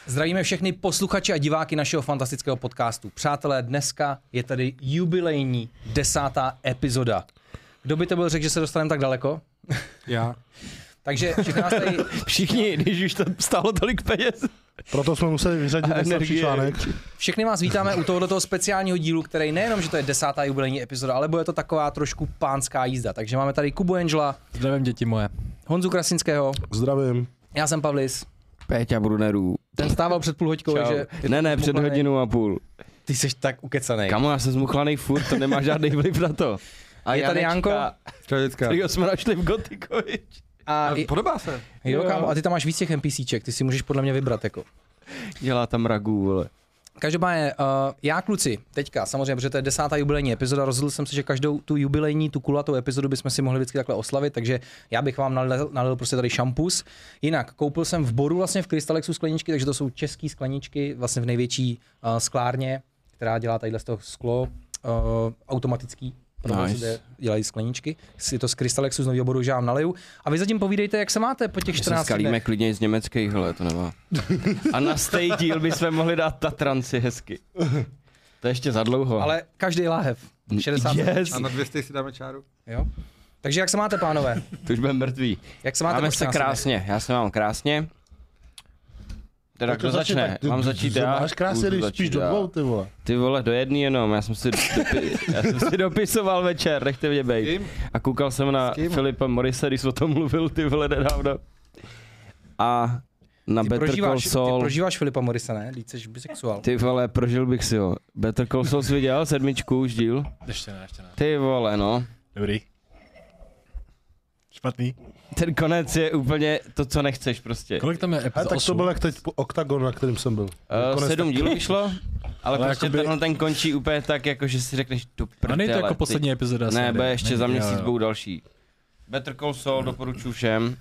Zdravíme všechny posluchače a diváky našeho fantastického podcastu. Přátelé, dneska je tady jubilejní 10. epizoda. Kdo by to byl řekl, že se dostaneme tak daleko? Já. Takže všechny nás tady... Všichni, když už to stálo tolik peněz. Proto jsme museli vyřadit nejstarší článek. Všechny vás vítáme u tohoto speciálního dílu, který nejenom, že to je 10. jubilejní epizoda, ale bude to taková trošku pánská jízda. Takže máme tady Kubu Angela. Zdravím, děti moje. Honzu Krasinského. Zdravím. Já jsem Pavlis. Péťa Brunerů. Ten stával před půl hoďkou, že... Ne, před hodinou a půl. Ty jsi tak ukecanej. Kamo, já jsem zmuchlanej furt, to nemá žádný vliv na to. A je tady Janko. Kterýho jsme našli v Gotikovi. Podobá se. Jo, kámo, a ty tam máš víc těch NPCček, ty si můžeš podle mě vybrat jako. Dělá tam ragu, vole. Každopádně, já kluci, teďka, samozřejmě, protože to je 10. jubilejní epizoda, rozhodl jsem se, že každou tu jubilejní, tu kulatou epizodu bychom si mohli vždycky takhle oslavit, takže já bych vám nalil prostě tady šampus. Jinak, koupil jsem v Boru vlastně v Krystalexu skleničky, takže to jsou české skleničky, vlastně v největší sklárně, která dělá tadyhle z toho sklo, automatický. Nice. Dělají skleničky, si to z Krystalexu z Nového Boru, že vám naliju. A vy zatím povídejte, jak se máte po těch 14 dnech. Skalíme klidně z německých, hele, to nemá. A na stej díl bychom mohli dát Tatranci hezky. To je ještě za dlouho. Ale každý láhev. 60. Yes. A na 200 si dáme čáru. Jo. Takže jak se máte, pánové? To už budeme mrtví. Jak se máte? Máme se krásně, já se mám krásně. Teda kdo začne? Mám začít já? Máš krásně, když spíš do dvou, ty vole. Ty vole, do jedný jenom, já jsem si dopisoval večer, nechte mě bejt. A koukal jsem na Filipa Morrise, když jsi o tom mluvil, ty vole, nedávno. A na Better Call Saul. Ty prožíváš Filipa Morrise, ne? Teď jsi bisexuál. Ty vole, prožil bych si ho. Better Call Saul jsi viděl? 7. už díl? Ještě ne. Ty vole, no. Dobrý. Špatný. Ten konec je úplně to, co nechceš prostě. Kolik tam je epizod? Tak to byl jak teď Octagon, na kterým jsem byl. 7 dílů vyšlo, ale prostě jakoby... ten končí úplně tak, jako že si řekneš do prdele. A nejde jako poslední epizoda. Ne, bude ještě za měsíc budou další. Better Call Saul doporučuji všem.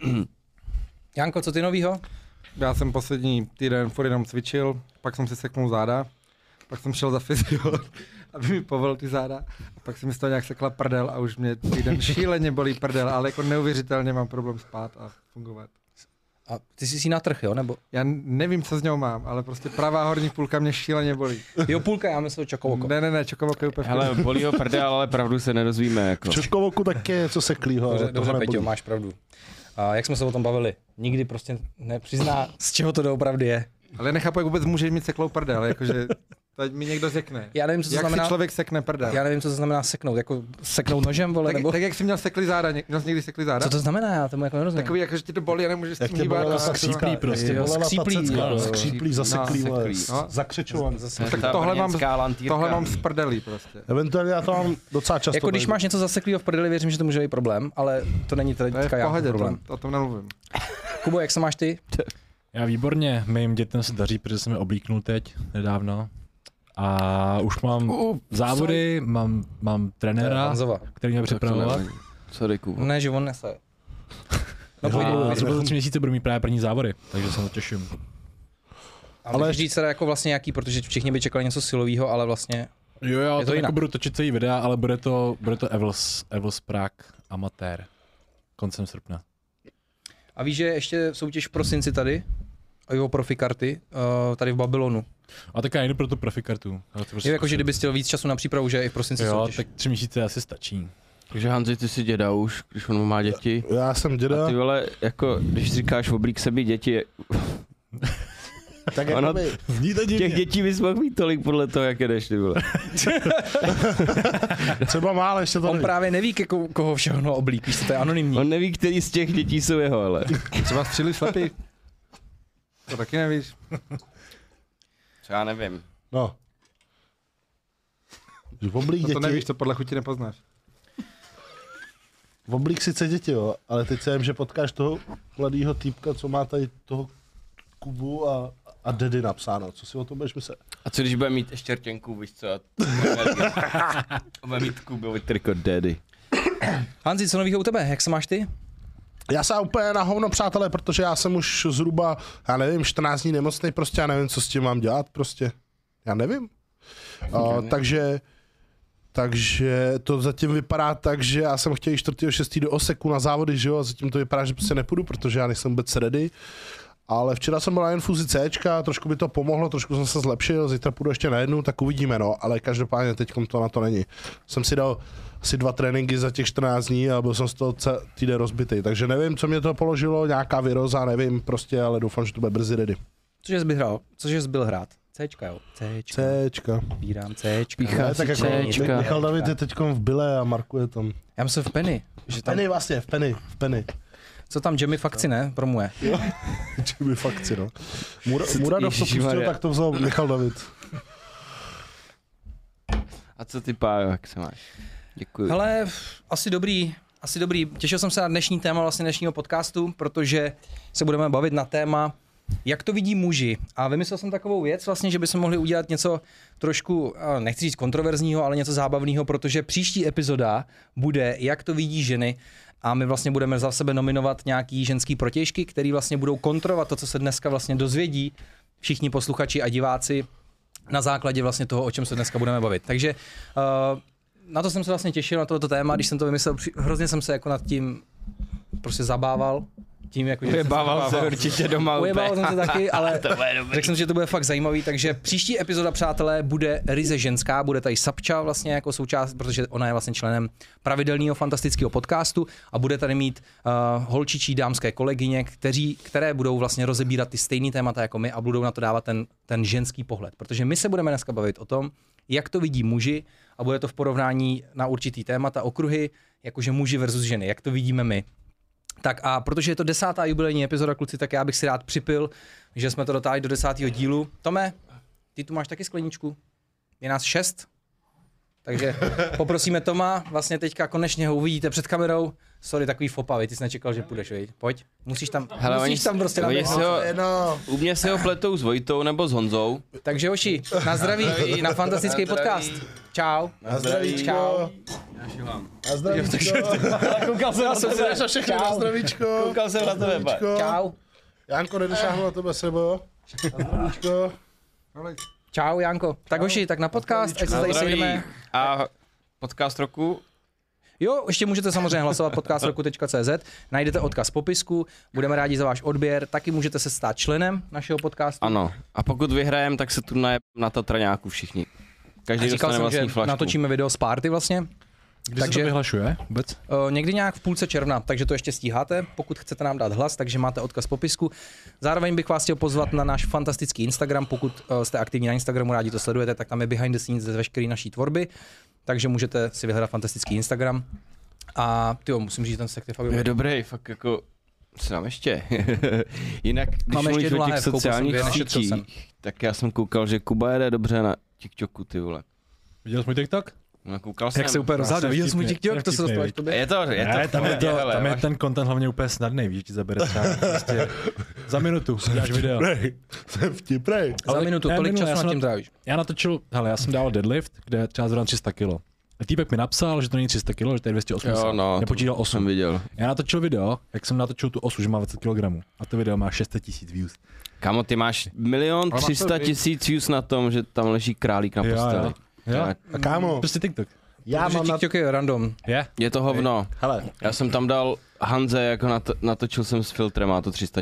Janko, co ty novýho? Já jsem poslední týden furt jenom cvičil, pak jsem si seknul záda, pak jsem šel za fyzio, aby mi povolil ty záda, a pak jsem mi z toho nějak sekla prdel a už mě týden šíleně bolí prdel, ale jako neuvěřitelně mám problém spát a fungovat. A ty jsi si natrh, jo, nebo? Já nevím, co s něho mám, ale prostě pravá horní půlka mě šíleně bolí. Jo, půlka, já myslím čokovoko. Ne, čokovoko je úplně. Hele, bolí ho prdel, ale pravdu se nedozvíme, jako. Čokovoku taky je něco seklýho. Dobře, Peťo, máš pravdu. A jak jsme se o tom bavili? Nikdy prostě nepřizná, z čeho to doopravdy je. Ale nechápu, jak vůbec může mít seklou prdel, jakože teď mi někdo řekne. Já nevím, co to jak znamená. Si člověk sekne prdel. Já nevím, co to znamená seknout, jako seknout nožem, vole, nebo... Tak jak jsi měl seklý záda, měl jsi někdy seklý záda? Co to znamená, já tomu jako nerozumím. Takový, jako že ti to bolí a nemůžeš s tím hýbat. Skříplý prostě. Jo, Skříplý, zaseklý, zakřečovaný. Tak tohle mám z prdelí prostě. Eventuálně já to mám docela často. Jako když máš něco zaseklého v prdeli, věřím, že to může být problém, ale to není teďka já problém. O tom nemluvím. Kubo, jak se máš ty? Já výborně, mým dětem se daří, protože jsem je oblíknul teď nedávno. A už mám závody, mám trenéra, který mě připravovat. Sorry, Kubo. Ne, že on nese. No a zhruba za 3 měsíce budu mít právě první závody, takže se na to těším. Ale říct teda jako vlastně jaký, protože všichni by čekali něco silového, ale vlastně Jo, já je to jako jinak. budu točit celý videa, ale bude to Evils Prague amatér koncem srpna. A víš, že ještě soutěž v prosinci tady, o profi karty, tady v Babylonu. A tak já jdu pro tu profi kartu. Je jako, že kdyby chtěl víc času na přípravu, že i v prosinci soutěž. Tak 3 měsíce asi stačí. Takže Hanzi, ty jsi děda už, když on má děti. Já jsem děda. A ty vole, jako, když říkáš oblík se být děti, tak ono, těch dětí bys mohl mít tolik podle toho, jak jedeš, ty vole. Třeba má, ale ještě to On právě neví, koho všechno oblík, víš, to je anonymní. On neví, který z těch dětí jsou jeho, ale. Třeba střílí slepý. To taky nevíš. Já nevím. No. V oblík to děti. nevíš, to podle chuti nepoznáš. V oblík sice děti, jo, ale teď se jim, že potkáš toho mladýho týpka, co má tady toho Kubu a Daddy napsáno. Co si o tom budeš myslet? A co když bude mít štěrtěnku, víš co? Bude mít Kubovi triko Daddy. Hanzi, co novýho u tebe? Jak se máš ty? Já jsem úplně na hovno, přátelé, protože já jsem už zhruba, já nevím, 14 dní nemocnej, prostě já nevím, co s tím mám dělat, prostě. Já nevím. Takže to zatím vypadá tak, že já jsem chtěl 4.6. do Oseku na závody, že jo, a zatím to vypadá, že prostě nepůjdu, protože já nejsem vůbec ready. Ale včera jsem byl na infuzi Cčka, trošku by to pomohlo, trošku jsem se zlepšil, zítra půjdu ještě na jednu, tak uvidíme, no, ale každopádně teď to na to není. Jsem si dal asi 2 tréninky za těch 14 dní a byl jsem z toho týden rozbitý, takže nevím, co mě to položilo, nějaká viróza, nevím prostě, ale doufám, že to bude brzy ready. Cože jsi hrál? Cože jsi byl hrát? Cčka, jo. Cčka. Bírám Cčka. Píchá tak jako Michal David je teďkom v Bile a markuje tam. Já myslím v Penny. Že tam... Penny vlastně, v Penny. Co tam Jamie Fakci, ne? Promuje. Jamie Fakci, no. Muradov to pustil, tak to vzal Michal David. A co ty, Pájo, jak se máš? Děkuji. Hele, asi dobrý. Těšil jsem se na dnešní téma vlastně dnešního podcastu, protože se budeme bavit na téma, jak to vidí muži. A vymyslel jsem takovou věc vlastně, že bychom mohli udělat něco trošku, nechci říct kontroverzního, ale něco zábavného, protože příští epizoda bude, jak to vidí ženy. A my vlastně budeme za sebe nominovat nějaký ženský protějšky, který vlastně budou kontrovat to, co se dneska vlastně dozvědí všichni posluchači a diváci na základě vlastně toho, o čem se dneska budeme bavit. Takže na to jsem se vlastně těšil, na tohoto téma, když jsem to vymyslel, hrozně jsem se jako nad tím prostě zabával. Tím, jako, Ujebával se určitě doma. Ujebával jsem se taky, ale řekl jsem, že to bude fakt zajímavý, takže příští epizoda, přátelé, bude ryze ženská, bude tady Sapča vlastně jako součást, protože ona je vlastně členem pravidelného fantastického podcastu a bude tady mít holčičí dámské kolegyně, které budou vlastně rozebírat ty stejné témata jako my a budou na to dávat ten ženský pohled, protože my se budeme dneska bavit o tom, jak to vidí muži a bude to v porovnání na určitý témata, okruhy, jakože muži versus ženy, jak to vidíme my. Tak a protože je to 10. jubilejní epizoda, kluci, tak já bych si rád připil, že jsme to dotáhli do 10. dílu. Tome, ty tu máš taky skleničku. Je nás 6. Takže poprosíme Toma, vlastně teďka konečně ho uvidíte před kamerou. Sorry, takový fopa, ty jsi nečekal, že půjdeš, viď? Pojď, musíš tam prostě u mě se ho pletou s Vojtou nebo s Honzou. Takže hoši, na zdraví, na fantastický podcast. Čau. Na zdravíčko. Čau. Na zdravíčko. Koukal jsem na tebe. Na zdravíčko. Koukal jsem na tebe. Čau. Janko, nedošáhnu na tebe sebo. Na zdravíčko. Čau, Janko. Tak hoši, tak na podcast, ať se tady sejdeme. A podcast roku? Jo, ještě můžete samozřejmě hlasovat podcastroku.cz, najdete odkaz v popisku, budeme rádi za váš odběr, taky můžete se stát členem našeho podcastu. Ano, a pokud vyhrajeme, tak se tu na Tatraňáku všichni. Každý dostane vlastní flašku. Natočíme video z party vlastně. Kdy se to vyhlašuje vůbec? Někdy nějak v půlce června, takže to ještě stíháte, pokud chcete nám dát hlas, takže máte odkaz v popisku. Zároveň bych vás chtěl pozvat na náš fantastický Instagram, pokud jste aktivní na Instagramu, rádi to sledujete, tak tam je behind the scenes ze veškeré naší tvorby, takže můžete si vyhledat fantastický Instagram. A tyjo, musím říct, ten sekt je fakt je dobrý, fakt jako si nám ještě. Jinak, když máme mluvíš ještě o těch sociálních sítích, tak já jsem koukal, že Kuba jede dobře na TikToku, ty vole. Viděl jsi můj TikTok? No, koukal jsem. Jak se úplně rozhádal, viděl jsi můj TikTok, to se dostáváš k tobě? Je to tam je ten content hlavně úplně snadný, víš, ti zabere třeba prostě za minutu, děláš video. Jsem vtipnej. Za minutu, tolik času nad tím trávíš. Já natočil, hele, já jsem dával deadlift, kde třeba zrovna 300 kg. Týpek mi napsal, že to není 300 kg, že to je 280. Jo, no, nepočítal 8. Viděl. Já natočil video, jak jsem natočil tu osu, že má 20 kg. A to video má 600 000 views. Kamo, ty máš 1 300 000 views na tom, že tam leží králík na posteli. Jo. A kámo, prostě TikTok. Já mám TikTok je random. Je to hovno. Hele. Já jsem tam dal Hanze, jako natočil jsem s filtrem, má to 300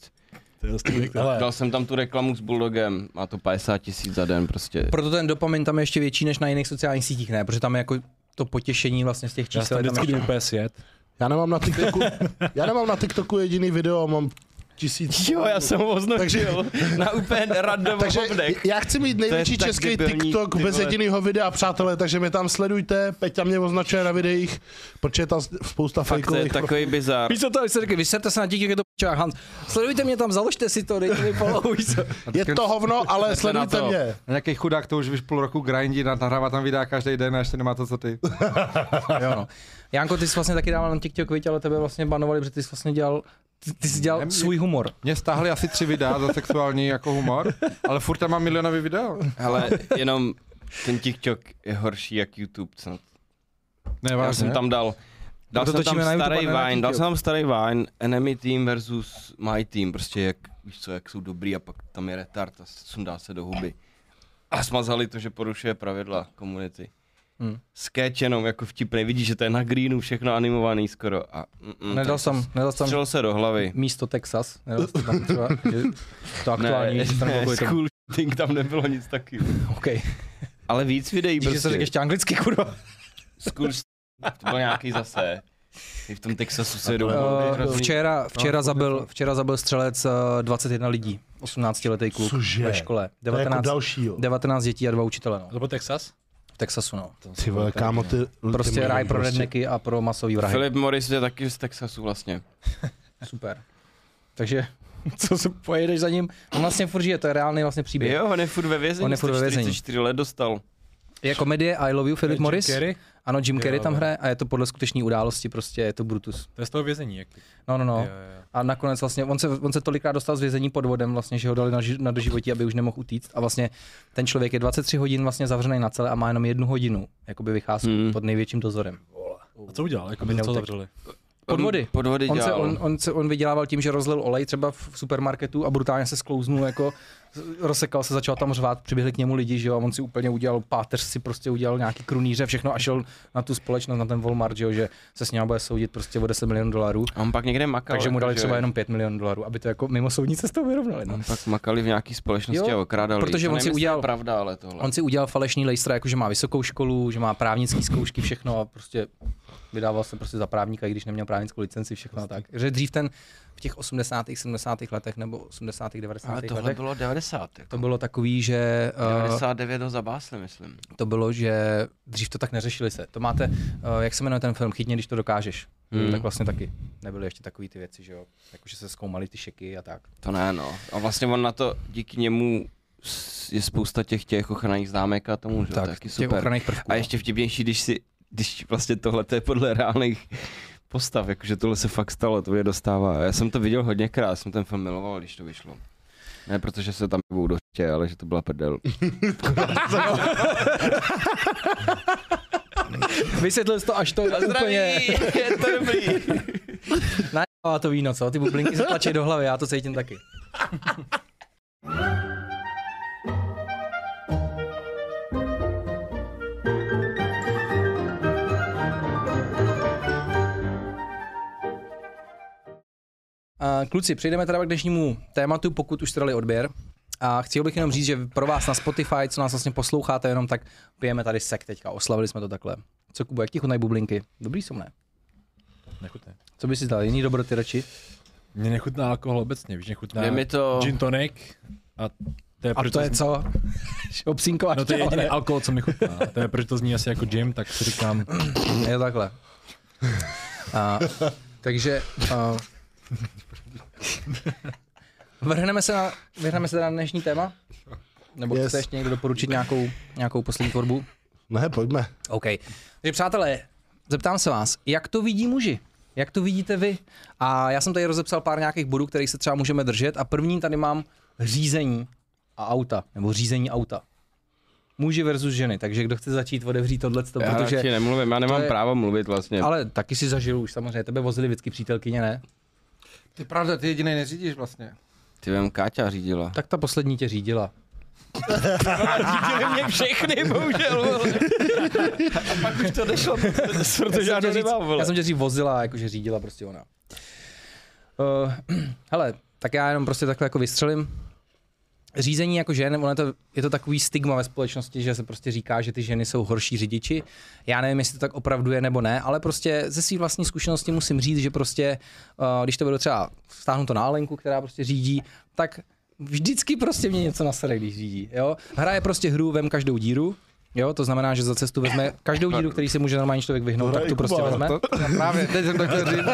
000. Dal jsem tam tu reklamu s Bulldogem, má to 50 000 za den prostě. Proto ten dopamin tam je ještě větší než na jiných sociálních sítích, ne? Protože tam je jako to potěšení vlastně z těch čísel. Já jsem vždycky úplně sjet. Já nemám na TikToku jediný video, mám 1000. Jo, já jsem ho označil na úplně random obdek. Já chci mít největší český TikTok bez jediného videa, přátelé, takže mě tam sledujte, Peťa mě označuje na videích, protože je tam spousta fejkových. To je takový bizar. Víš co to, když se řekne, vyserte se na TikTok, je to p***čák, Hans. Sledujte mě tam, založte si to, dejte mi follow, víš co. Je to hovno, ale sledujte mě. Nějaký chudák to už víš půl roku grindí, nahrává tam videa každý den a ještě nemá to, co ty. Jo no. Janko, ty jsi vlastně taky dával na TikTok, viď, ale tebe vlastně banovali, protože ty jsi vlastně dělal Ty jsi dělal svůj humor. Mě stáhli asi 3 videa za sexuální jako humor, ale furt tam mám milionový video. Ale jenom ten TikTok je horší jak YouTube. Nevážně. Já jsem tam dal jsem tam starý Vine, Enemy Team versus My Team, prostě jak jsou dobrý a pak tam je retard a sundá se do huby. A smazali to, že porušuje pravidla komunity. sketch jenom jako vtipný, vidíš, že to je na greenu, všechno animovaný skoro. A, nedal jsem střelil se do hlavy. Místo Texas, nedal jsem tam třeba, že to aktuální. Ne, school shooting, tam nebylo nic taky. OK. Ale víc videí prostě. Že se řekl ještě anglicky, kurva. School to byl nějaký zase. I v tom Texasu se Včera zabil střelec 21 lidí, 18letý kluk. Cože? Ve škole. 19 dětí a 2 učitele. No. To byl Texas? V Texasu, no. Ty vole, kámo, ty prostě ráj pro rednecky a pro masový vrahy. Philip Morris je taky z Texasu vlastně. Super. Takže, co se pojedeš za ním? On vlastně furt žije, to je reálný vlastně příběh. Jo, on je furt ve vězení, 44 let dostal. Je komedie I Love You, Philip Morris. Carrey? Ano, Jim Carrey tam hraje a je to podle skutečné události, prostě je to Brutus. To je z toho vězení, jak? No. Jo. A nakonec vlastně, on se tolikrát dostal z vězení podvodem, vlastně, že ho dali na doživotí, aby už nemohl utíct. A vlastně ten člověk je 23 hodin vlastně zavřený na celé a má jenom 1 hodinu jakoby vycházku pod největším dozorem. A co udělal? Jako by co zavřeli? Podvody on vydělával tím, že rozlil olej třeba v supermarketu a brutálně se sklouznul, jako rozsekal se, začal tam řvát, přiběhli k němu lidi, že jo, a on si úplně udělal páteř, si prostě udělal nějaký krunýře, všechno a šel na tu společnost, na ten Walmart, že se s ním bude soudit prostě o $10 milionů. A on pak někde makal. Takže mu dali třeba jenom $5 milionů, aby to jako mimo soudní cestou vyrovnali. No. On pak makali v nějaký společnosti a okrádali. Protože on si udělal pravda, ale tohle. On si udělal falešný lejstra, jako že má vysokou školu, že má právnické zkoušky, všechno a prostě vydával se prostě za právníka, i když neměl právnickou licenci, všechno a tak. Že dřív v těch 80. 70. letech nebo 80. 90. letech. Ale tohle bylo 90. Jako. To bylo takový, že 99 ho zabásli, myslím. To bylo, že dřív to tak neřešili se. To máte, jak se jmenuje ten film, Chytně, když to dokážeš. Tak vlastně taky nebyly ještě takový ty věci, že jo. Jakože se zkoumaly ty šeky a tak. To ne, no. A vlastně on na to, díky němu je spousta těch ochranných známek a tomu, že tak, taky super. Prvků, a ještě vtipnější, když vlastně tohle je podle reálných postav, jakože tohle se fakt stalo, to mě dostává. Já jsem to viděl hodněkrát, jsem ten film miloval, když to vyšlo. Ne, protože se tam budou do ště, ale že to byla prdel. Vysvětlil jsi to až to úplně... Je to dobrý. Najebává to víno, co? Ty bublinky se tlačí do hlavy, já to cítím taky. Kluci, přejdeme teda k dnešnímu tématu, pokud už jste dali odběr. A chtěl bych jenom říct, že pro vás na Spotify, co nás vlastně posloucháte, jenom tak pijeme tady sek teďka, oslavili jsme to takhle. Co, Kubo, jak ti chutnají bublinky? Dobrý jsou, ne? Nechutné. Co bys si dal, jiný dobroty radši? Mně nechutná alkohol obecně, víš, nechutná mi to... gin tonic a to je co? Obsínková. No to je jediný alkohol, co mi chutná. To je, proč to zní asi jako gym, tak si říkám... Je takhle. Takže... Vrhneme se na dnešní téma? Nebo chcete ještě někdo doporučit nějakou poslední tvorbu? Ne, pojďme. OK. Takže přátelé, zeptám se vás, jak to vidí muži? Jak to vidíte vy? A já jsem tady rozepsal pár nějakých bodů, kterých se třeba můžeme držet. A první tady mám řízení a auta, nebo řízení auta. Muži versus ženy, takže kdo chce začít otevřít tohleto, protože... Já nemluvím, já nemám právo mluvit vlastně. Ale taky si zažil už samozřejmě, tebe vozili vždycky přítelkyně, ne? Ty pravda, ty jedinej neřídíš vlastně. Ty vem, Káťa řídila. Tak ta poslední tě řídila. Řídili mě všechny, bohužel. A pak už to nešlo, protože já jsem tě dřív vozila, jakože řídila prostě ona. Hele, tak já jenom prostě takhle jako vystřelím. Řízení jako žen, je to takový stigma ve společnosti, že se prostě říká, že ty ženy jsou horší řidiči. Já nevím, jestli to tak opravdu je nebo ne, ale prostě ze své vlastní zkušenosti musím říct, že prostě, když to bylo třeba stáhnu to na Alenku, která prostě řídí, tak vždycky prostě mě něco nasere, když řídí. Jo? Hraje prostě hru, vem každou díru. Jo, to znamená, že za cestu vezme každou díru, který se může normální člověk vyhnout, tak tu prostě vezme. Právě, teď jsem to chtěl říct.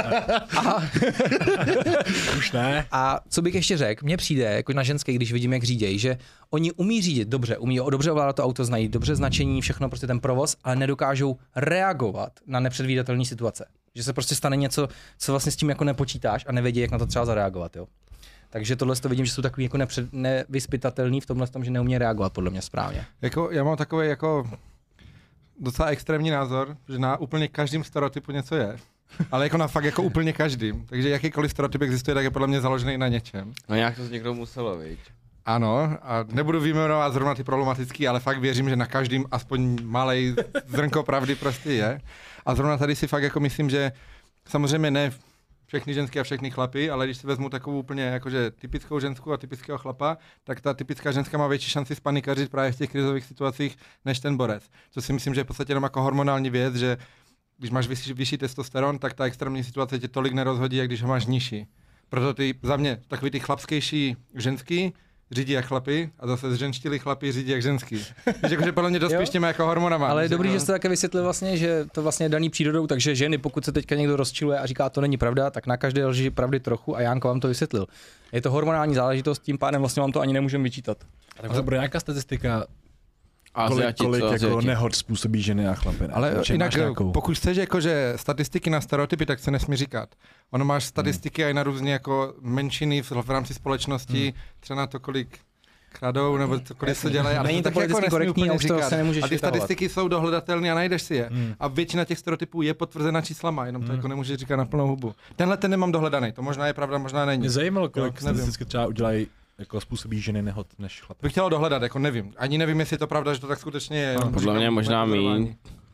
Už ne. A co bych ještě řekl, mně přijde, jako na ženské, když vidím, jak řídějí, že oni umí řídit dobře, umí dobře ovládat to auto, znají dobře značení, všechno, prostě ten provoz, ale nedokážou reagovat na nepředvídatelné situace. Že se prostě stane něco, co vlastně s tím jako nepočítáš a nevědí, jak na to třeba zareagovat, jo. Takže tohle to vidím, že jsou takový jako nevyspytatelný v tomhle tom, že neumí reagovat podle mě správně. Jako, já mám takový jako docela extrémní názor, že na úplně každým stereotypu něco je. Ale jako na fakt jako úplně každým. Takže jakýkoliv stereotyp existuje, tak je podle mě založený na něčem. No nějak to někdo muselo, viď? Ano, a nebudu vyjmenovat zrovna ty problematický, ale fakt věřím, že na každým aspoň malej zrnko pravdy prostě je. A zrovna tady si fakt jako myslím, že samozřejmě ne všechny ženské a všechny chlapy, ale když si vezmu takovou úplně jakože typickou ženskou a typického chlapa, tak ta typická ženská má větší šanci spanikařit právě v těch krizových situacích než ten borec. To si myslím, že je v podstatě jenom jako hormonální věc, že když máš vyšší testosteron, tak ta extrémní situace tě tolik nerozhodí, jak když ho máš nižší. Proto za mě takový ty chlapskejší ženský řídí jak chlapi a zase zženštilí chlapi řídí jak ženský. Víš, jakože podle mě dospíš těma jako hormonama. Ale je dobrý, že jste také vysvětlil vlastně, že to vlastně je daný přírodou, takže ženy, pokud se teďka někdo rozčiluje a říká, to není pravda, tak na každé lži pravdy trochu a Jánko vám to vysvětlil. Je to hormonální záležitost, tím pádem vlastně vám to ani nemůžeme vyčítat. Tak bude nějaká statistika, kolik jako nehod způsobí ženy a chlapy. Ne? Ale jinak, pokud chceš jakože statistiky na stereotypy, tak se nesmí říkat. Ono máš statistiky i na různě jako menšiny v rámci společnosti, třeba na to, kolik kradou, nebo kolik se dělají. Není to politicky jako korektní a už to se nemůžeš a ty statistiky jsou dohledatelné a najdeš si je. A většina těch stereotypů je potvrzena číslama, jenom to jako nemůžeš říkat na plnou hubu. Tenhle ten nemám dohledaný, to možná je pravda, možná není. Mě zajímalo, kolik statisticky třeba udělají jako způsobí ženy nehod než chlapy. Bych chtěl dohledat, jako nevím. Ani nevím, jestli je to pravda, že to tak skutečně je. Podle mě možná míň.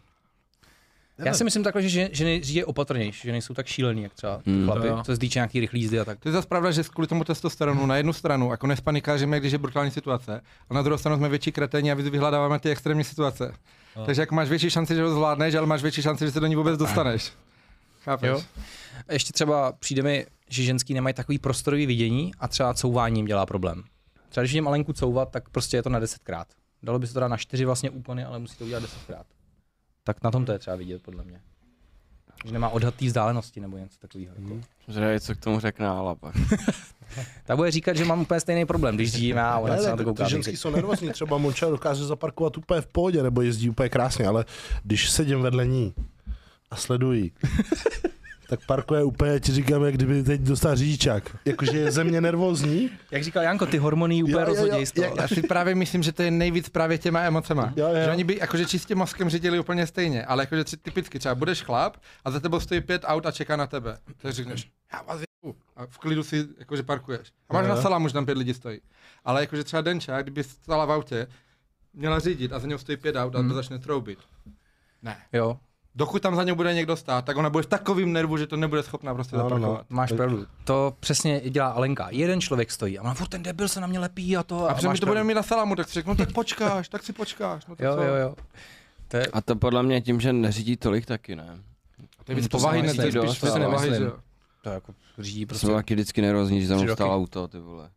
Já si myslím takhle, že ženy řídí opatrnější, že nejsou tak šílený, jak třeba chlapy, co se týče nějaký rychlý jízdy a tak. To je zase pravda, že kvůli tomu testosteronu na jednu stranu jako nespanikáříme, když je brutální situace, a na druhou stranu jsme větší kreténi a vyhledáváme ty extrémní situace. Takže jako máš větší šanci, že ho zvládneš, ale máš větší šanci, že se do ní vůbec dostaneš. Chápeš? Jo? A ještě třeba přijde mi, že ženský nemají takový prostorový vidění a třeba couvání jim dělá problém. Třeba když vidím Alenku couvat, tak prostě je to na 10krát. Dalo by se to dát na 4 vlastně úkony, ale musí to udělat 10krát. Tak na tom to je třeba vidět, podle mě. Že nemá odhad té vzdálenosti nebo něco takového. Že co k tomu řekne Ala pak. Ta bude říkat, že mám úplně stejný problém, když řídím já a ona se na to kouká. Ty ženský jsou nervózní, třeba Monča dokáže zaparkovat úplně v pohodě nebo jezdí úplně krásně, ale když sedím vedle ní a sleduji, tak parkuje úplně, ti říkám, jak kdyby teď dostal řidičák. Jakože je země nervózní. Jak říkal Janko, ty hormony úplně rozhodějí z toho. Já si právě myslím, že to je nejvíc právě těma emocema. Že oni by jakože čistě mozkem řídili úplně stejně, ale jakože typicky třeba budeš chlap a za tebou stojí 5 aut a čeká na tebe. Takže řekneš, já vás jedu. A v klidu si jakože parkuješ. A máš na salámu, že tam 5 lidí stojí. Ale jakože třeba Denča, kdyby stala v autě, měla řídit a za něho stojí 5 aut a to začne troubit. Ne. Jo. Dokud tam za něj bude někdo stát, tak ona bude v takovým nervu, že to nebude schopná prostě zaparkovat. Máš pravdu. To přesně dělá Alenka. Jeden člověk stojí a ona ten debil se na mě lepí a to. A protože my to budeme mít na salámu, tak si řeknu, tak počkáš, tak si počkáš. No to jo. A to podle mě tím, že neřídí tolik taky, ne? To je víc povahy, ne? To je spíš povahy, že jo. To jako řídí prostě. Jsem taky vždycky nervózní, že za mnou stál auto, ty vole.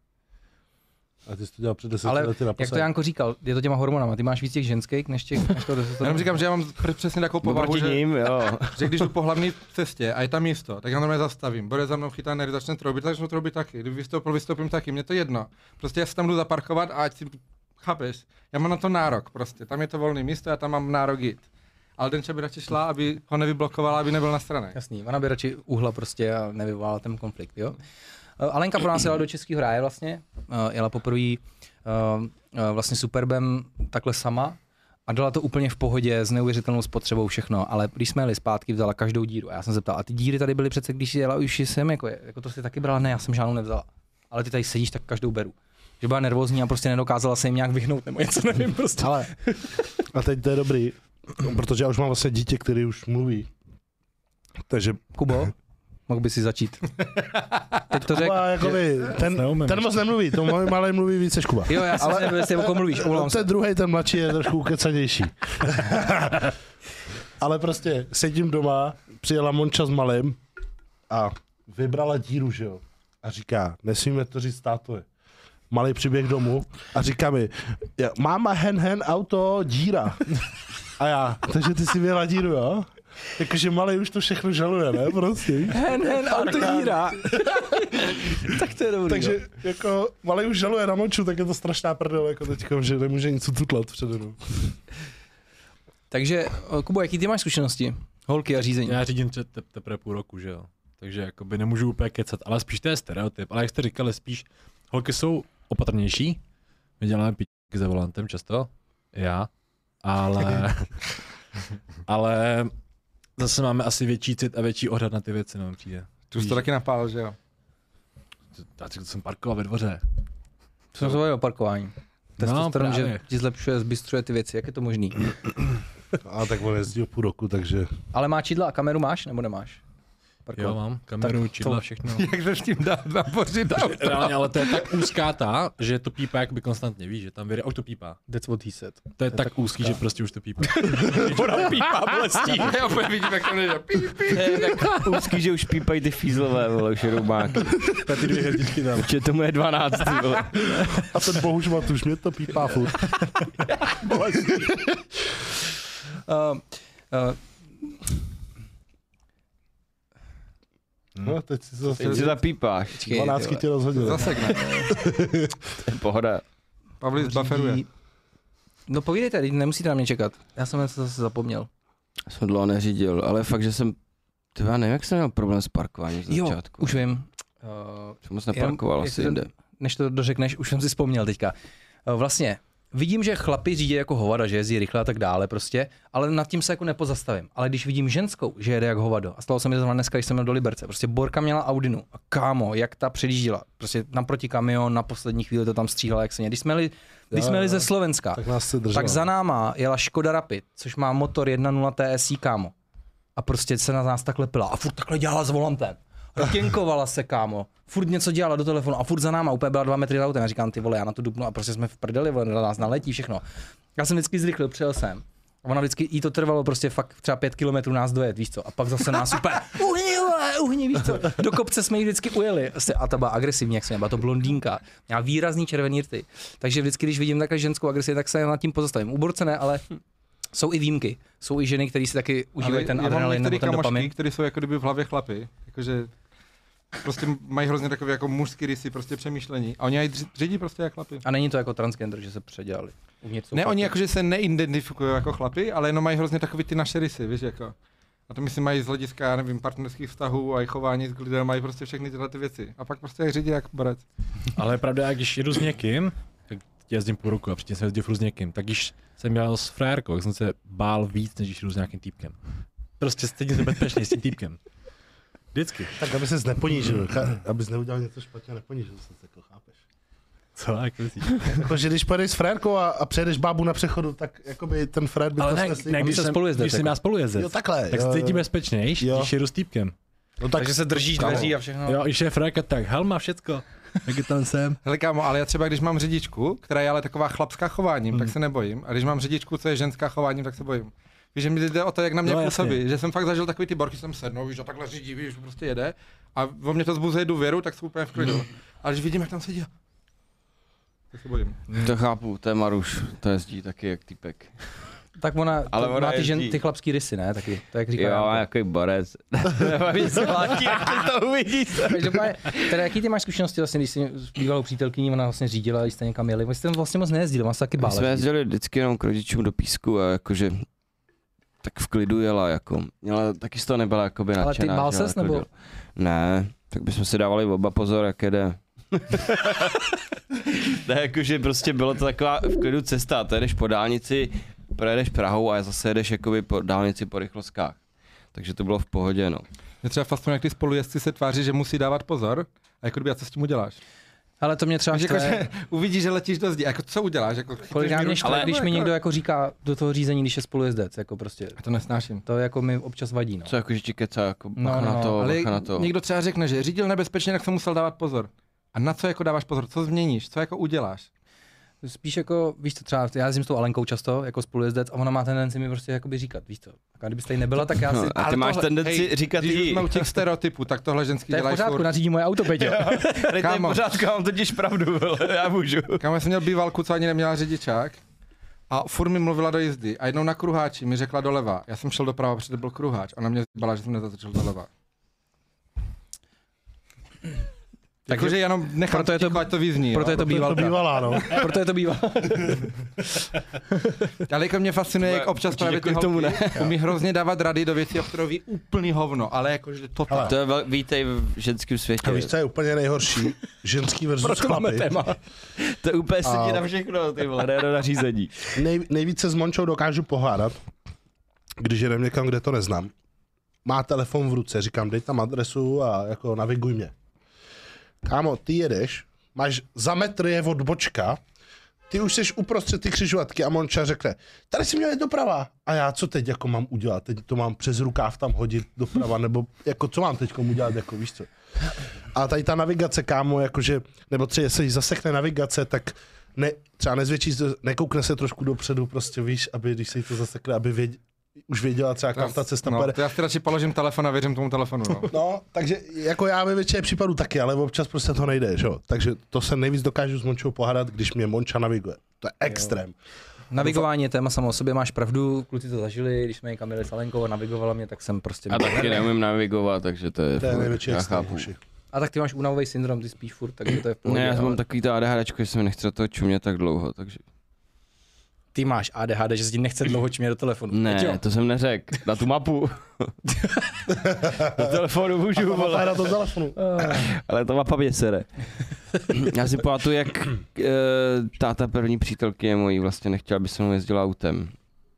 A ty jsi to dělal před 10 lety naposled. Jak to Janko říkal, je to těma hormonama, ty máš víc těch ženských než toho testosteronu. Já jenom říkám, že já mám přesně takovou povahu, že když jdu po hlavní cestě a je tam místo, tak já normálně zastavím. Bude za mnou chytá nervy, začne troubit, tak začnu troubit taky. Kdyby vystoupím taky, mě to jedno. Prostě já se tam jdu zaparkovat a ať si chápeš. Já mám na to nárok prostě. Tam je to volné místo, já tam mám nárok jít. Ale Denča by radši šla, aby ho nevyblokovala, aby nebyl na straně. Jasný, ona by radši uhla prostě a nevyvolala ten konflikt, jo. Alenka pro nás jela do Českého ráje vlastně, jela poprvé vlastně Superbem takhle sama a dala to úplně v pohodě s neuvěřitelnou spotřebou všechno, ale když jsme jeli zpátky, vzala každou díru a já jsem se ptal, a ty díry tady byly přece, když jela už jsem, jako to si taky brala, ne, já jsem žádnou nevzala, ale ty tady sedíš, tak každou beru. Že byla nervózní a prostě nedokázala se jim nějak vyhnout nebo něco, nevím prostě. Ale a teď to je dobrý, protože já už mám vlastně dítě, který už mluví. Takže Kubo, mohl by si začít. Teď to řekl. Ten moc nemluví, to malé mluví víc než Kuba. Jo, já jsem nevěděl, jestli jako mluvíš, ten druhej, ten mladší je trošku ukecanější. Ale prostě sedím doma, přijela Monča s malým a vybrala díru, že jo. A říká, nesmíme to říct tátovi. Malý přiběh domů a říká mi, máma hen, auto, díra. A já, takže ty si vyjela díru, jo? Jakože malej už to všechno žaluje, ne? Prostě. Hen, auto, díra. Tak to je dobrý. Takže jako malej už žaluje na Monču, tak je to strašná prdel, jako teďko, že nemůže nic ututlat přede mnou. Takže, Kubo, jaký ty máš zkušenosti? Holky a řízení. Já řídím teprve půl roku, že jo. Takže jakoby nemůžu úplně kecat, ale spíš to je stereotyp. Ale jak jste říkali, spíš holky jsou opatrnější. My děláme píčky za volantem často. Já. Ale zase máme asi větší cit a větší ohled na ty věci, nám přijde. Tu jsi to taky napál, že jo? Já jsem parkoval ve dvoře. Jsme se o parkování. Testosteron, že ti zlepšuje, zbystřuje ty věci. Jak je to možný? A tak on jezdí půl roku, takže... Ale má čidla a kameru máš nebo nemáš? Jo, mám kameru, čidla, všechno. Jak se s tím dá napořit auto? Reálně, ale to je tak úzká že to pípá jakoby konstantně, víš, že tam vyjde, už to pípá. That's what he said. To je tak úzký, že prostě už to pípá. Ona pípá bolestí. Já opět vidím, jak to nejde. To je tak úzký, že už pípají ty fízlové, vole, už jedou máky. To ty 2 hvězdičky tam. Že tomu je 12, vole. A ten bohuž Matuš, mě to pípá furt. No, teď si zapípáš. 12 tě rozhodil. Zasekne. Pohoda. Pavlis bufferuje. No povídejte, nemusíte na mě čekat. Já jsem se zase zapomněl. Jsem dlouho neřídil, ale fakt, že jsem... Tyva, nevím, jak jsem měl problém s parkováním z začátku. Už vím. Jsem moc neparkoval asi jinde. Než to dořekneš, už jsem si vzpomněl teďka. Vlastně, vidím, že chlapi řídí jako hovada, že jezdí rychle a tak dále prostě, ale nad tím se jako nepozastavím. Ale když vidím ženskou, že jede jak hovado, a stalo se mi to dneska, když jsem měl do Liberce, prostě Borka měla Audinu a kámo, jak ta předjížděla, prostě naproti kamion, na poslední chvíli to tam stříhala, jak se mě. Když jsme jeli ze Slovenska, tak za náma jela Škoda Rapid, což má motor 1.0 TSI, kámo. A prostě se na nás takhle pila a furt takhle dělala s volantem. Ratěnkovala se, kámo. Furt něco dělala do telefonu a furt za náma, úplně byla 2 metry za autem. Já říkám, ty vole, já na to dupnu a prostě jsme v prdeli, vole, na nás naletí všechno. Já jsem vždycky zrychlil, přijel jsem. A ona vždycky, jí to trvalo prostě fakt třeba 5 kilometrů nás dojet, víš co. A pak zase nás úplně, uhni, víš co. Do kopce jsme jí vždycky ujeli. A ta byla agresivní, jak jsem byla to blondýnka. Měla výrazný červený rty. Takže vždycky, když vidím takhle ženskou agresi, tak se nad tím pozastavím. U Borce ne, ale jsou i výjimky. Jsou i ženy, které si taky užívají ten adrenalin nebo ten dopamin. Které jsou jako kdyby v hlavě chlapy. Jakože prostě mají hrozně takové jako mužský rysy, prostě přemýšlení. A oni řídí prostě jak chlapy. A není to jako transgender, že se předělali. Ne, oni jakože se neidentifikují jako chlapy, ale jenom mají hrozně takový ty naše rysy, víš jako. A to myslím mají z hlediska, nevím, partnerských vztahů a chování s lidem, mají prostě všechny tyhle ty věci. A pak prostě řídí jak borec. Ale je pravda, když jedu s někým, tak jezdím půl roku a předtím jsem jezdil s někým, tak když jsem jel s frérkou, tak jsem se bál víc, než když jdu s nějakým týpkem. Prostě stejně jsem bezpečný s tím týpkem. Vždycky. Tak aby ses neponížil, abys neudělal něco špatně a neponížil se, jako chápeš. Co, jak myslíš? Jakože když pojedeš s frérkou a přejedeš bábu na přechodu, tak jakoby ten frér by ale to ne, snesl. ne, když jsem já spolujezdec. Jo, takhle. Tak se cítím bezpečnější, když jedu s týpkem. No, takže se držíš dveří a všechno. Jo, když je frérka, tak helma, všecko. Jak je tam jsem. Hele kámo, ale já třeba když mám řidičku, která je ale taková chlapská chováním, tak se nebojím. A když mám řidičku, co je ženská chováním, tak se bojím. Víš, že mi jde o to, jak na mě působí, že jsem fakt zažil takový ty Borky, jsem sednou, víš, a takhle řídí, víš, prostě jede. A o mě to zbuzuje důvěru, tak jsem úplně v klidu. Ale když vidím, jak tam sedí, tak se bojím. To chápu, to je Maruš, to jezdí taky jak týpek. Tak ona má ty chlapský rysy, ne? Taky, to jak říká. Jo, jaký borec. Nebaví se látí, jak ty to uvidíš. Teda jaký ty máš zkušenosti vlastně, když jsi s bývalou přítelkyní, ona vlastně řídila, když jste někam jeli, vy jste vlastně moc nejezdili, vás taky bála. My jsme jezdili vždycky jenom k rodičům do Písku a jakože tak v klidu jela, jako. Měla, taky z toho nebyla jakoby nadšená. Ale ty bál ses, jako nebo? Ne, tak bychom si dávali oba pozor, jak jede. Ne, jakože prostě bylo to taková v klidu cesta, to jedeš po dálnici, projedeš Prahou a zase jedeš jakoby po dálnici po rychloskách. Takže to bylo v pohodě, no. Mě třeba fascinuje, jak ty spolujezdci se tváří, že musí dávat pozor, a jako kdyby, a co s tím uděláš? Ale to mě třeba štve. Uvidíš, že letíš do zdi, jako co uděláš? Jako když mi někdo jako říká do toho řízení, když je spolujezdec, jako prostě. A to nesnáším. To jako mi občas vadí, no. Co jako, že ti kecá, jako bacha na to, ale bacha na to. Někdo třeba řekne, že řídil nebezpečně, tak jsem musel dávat pozor. A na co jako dáváš pozor? Co změníš? Co jako uděláš? Spíš jako, víš co, třeba já jezdím s tou Alenkou často, jako spolujezdec, a ona má tendenci mi prostě jakoby říkat, víš co. A kdybyste jí nebyla, tak já si... A ty máš tendenci říkat jí. Když jsme u těch stereotypů, tak tohle ženský dělají. To je v pořádku, nařídí moje auto, Peťo. To je v pořádku, mám totiž pravdu, já můžu. Kámo, jsem měl bývalku, co ani neměla řidičák. A furt mi mluvila do jízdy. A jednou na kruháči mi řekla doleva. Já jsem šel doprava, protože to byl kruháč. Ona mě zbala, že jsem nezatočil doleva. Takže jenom nechám ať to vyzní. Proto je to bývalá, no. Proto je to bývalá. Ale jako mě fascinuje, jak občas právě ty holky umí hrozně dávat rady do věcí, o které ví úplný hovno, ale jakože to to je vítej v ženském světě. A víš, co je úplně nejhorší? Ženský versus chlapy. To je úplně sedí na všechno, ty vole, ne na řízení. Nejvíce s Mončou dokážu pohádat, když jdem někam, kde to neznám. Má telefon v ruce, říkám, dej tam adresu a jako naviguj mě. Kámo, ty jedeš máš za metr je odbočka, ty už jsi uprostřed ty křižovatky a Monča řekne, tady si měl jít doprava. A já co teď jako mám udělat? Teď to mám přes rukáv tam hodit doprava, nebo jako co mám teď udělat, jako víš co? A tady ta navigace, kámo, jakože, nebo třeba se jí zasekne navigace, tak třeba nezvětší, nekoukne se trošku dopředu, prostě víš, aby když se jí to zasekne, aby už věděla třeba kam ta cesta půjde. Já si radši položím telefon a věřím tomu telefonu. No, takže jako já ve většině případů taky, ale občas prostě to nejde, že jo. Takže to se nejvíc dokážu s Mončou pohádat, když mě Monča naviguje. To je extrém. Navigování je téma samo o sobě, máš pravdu, kluci to zažili, když jsme někam jeli s Alenkou a navigovala mě, tak jsem prostě... A taky neumím navigovat, takže to je největší extrém. A tak ty máš únavový syndrom, ty spíš furt, takže to je v pohodě. Ne, já ale... mám takový to ADHDčko, že se mi nechce to čumět tak dlouho, takže... Ty máš ADHD, že se ti nechce dlouho čumět do telefonu. Ne, to jsem neřekl. Na tu mapu. Do telefonu můžu, vole. Na tom telefonu. Ale ta mapa mě sere. Já si pamatuju, jak táta první přítelkyně mojí vlastně nechtěla, aby se mnou jezdila autem.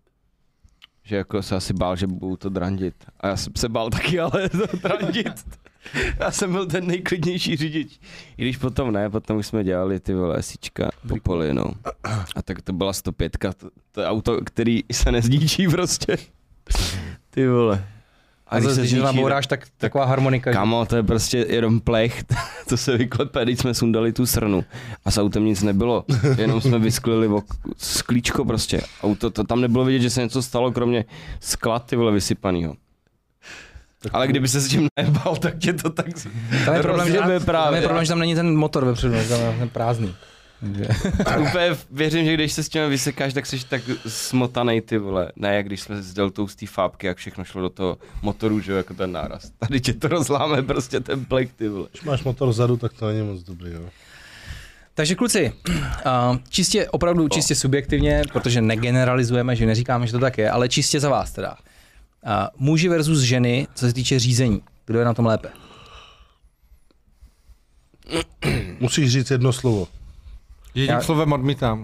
Že jako se asi bál, že budu to drandit. A já jsem se bál taky, ale to drandit. Já jsem byl ten nejklidnější řidič. I když potom ne, potom už jsme dělali ty vole esíčka po poli, no. A tak to byla 105, to je auto, který se nezničí prostě. Ty vole. A když se nabouráš, tak taková harmonika. Kamo, to je prostě jenom plech, to se vyklepe, když jsme sundali tu srnu. A s autem nic nebylo, jenom jsme vysklili sklíčko prostě. Auto, to tam nebylo vidět, že se něco stalo, kromě skla, ty vole, vysypanýho. Ale kdyby se s tím nebal, tak tě to tak... Tam je problém, že tam není ten motor vepředu, tam je prázdný. Úplně věřím, že když se s tím vysekáš, tak jsi tak smotanej, ty vole. Ne, jak když jsme s deltou z té fábky, jak všechno šlo do toho motoru, že jako ten náraz. Tady tě to rozláme prostě ten plek, ty vole. Když máš motor vzadu, tak to není moc dobrý, jo. Takže kluci, opravdu čistě subjektivně, protože negeneralizujeme, že neříkáme, že to tak je, ale čistě za vás teda. Muži versus ženy, co se týče řízení. Kdo je na tom lépe? Musíš říct jedno slovo. Jedním slovem odmítám.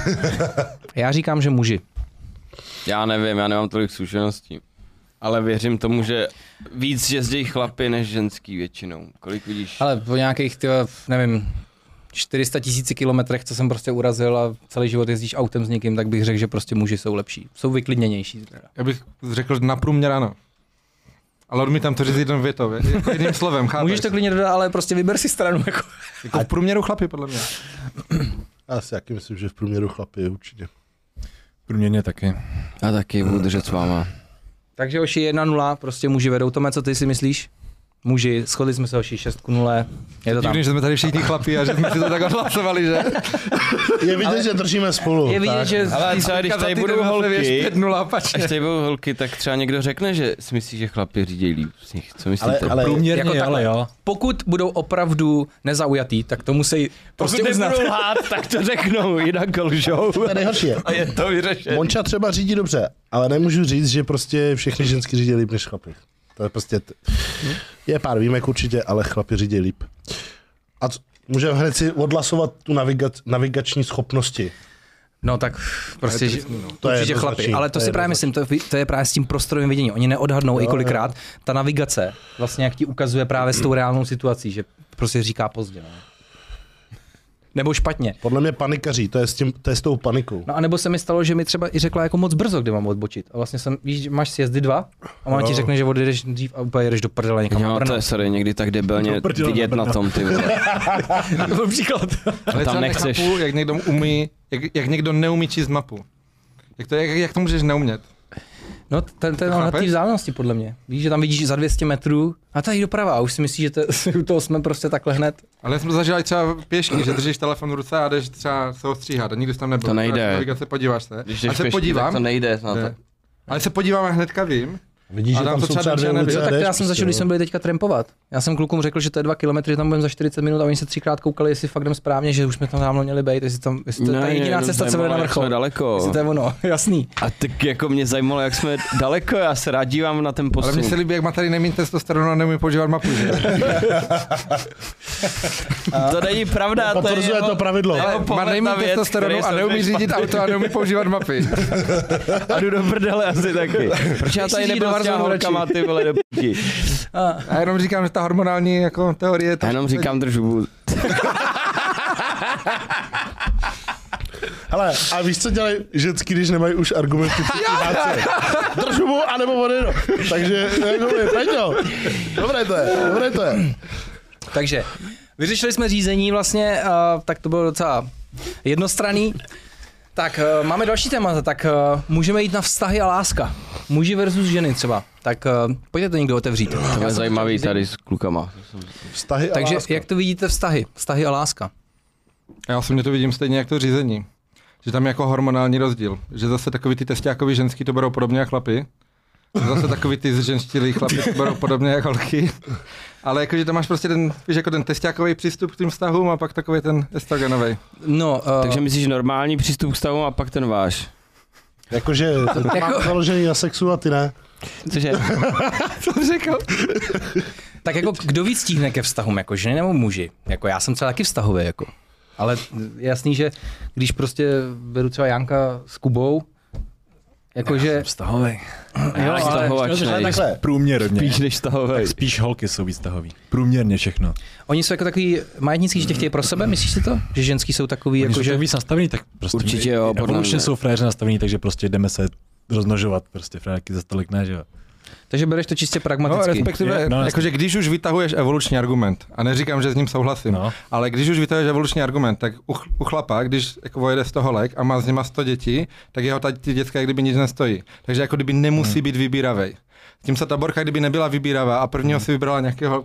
Já říkám, že muži. Já nevím, já nemám tolik zkušeností. Ale věřím tomu, že víc jezdí chlapy než ženský většinou. Kolik vidíš? Ale po nějakých, nevím, 400 000 kilometrech, co jsem prostě urazil a celý život jezdíš autem s někým, tak bych řekl, že prostě muži jsou lepší. Jsou vyklidněnější. Já bych řekl na průměr ano. Ale odmítám to říct jednou větou, jako jedním slovem, chápeš? Můžeš to klidně dodat, ale prostě vyber si stranu. Jako v průměru chlapi, podle mě. Já si taky myslím, že v průměru chlapi určitě. Průměrně taky. Já taky budu držet s váma. Takže Oši 1-0, prostě muži vedou. Tome, co ty si myslíš? Muži, shodli jsme se Oši 6-0. Je to tam. Divný, že jsme tady všichni chlapi a že jsme si to tak odhlasovali, že? Je vidět, že držíme spolu. Je vidět, že... Ale třeba když tady budou holky, 5-0, až tady budou holky, tak třeba někdo řekne, že si myslí, že chlapi řídí líp z nich. Co myslíte? Ale průměrně, jako ale jo. Pokud budou opravdu nezaujatý, tak to musí prostě Pokud uznat. nebudou lhát, tak to řeknou, jinak lžou. to je nejhorší. A je to vyřešené. Monča třeba řídí dobře, ale nemůžu říct, že prostě všechny ženský řídí líp než chlapi. To je prostě... Je pár výjimek určitě, ale chlapi řídí líp. A můžeme hned si odhlasovat tu navigační schopnosti. No tak prostě, To je určitě chlapi. jednoznačný, Ale to si právě myslím, to je právě s tím prostorovým viděním. Oni neodhadnou i kolikrát. Ta navigace vlastně jak ti ukazuje právě s tou reálnou situací, že prostě říká pozdě. No. Nebo špatně. Podle mě panikaří, to je s tou panikou. No a nebo se mi stalo, že mi třeba i řekla jako moc brzo, kdy mám odbočit. A vlastně víš, máš sjezdy 2 a ona ti řekne, že odjedeš dřív a úplně jedeš do prdele někam na Jo, Brno. to je sorry, někdy tak debilně vidět na tom, ty vole. To byl příklad. Ale tam tam nechceš. nechápu, jak někdo umí, jak někdo neumí číst mapu. Jak to můžeš neumět? No, ten na té vzdálenosti podle mě. Víš, že tam vidíš za 200 metrů a tady doprava a už si myslíš, že u toho jsme prostě takhle hned. Ale jsme zažili třeba pěšky, že držíš telefon v ruce a jdeš třeba se ostříhat a nikdy jsi tam nebyl. To nejde. Navigace, podíváš se. Když Ale jdeš se pěšky, podívám. tak to nejde. No, Ne. Ale se podívám a hnedka vím. Vidíš, že A tam to jsou třeba třeba dvě nebyl. ulice Jo, a tak to jdeš já jsem začal, když jsme byli teďka trampovat. Já jsem klukům řekl, že to je 2 kilometry, že tam budeme za 40 minut a oni se 3krát koukali, jestli fakt jdem správně, že už jsme tam dávno měli být, jestli to je ta jediná cesta, co vede na vrchol. Jsme daleko. Jestli to je ono, jasný. A tak jako mě zajímalo, jak jsme daleko, já se rád dívám na ten Ale posun. mně se líbí, jak má tady nemít testosteronu a neumí používat mapu, že? To není pravda, to je Potvrzuje to pravidlo. jeho Má pohled nemít na věc, testosteronu který a jsem neumí špatně. řídit auto a neumí používat mapy. A jdu do prdele asi taky. Proč já tady Ježíš, nebyl do s těma Warzone holkama, ty vole, do p***i. A jenom říkám, že ta hormonální jako teorie... Já jenom říkám držbu. Hele, a víš, co dělají ženský, když nemají už argumenty? Držu mu, anebo odejdu. Takže, Peťo, dobré to je. Takže, vyřešili jsme řízení vlastně, tak to bylo docela jednostranný. Tak, máme další téma, tak můžeme jít na vztahy a láska. Muži versus ženy třeba. Tak pojďte to někdo otevřít. To je zajímavý tady s klukama. Vztahy a Takže láska. jak to vidíte vztahy a láska? Já osobně to vidím stejně jak to řízení. Že tam je jako hormonální rozdíl. Že zase takový ty tesťákový ženský to berou podobně jak chlapy. Zase takový ty zženštilý chlapy to berou podobně jak holky. Ale jakože tam máš prostě ten, víš, jako ten tesťákový přístup k tím vztahům a pak takový ten estrogenový. No, Takže myslíš normální přístup k vztahům a pak ten váš. Jakože mám založený na sexu a ty ne. Cože? Co jsi řekl? tak jako kdo víc stíhne ke vztahům, jako ženy nebo muži? Jako já jsem třeba taky vztahový, jako. Ale je jasný, že když prostě beru třeba Janka s Kubou, jakože... Vztahovej. Jo, ale Vztahovačnej. Průměrně. Spíš než vztahovej. Tak spíš holky jsou víc vztahový. Průměrně všechno. oni jsou jako takový majetnický, že tě chtějí pro sebe, myslíš si to? Že ženský jsou takový, Oni jako jsou že... tak víc nastavený, tak prostě Určitě jo, podle evolučně mě. jsou fréři nastavený, takže prostě jdeme se rozmnožovat, prostě frérky za tolik ne, že jo. Takže bereš to čistě No, pragmaticky. respektive, No, jakože když už vytahuješ evoluční argument, a neříkám, že s ním souhlasím, No. ale když už vytahuješ evoluční argument, tak u chlapa, když jako vojede 100 holek a má s nima 100 dětí, tak jeho ty děcka jak kdyby nic nestojí. Takže jako kdyby nemusí být vybíravej. Tím se ta Borka, kdyby nebyla vybíravá a prvního si vybrala nějakého.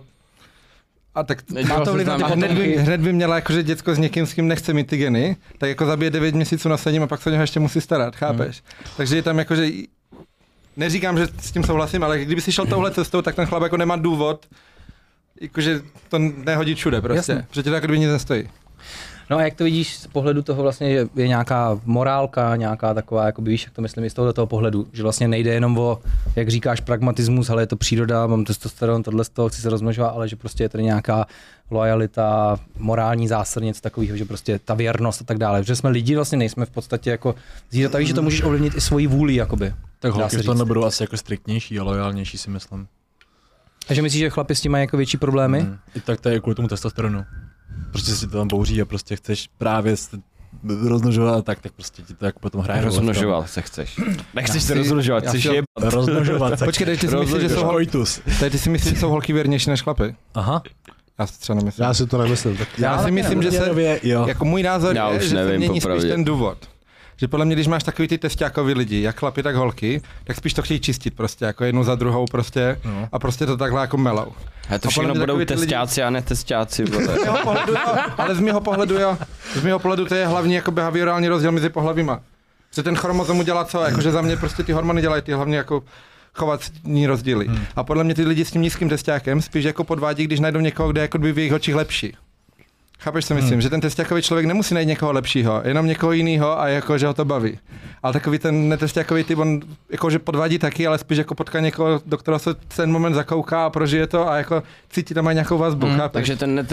A tak Má to vliv na ty hned by měla jakože děcko s někým, s kým nechce mít ty geny, tak jako zabije 9 měsíců nasadím a pak se o něho ještě musí starat, chápeš? Takže je tam jakože, neříkám, že s tím souhlasím, ale kdyby si šel touhle cestou, tak ten chlap jako nemá důvod, jakože to nehodí všude prostě, Jasně. protože to jako kdyby nic nestojí. No a jak to vidíš z pohledu toho vlastně, že je nějaká morálka, nějaká taková, jako víš, jak to myslím i z tohoto pohledu, že vlastně nejde jenom o, jak říkáš, pragmatismus, ale je to příroda, mám testosteron, tohle z toho, chci se rozmnožovat, ale že prostě je tady nějaká loajalita, morální zásad, něco takového, že prostě ta věrnost a tak dále. Protože jsme lidi, vlastně nejsme v podstatě jako zvířata, že to můžeš ovlivnit i svoji vůli, jakoby. Tak dá holky se v tom říct. nebudou asi jako striktnější a lojálnější, si myslím. Takže myslíš, že chlapi s tím mají jako větší problémy? I tak to je kvůli tomu testosteronu. Prostě si to tam bouří a prostě chceš právě rozmnožovat a tak prostě ti to jako potom hraje. Rozmnožovat se chceš. Nechceš se rozmnožovat, chceš je... Rozmnožovat se. Počkej, ty si myslíš, že jsou Koitus. ty si myslíš, že jsou holky věrnější než chlapy? Aha. Já si třeba nemyslím. Já si to nemyslím. Tak Já si myslím, že se, jo. jako můj názor Já je, už že se nevím, mění spíš popravdě. ten důvod. Že podle mě, když máš takový ty tesťákový lidi, jak chlapi, tak holky, tak spíš to chtějí čistit prostě, jako jednu za druhou prostě No. a prostě to takhle jako melou. A to A podle všechno mě budou takový ty lidi- tesťáci a netesťáci. vole. Z mého pohledu, jo, ale z mého pohledu jo. Z mého pohledu to je hlavní jako behaviorální rozdíl mezi pohlavíma. Že ten chromozom udělá co? Jakože za mě prostě ty hormony dělají ty hlavně jako chovací rozdíly. A podle mě ty lidi s tím nízkým tesťákem spíš jako podvádí, když najdou někoho, kde jako by v jejich očích lepší. Chápeš, co myslím? Že ten tesťákový člověk nemusí najít někoho lepšího, jenom někoho jiného a jako, že ho to baví. Ale takový ten netesťákový typ, on jako, že podvádí taky, ale spíš jako potká někoho, do kterého se ten moment zakouká a prožije to a jako cítí tam mají nějakou vazbu, chápeš? Takže ten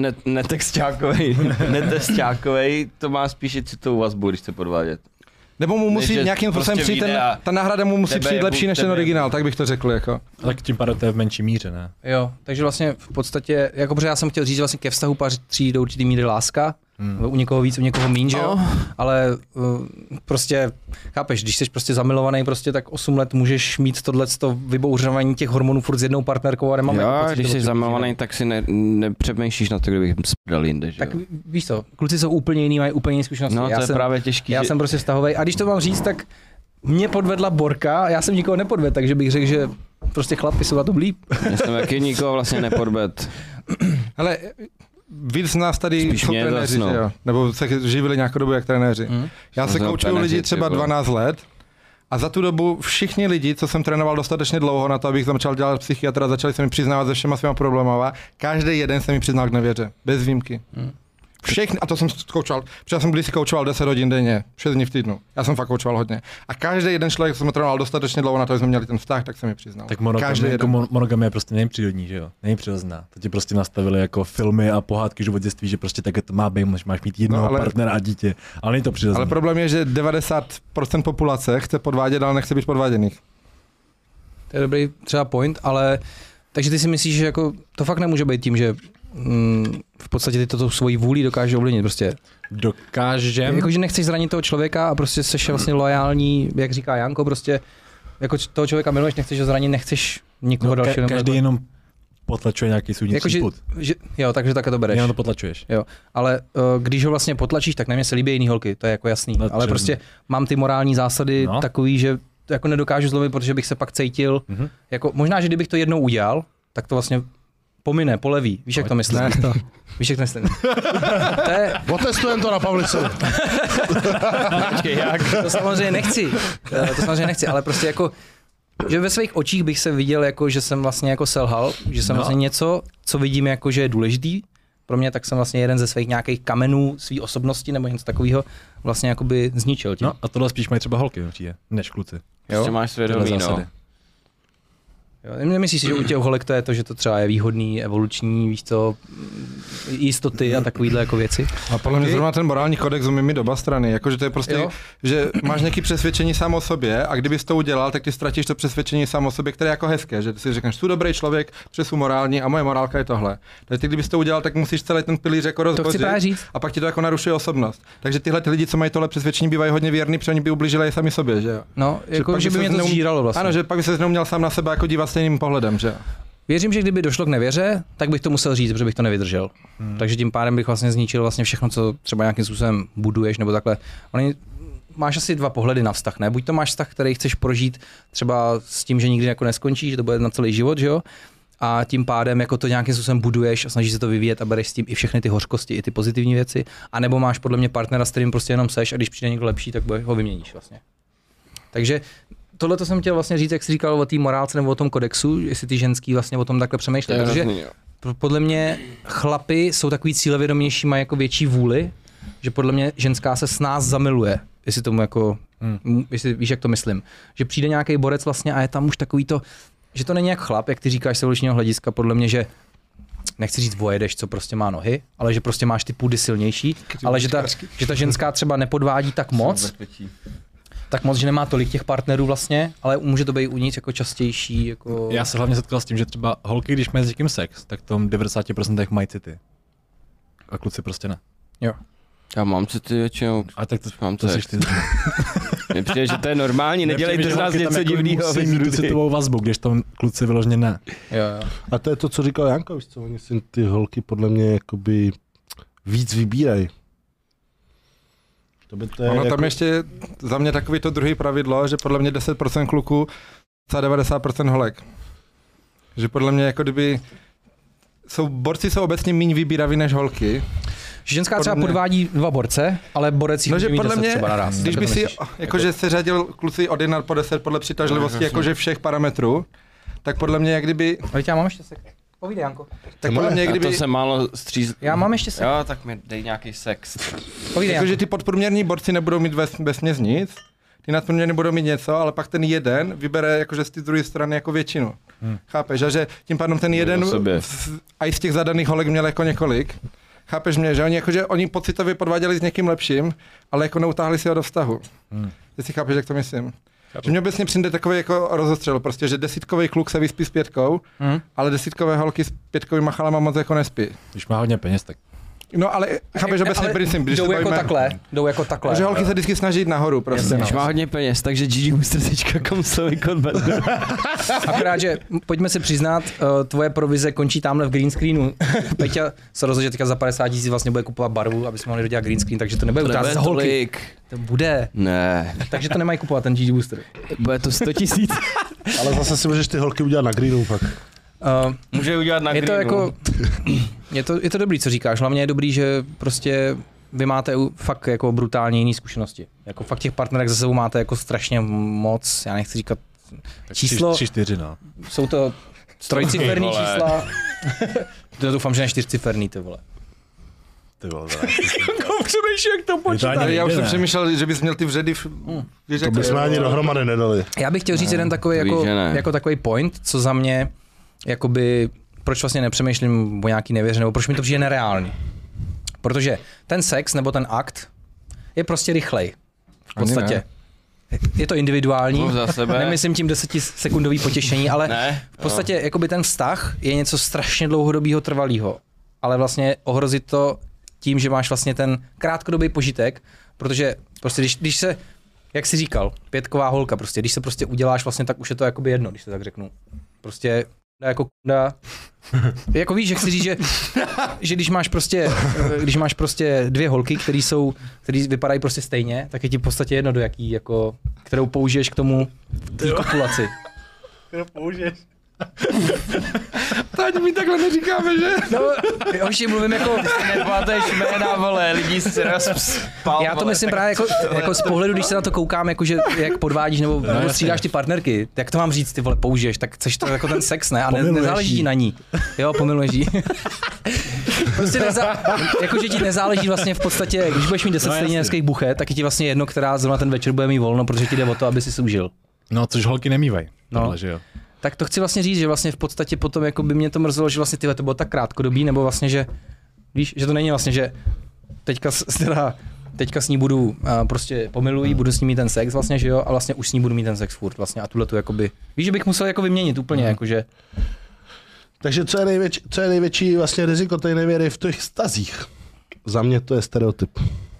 netesťákovej, to má spíš i citovou vazbu, když chce podvádět. Nebo mu musí že nějakým způsobem prostě přijít, vyjde a ta náhrada mu musí tebe přijít je lepší než ten tebe je- originál, tak bych to řekl jako. Tak tím pádem to je v menší míře, ne? Jo, takže vlastně v podstatě, jako protože já jsem chtěl říct, že vlastně ke vztahu patří do určitý míry láska, u někoho víc, u někoho míň, že jo? Ale prostě, chápeš, když jsi prostě zamilovaný, prostě tak 8 let můžeš mít tohleto vybouřování těch hormonů furt s jednou partnerkou a nemám Jo, pocit, když že jsi to zamilovaný, tak si nepřemýšlíš na to, kdybych sprdal jinde, že tak jo? víš co, kluci jsou úplně jiný, mají úplně jiné zkušenosti. No, to je právě těžký. Já že- jsem prostě vztahový. A když to mám říct, tak mě podvedla Borka, já jsem nikoho nepodvedl, takže bych řekl, že prostě chlapi jsou na tom líp. Já jsem taky nikoho vlastně nepodbed. Ale víc z nás tady Spíš jsou mě trenéři, zas, no. že jo? Nebo se živili nějakou dobu jak trenéři. Já se Jsem koučuju trenéři, lidi třeba ty vole. 12 let a za tu dobu všichni lidi, co jsem trénoval dostatečně dlouho na to, abych začal dělat psychiatra, začali se mi přiznávat se všema svýma problémama, každý jeden se mi přiznal k nevěře, bez výjimky. Všechny, a to jsem koučoval, protože já jsem kdysi koučoval 10 hodin denně, 6 dní v týdnu. Já jsem fakt koučoval hodně. A každý jeden člověk, co jsem trénoval dostatečně dlouho na to, že jsme měli ten vztah, tak se mi přiznal. Tak každý jeden. monogamie prostě není přírodní, že jo? Není přirozená. To ti prostě nastavili jako filmy a pohádky život dětství, že prostě tak to má být, máš mít jednoho ale- partnera a dítě. Ale není to přirozené. Ale problém je, že 90% populace chce podvádět, ale nechce být podváděných. To je dobrý třeba point, ale takže ty si myslíš, že jako to fakt nemůže být tím, že v podstatě ty to svojí vůli dokáže ovlivnit prostě. Dokážem. Jakože nechceš zranit toho člověka a prostě seš vlastně loajální, jak říká Janko, prostě jako toho člověka miluješ, nechceš ho zranit, nechceš nikoho dalšího. Každý jenom potlačuje nějaký svůj put. Jo, takže takhle to bereš. Jenom to potlačuješ. Jo, ale když ho vlastně potlačíš, tak na mě se líbí jiný holky, to je jako jasný. No, ale prostě mám ty morální zásady takový, že to jako nedokážu zlomit, protože bych se pak cítil, jako možná, že kdybych to jednou udělal, tak to vlastně pomine, poleví. Víš, jak to myslím? Víš, jak to myslím? To je... Otestujeme to na Pavlicovi. To samozřejmě nechci, ale prostě jako, že ve svých očích bych se viděl jako, že jsem vlastně jako selhal, že jsem vlastně něco, co vidím jako, že je důležitý pro mě, tak jsem vlastně jeden ze svých nějakých kamenů své osobnosti nebo něco takového vlastně jakoby zničil tím. No a tohle spíš mají třeba holky určitě, než kluci. Prostě máš svědomí, no. Jo, nemyslíš si, že u těch holek to je to, že to třeba je výhodný, evoluční, víš co, jistoty a takovýhle jako věci? A podle mě zrovna ten morální kodex umí mít oba strany, jakože to je prostě, že máš nějaké přesvědčení sám o sobě a kdybys to udělal, tak ty ztratíš to přesvědčení sám o sobě, které je jako hezké, že ty si řekneš, tu dobrý člověk, přesu morální a moje morálka je tohle. Takže ty kdybys to udělal, tak musíš celý ten pilíř jako rozvozit a pak ti to jako narušuje osobnost. Takže tyhle ty lidi, co mají tohle přesvědčení, bývají hodně věrní, protože oni by ublížili sami sobě, že jo. No, jako že by mě to zžíralo vlastně. Ano, že pak by se měl sám na sebe jako dívat stejným pohledem, že? Věřím, že kdyby došlo k nevěře, tak bych to musel říct, protože bych to nevydržel. Takže tím pádem bych vlastně zničil vlastně všechno, co třeba nějakým způsobem buduješ nebo takhle. Máš asi dva pohledy na vztah, ne? Buď to máš vztah, který chceš prožít třeba s tím, že nikdy jako neskončí, že to bude na celý život, že jo? A tím pádem jako to nějakým způsobem buduješ a snažíš se to vyvíjet a bereš s tím i všechny ty hořkosti, i ty pozitivní věci. A nebo máš podle mě partnera, s kterým prostě jenom seš a když přijde někdo lepší, tak ho vyměníš vlastně. Takže tohle to jsem chtěl vlastně říct, jak jsi říkal o té morálce nebo o tom kodexu, jestli ty ženský vlastně o tom takhle přemýšlí. Protože podle mě chlapy jsou takový cílevědomější, mají jako větší vůli, že podle mě ženská se s nás zamiluje, jestli tomu jako, jestli víš, jak to myslím. Že přijde nějaký borec vlastně a je tam už takový to, že to není jak chlap, jak ty říkáš z evolučního hlediska, podle mě, že nechci říct vojedeš, co prostě má nohy, ale že prostě máš ty půdy silnější, ale že ta ženská třeba nepodvádí tak moc, že nemá tolik těch partnerů vlastně, ale může to být u nic jako častější. Jako... Já se hlavně setkal s tím, že třeba holky, když mají s někým sex, tak v tom 90% mají city. A kluci prostě ne. Jo. Já mám city většinou. A tak to mám to jsi ty. Mně přijde, že to je normální, nedělejte z nás něco divného. Musí mít tu citovou vazbu, když to kluci vyloženě ne. Jo. A to je to, co říkal Janko, víš co, oni si ty holky podle mě jakoby víc vybírají. Ono jako... tam ještě za mě takový to druhý pravidlo, že podle mě 10% kluků a 90% holek. Že podle mě jako kdyby borci jsou obecně méně vybíraví než holky. Ženská třeba podvádí 2 borce, ale borec jich může mít 10 třeba naraz. Když by si jakože se řadil kluci od 1 po 10 podle přitažlivosti jakože všech parametrů, tak podle mě jak kdyby... Ale já mám ještě sex. Povídej, Janko. Tak podle mě, kdyby... To se málo střízl... Já mám ještě sex. Jo, tak mi dej nějaký sex. Povídej, jakože ty podprůměrní borci nebudou mít vesměs nic, ty nadprůměrní budou mít něco, ale pak ten jeden vybere jakože z té druhé strany jako většinu. Chápeš? A že tím pádem ten jeden a i z těch zadaných holek měl jako několik. Chápeš mě, že oni pocitově podváděli s někým lepším, ale jako neutáhli si ho do vztahu. Ty si chápeš, jak to myslím? Že mě obecně přijde takový jako rozostřel, prostě, že 10kový kluk se vyspí s 5, ale 10kové holky s 5kovýma chalama moc jako nespí. Když má hodně peněz, tak... No ale chápeš obecně princip, když jdou jako takhle. Že holky se vždycky snaží jít nahoru prostě. Když má hodně peněz, takže ggmuster.com/kod. Akorát, že pojďme si přiznat, tvoje provize končí tamhle v green screenu. Peťa se rozhodl, že teďka za 50 000 vlastně bude kupovat barvu, aby jsme mohli dodělat green screen, takže to nebude utrácet za holky. To bude. Ne. Takže to nemají kupovat ten GG Booster. Bude to 100 000. Ale zase si můžeš ty holky udělat na greenu pak. Může udělat na greenu. To jako, je to dobrý, co říkáš. Hlavně je dobrý, že prostě vy máte fakt jako brutálně jiné zkušenosti. Jako fakt těch partnerek za sebou máte jako strašně moc, já nechci říkat tak číslo. 3-4, no. Jsou to trojciferný čísla. To doufám, že ne 4ciferný, ty vole. Ty vole, přemýšlím, jak to počítat. Já už jsem přemýšlel, že bys měl ty vředy. To bychom ani dohromady nedali. Já bych chtěl říct jeden takový jako takový point, co za mě jakoby, proč vlastně nepřemýšlím o nějaký nevěře, nebo proč mi to přijde nereálně. Protože ten sex nebo ten akt je prostě rychlej. V podstatě. Je to individuální, nemyslím tím 10sekundový potěšení, ale v podstatě jakoby ten vztah je něco strašně dlouhodobého trvalého. ale vlastně ohrozit to tím, že máš vlastně ten krátkodobý požitek, protože prostě když se, jak jsi říkal, 5ková holka, prostě když se prostě uděláš vlastně, tak už je to jakoby jedno, když to tak řeknu. Prostě jako kunda. Jako víš, jak chci říct, že když máš prostě 2 holky, který vypadají prostě stejně, tak je ti v podstatě jedno, do jaký, jako, kterou použiješ k tomu té kopulaci. Kterou použiješ? To ani my takhle neříkáme, že? No, hoši, mluvím jako... Nepamatuješ jména, vole, lidi si rozpal. Já to myslím právě jako z pohledu, když se na to koukám, jako že jak podvádíš nebo střídáš ty partnerky, jak to mám říct, ty vole, použiješ, tak chceš to jako ten sex, ne? A nezáleží ti na ní. Jo, pomiluješ jí. Prostě jakože ti nezáleží vlastně v podstatě, když budeš mít 10 stejně hezkých buchet, tak je ti vlastně jedno, která zrovna ten večer bude mít volno, protože ti jde o to, aby si užil. No, což holky nemývají. Tohle, že jo. Tak to chci vlastně říct, že vlastně v podstatě potom jako by mě to mrzelo, že vlastně to bylo tak krátkodobý, nebo vlastně, že víš, že to není vlastně, že teďka s ní budu prostě pomiluji, budu s ní mít ten sex vlastně, že jo, a vlastně už s ní budu mít ten sex furt vlastně a tuhle tu jakoby, víš, že bych musel jako vyměnit úplně, jakože. Takže co je největší vlastně riziko té nevěry v těch vztazích? Za mě to je stereotyp.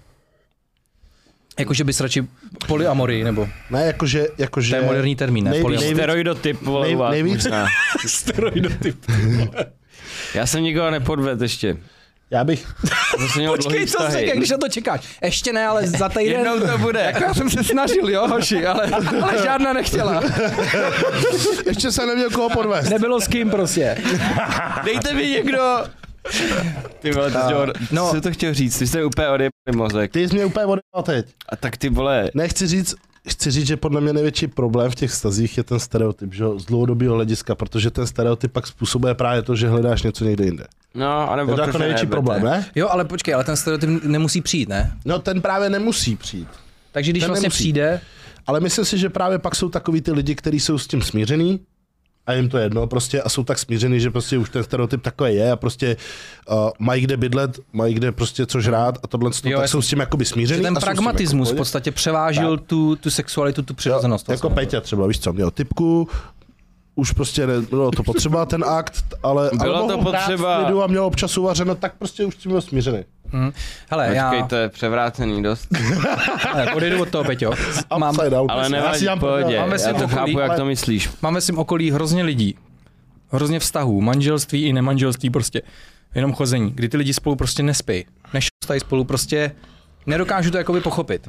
Jakože bys radši polyamorii, nebo? Ne, jakože To je moderní termín, ne? Steroidotyp, vole, u vás možná. Steroidotyp. Já jsem nikoho nepodvedl ještě. Já bych... Počkej, co se, když na to čekáš? Ještě ne, ale za týden. Jednou to bude. Jako já jsem se snažil, jo, hoši, ale žádná nechtěla. Ještě jsem neměl koho podvést. Nebylo s kým prostě. Dejte mi někdo. Ty vole, co jsem to chtěl říct, ty jsi úplně odjebali mozek. Ty jsi mě úplně odjebal teď. A tak ty vole. Chci říct, že podle mě největší problém v těch vztazích je ten stereotyp, že z dlouhodobého hlediska, protože ten stereotyp pak způsobuje právě to, že hledáš něco někde jinde. No, anebo je to jako největší problém, ne? Jo, ale počkej, ale ten stereotyp nemusí přijít, ne? No ten právě nemusí přijít. Takže když ten vlastně nemusí. přijde... Ale myslím si, že právě pak jsou takový ty lidi, kteří jsou s tím smířený a jim to jedno prostě a jsou tak smířený, že prostě už ten stereotyp takový je a prostě mají kde bydlet, mají kde prostě co žrát a tohle, tak jsou s tím jakoby smířený. Ten a pragmatismus jako v podstatě převážil tu sexualitu, tu přirozenost. Jako Peťa třeba, víš co, měl typku, už prostě nebylo to potřeba ten akt, ale bylo to potřeba a měl občas uvařeno, tak prostě už s tím byl smířený. Hele, počkej, to je převrácený dost. Odejdu od toho, Peťo. Ale nevadí, pohodě, já to chápu, jak to myslíš. Mám ve svém okolí hrozně lidí, hrozně vztahů, manželství i nemanželství prostě, jenom chození, kdy ty lidi spolu prostě nespí, nešostají spolu, prostě nedokážu to jakoby pochopit.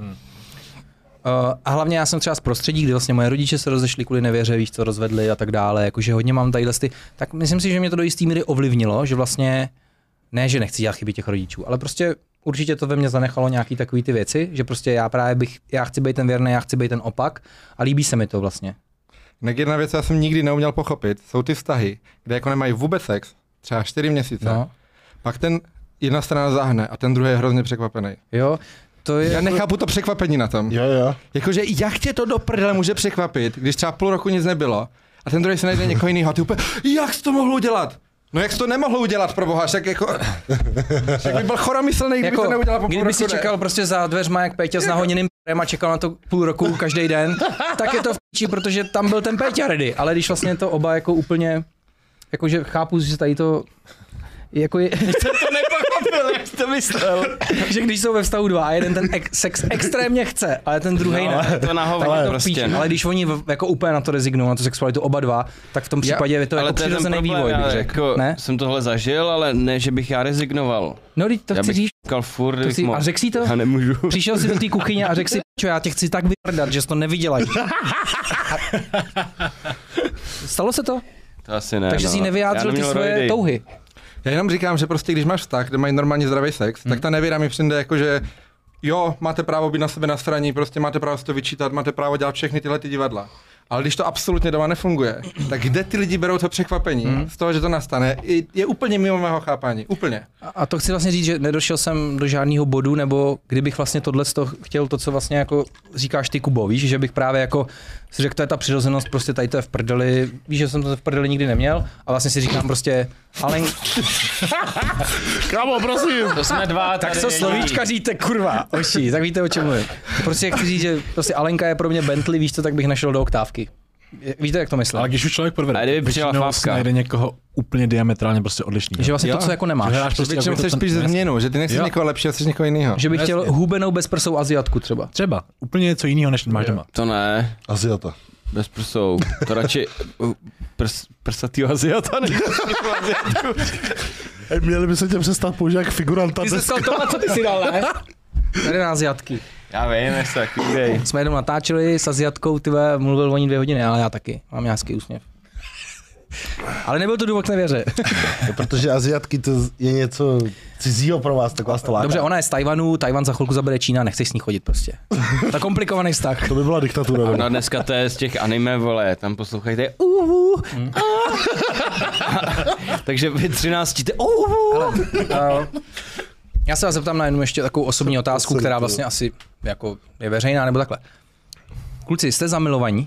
A hlavně já jsem třeba z prostředí, kdy vlastně moje rodiče se rozešli kvůli nevěře, víš co, rozvedli a tak dále, jakože hodně mám tadyhle tak myslím si, že mě to do jistý míry ovlivnilo, že vlastně, ne, že nechci dělat chyby těch rodičů, ale prostě určitě to ve mně zanechalo nějaký takový ty věci, že prostě já chci být ten věrný, já chci být ten opak a líbí se mi to vlastně. Tak jedna věc, já jsem nikdy neuměl pochopit, jsou ty vztahy, kde jako nemají vůbec sex, třeba 4 měsíce, pak ten jedna strana zahne a ten druhý je hrozně překvapený. Jo. To je já nechápu to překvapení na tom. Jo. Jakože jak tě to do prdele může překvapit, když třeba půl roku nic nebylo a ten druhý se najde někoho jiného a ty úplně, jak jsi to mohl udělat? No jak jsi to nemohl udělat, pro boha, však jako, však by byl choromyslný, kdyby to neudělal po půl roku. Kdyby si čekal prostě za dveřma jak Péťa s nahoněným p***em a čekal na to půl roku každý den, tak je to v p***či, protože tam byl ten Péťa ready, ale když vlastně to oba jako úplně, jakože chápu, že tady to jako je... Jsem to nepochopil, jak jsi to myslel. Takže když jsou ve vztahu dva a jeden ten sex extrémně chce, ale ten druhej ne. To na hovno prostě. Ale když oni jako úplně na to rezignují, na tu sexualitu oba dva, tak v tom případě je to jako přirozený vývoj, bych řekl. Jako ne? Jsem tohle zažil, ale ne, že bych já rezignoval. No, to chci říct. A řekl si to? Já nemůžu. Přišel si do té kuchyně a řekl si, čo, já tě chci tak vyprdat, že jsi to nevydělají. Stalo se to? To asi ne. Takže jsi nevyjádřil ty svoje touhy. Já jenom říkám, že prostě když máš vztah, kde mají normálně zdravý sex, tak ta nevěra mi přijde jako, že jo, máte právo být na sebe nasraní, prostě máte právo si to vyčítat, máte právo dělat všechny tyhle ty divadla. Ale když to absolutně doma nefunguje, tak kde ty lidi berou to překvapení z toho, že to nastane, je úplně mimo mého chápání. Úplně. A to chci vlastně říct, že nedošel jsem do žádného bodu, nebo kdybych vlastně tohle chtěl, to, co vlastně jako říkáš ty, Kubo, víš, že bych právě jako si řekl, to je ta přirozenost, prostě tady to je v prdeli, víš, že jsem to v prdeli nikdy neměl a vlastně si říkám prostě, ale... Kámo, prosím. To jsme dva. Tak co slovíčka říte, kurva, oši, tak víte, o čem mluvím. Prostě chci říct, že prostě Alenka je pro mě Bentley, víš co, tak bych našel do oktávky. Víte, jak to myslím? Ale když už člověk podvede, A kdyby přijela většinou fávka. si najde někoho úplně diametrálně prostě odlišný. Že vlastně to, co jako nemáš. Že hráš prostě Většinou jako to, chceš co- spíš změnu, že ty nechceš Jo. někoho lepšího, chceš někoho jiného. Že bych chtěl Jasně. hubenou bez prsou Aziatku třeba. Třeba, úplně něco jiného, než máš doma. To ne, Aziata. bez prsou. To radši prsatýho Aziata, než prsatýho Aziatu. Hej, měli by se tě přestat používat jak figuranta. Ty jsi stal tohle, co ty si dal, ne? Tady na Aziatky. Já vím, jak se taky dej. Jsme jednou natáčeli s Aziatkou, ty vole, mluvil o ní 2 hodiny, ale já taky. Mám nějaký úsměv. Ale nebyl to důvod k nevěře. Protože Aziatky to je něco cizího pro vás, tak vás to láká. Dobře, ona je z Tajvanu, Tajvan za chvilku zabere Čína, nechceš s ní chodit prostě. Ta komplikovaný vztah. To by byla diktatura. No dneska to je z těch anime, vole, tam poslouchejte Takže vy 13 Já se vás zeptám na jednu ještě takovou osobní otázku, která vlastně asi jako je veřejná, nebo takhle. Kluci, jste zamilovaní?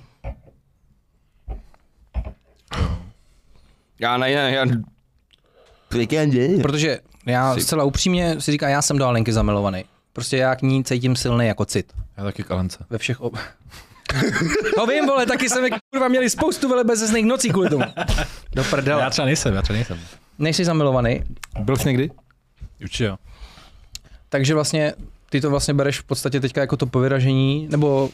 Já Protože já zcela upřímně si říkám, já jsem do Alenky zamilovaný. Prostě já k ní cítím silný jako cit. Já taky kalence. Ve všech No vím, vole, taky jsme kurva měli spoustu velebezesných nocí kvůli tomu. Do prdele. Já třeba nejsem. Nejsi zamilovaný, Byl jsi někdy? Určitě jo. takže vlastně ty to vlastně bereš v podstatě teďka jako to povyražení, nebo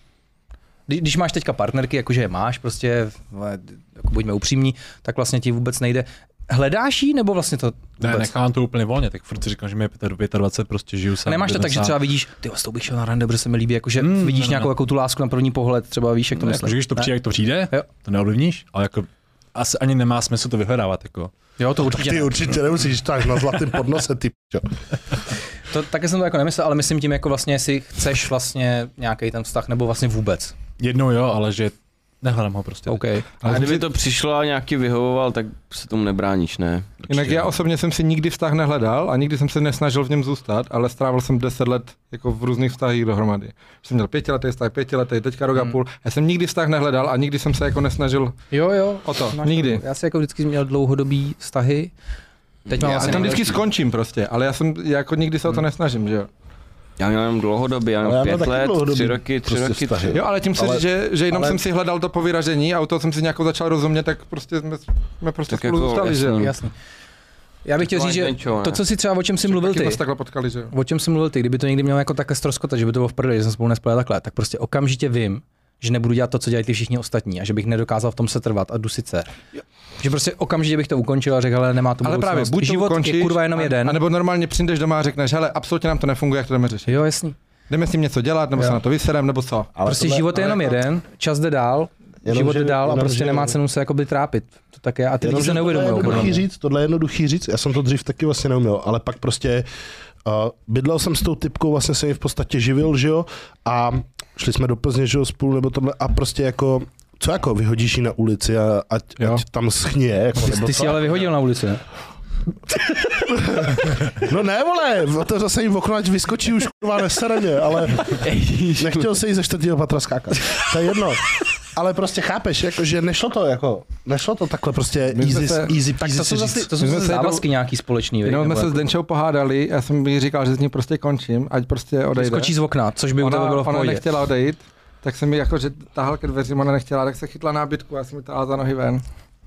když máš teďka partnerky, jakože je máš, prostě, vole, jako buďme upřímní, tak vlastně ti vůbec nejde. Hledáš jí, nebo vlastně to Ne, vůbec? nechám to úplně volně, tak furt si říkám, že mi je 25, prostě žiju sám. A nemáš to bydlím tak, že sám. třeba vidíš, ty s tou bych šel na rande, protože se mi líbí, jakože vidíš ne, nějakou ne. jako tu lásku na první pohled, třeba víš, jak to Ne, myslím. jako, že když to přijde, jak to přijde, Jo. to neovlivníš, ale jako asi ani nemá smysl to vyhledávat, jako. Jo, to určitě. Ty Ne. určitě nemusíš tak na zlatém podnose, ty p***o. To, také jsem to jako nemyslel, ale myslím tím, jako vlastně si chceš vlastně nějaký ten vztah, nebo vlastně vůbec. Jednou jo, ale že nehledám ho prostě. OK. A kdyby to přišlo a nějaký vyhovoval, tak se tomu nebráníš, ne? Jinak já osobně jsem si nikdy vztah nehledal a nikdy jsem se nesnažil v něm zůstat, ale strávil jsem 10 let jako v různých vztahích dohromady. Jsem měl 5letý vztah, 5letý, teďka rok a půl. Já jsem nikdy vztah nehledal a nikdy jsem se jako nesnažil Jo. o to. Máš Nikdy. pravdu. Já si jako vždycky měl dlouhodobý vztahy. Teď mám Já vlastně tam vždycky nejlepší. skončím prostě, ale já jako nikdy se o to nesnažím, že jo. Já měl jenom dlouhodobě, já Ale mám já mám 5 taky let, dlouhodobý 3 roky, prostě vztahy. Jo, ale tím se říct, že jenom jsem si hledal to povyražení a u toho jsem si nějakou začal rozumět, tak prostě jsme prostě Tak spolu jako, zůstali, že jo. jasný. Jasný. Já bych chtěl To říct, že Denčo, ne? to, co si třeba o čem jsi mluvil Taky ty, jsme se takhle potkali, že jo. o čem jsi mluvil ty, kdyby to někdy mělo jako takhle ztroskotat, že by to bylo v prdeli, že jsem spolu nespal takhle, tak prostě okamžitě vím, že nebudu dělat to, co dělají ty všichni ostatní a že bych nedokázal v tom se trvat a dusit se. Že prostě okamžitě bych to ukončil a řekl, ale nemá to Ale budoucnost. právě, buď to Život ukončíš, je kurva jenom jeden. A nebo normálně přijdeš doma a řekneš, hele, absolutně nám to nefunguje, jak to jdeme řešit. Jo, jasný. Jdeme s tím něco dělat, nebo se na to vyserem, nebo co. Ale Prostě tohle- život je jenom jeden, čas jde dál, život jde dál a jenom, prostě že- nemá cenu se jakoby trápit. To tak je a ty lidi se Tohle je neuvědomují. podle jednoduchý mě. říct, tohle je jednoduchý říct, já jsem to dřív taky vlastně neuměl, ale pak prostě bydlel jsem s tou typkou, vlastně jsem ji v podstatě živil, že jo, a šli jsme do Plzně, že jo, spolu, nebo tohle, a prostě jako, co jako, vyhodíš ji na ulici a ať tam schnie, jako, nebo Ty co? jsi ale vyhodil na ulici, ne? No ne, vole, to zase jim v okno, ať vyskočí už kurva neseraně, ale nechtěl se jí ze 4. patra skákat. To je jedno. Ale prostě chápeš, jako, že nešlo to takhle prostě My jsme easy, se- easy Tak peasy to si jsou říct. zase, to jsou My jsme zase se jednou- závazky nějaký společný. Jenom jsme nebo se s jako- Denčou pohádali, já jsem jí říkal, že z ní prostě končím, ať prostě odejde. Skočí z okna, což by u tebe bylo v ona pohodě. nechtěla odejít, tak jsem mi jako, že tahal ke dveřím, ona nechtěla, tak se chytla nábytku a já jsem mi tahal za nohy ven.